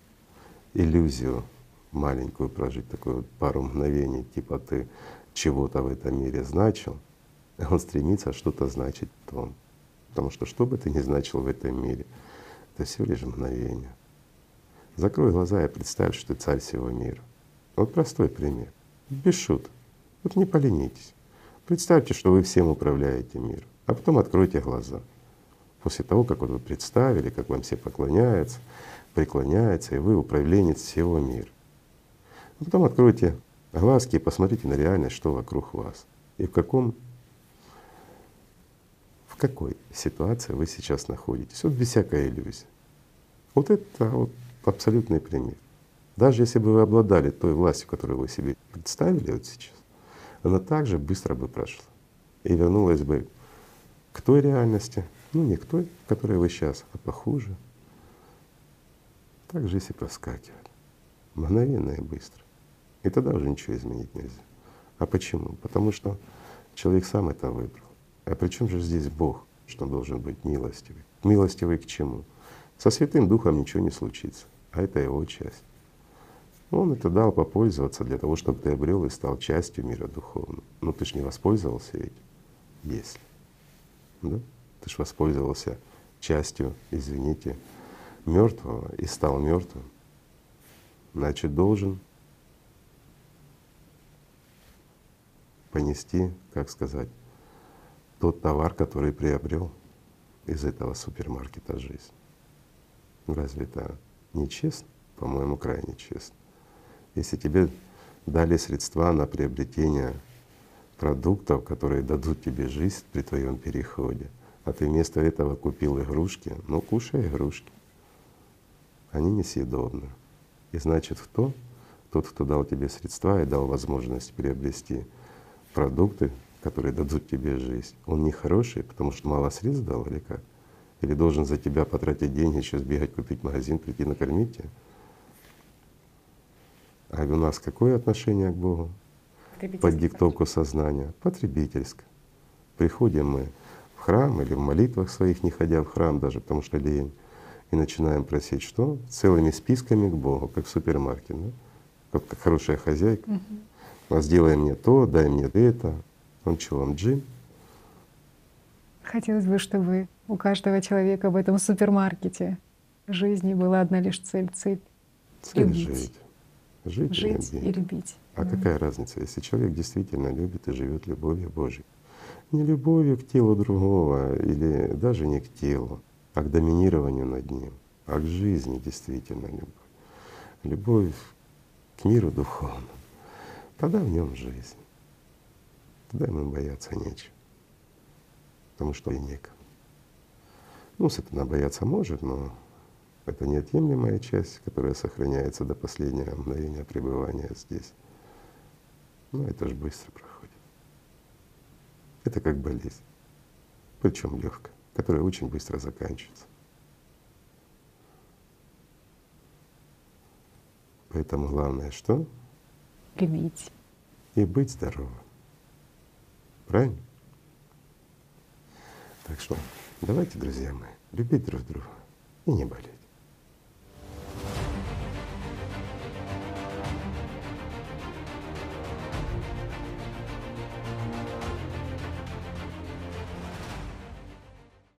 иллюзию маленькую, прожить такую вот пару мгновений, типа ты чего-то в этом мире значил, а он стремится что-то значить в том. Потому что что бы ты ни значил в этом мире, это всего лишь мгновение. Закрой глаза и представь, что ты царь всего мира. Вот простой пример, без шуток. Вот не поленитесь. Представьте, что вы всем управляете миром, а потом откройте глаза. После того, как вот вы представили, как вам все поклоняются, преклоняются, и вы управленец всего мира. А потом откройте глазки и посмотрите на реальность, что вокруг вас. И в какой ситуации вы сейчас находитесь. Вот без всякой иллюзии. Вот это вот абсолютный пример. Даже если бы вы обладали той властью, которую вы себе представили вот сейчас, она также быстро бы прошла и вернулась бы к той реальности, ну не к той, в которой вы сейчас, а похуже. Так жизнь и проскакивает. Мгновенно и быстро. И тогда уже ничего изменить нельзя. А почему? Потому что человек сам это выбрал. А при чем же здесь Бог, что Он должен быть милостивый? Милостивый к чему? Со Святым Духом ничего не случится, а это Его часть. Он это дал попользоваться для того, чтобы ты обрел и стал частью мира духовного. Но ты ж не воспользовался ведь, если. Да? Ты ж воспользовался частью, извините, мертвого и стал мертвым. Значит, должен понести, как сказать, тот товар, который приобрел из этого супермаркета жизнь. Разве это не честно? По-моему, крайне честно. Если тебе дали средства на приобретение продуктов, которые дадут тебе жизнь при твоем переходе, а ты вместо этого купил игрушки, ну кушай игрушки. Они несъедобны. И значит, тот, кто дал тебе средства и дал возможность приобрести продукты, которые дадут тебе жизнь, он не хороший, потому что мало средств дал или как? Или должен за тебя потратить деньги, еще сбегать, купить магазин, прийти накормить тебя? А у нас какое отношение к Богу? Под диктовку сознания? Потребительское. Приходим мы в храм или в молитвах своих, не ходя в храм даже, потому что лень, и начинаем просить что? Целыми списками к Богу, как в супермаркете, да? Как хорошая хозяйка. Сделай мне то, дай мне это. Он что, он джин? Хотелось бы, чтобы у каждого человека в этом супермаркете жизни была одна лишь цель — Цель любить. жить. Жить, Жить и и любить. любить. А какая разница, если человек действительно любит и живет любовью Божьей? Не любовью к телу другого или даже не к телу, а к доминированию над ним, а к жизни действительно любовь. Любовь к миру духовному. Тогда в нем жизнь. Тогда ему бояться нечего, потому что и некому. Ну, сатана бояться может, но это неотъемлемая часть, которая сохраняется до последнего мгновения пребывания здесь. Но это же быстро проходит. Это как болезнь, причем легкая, которая очень быстро заканчивается. Поэтому главное что? Любить. И быть здоровым. Правильно? Так что давайте, друзья мои, любить друг друга и не болеть.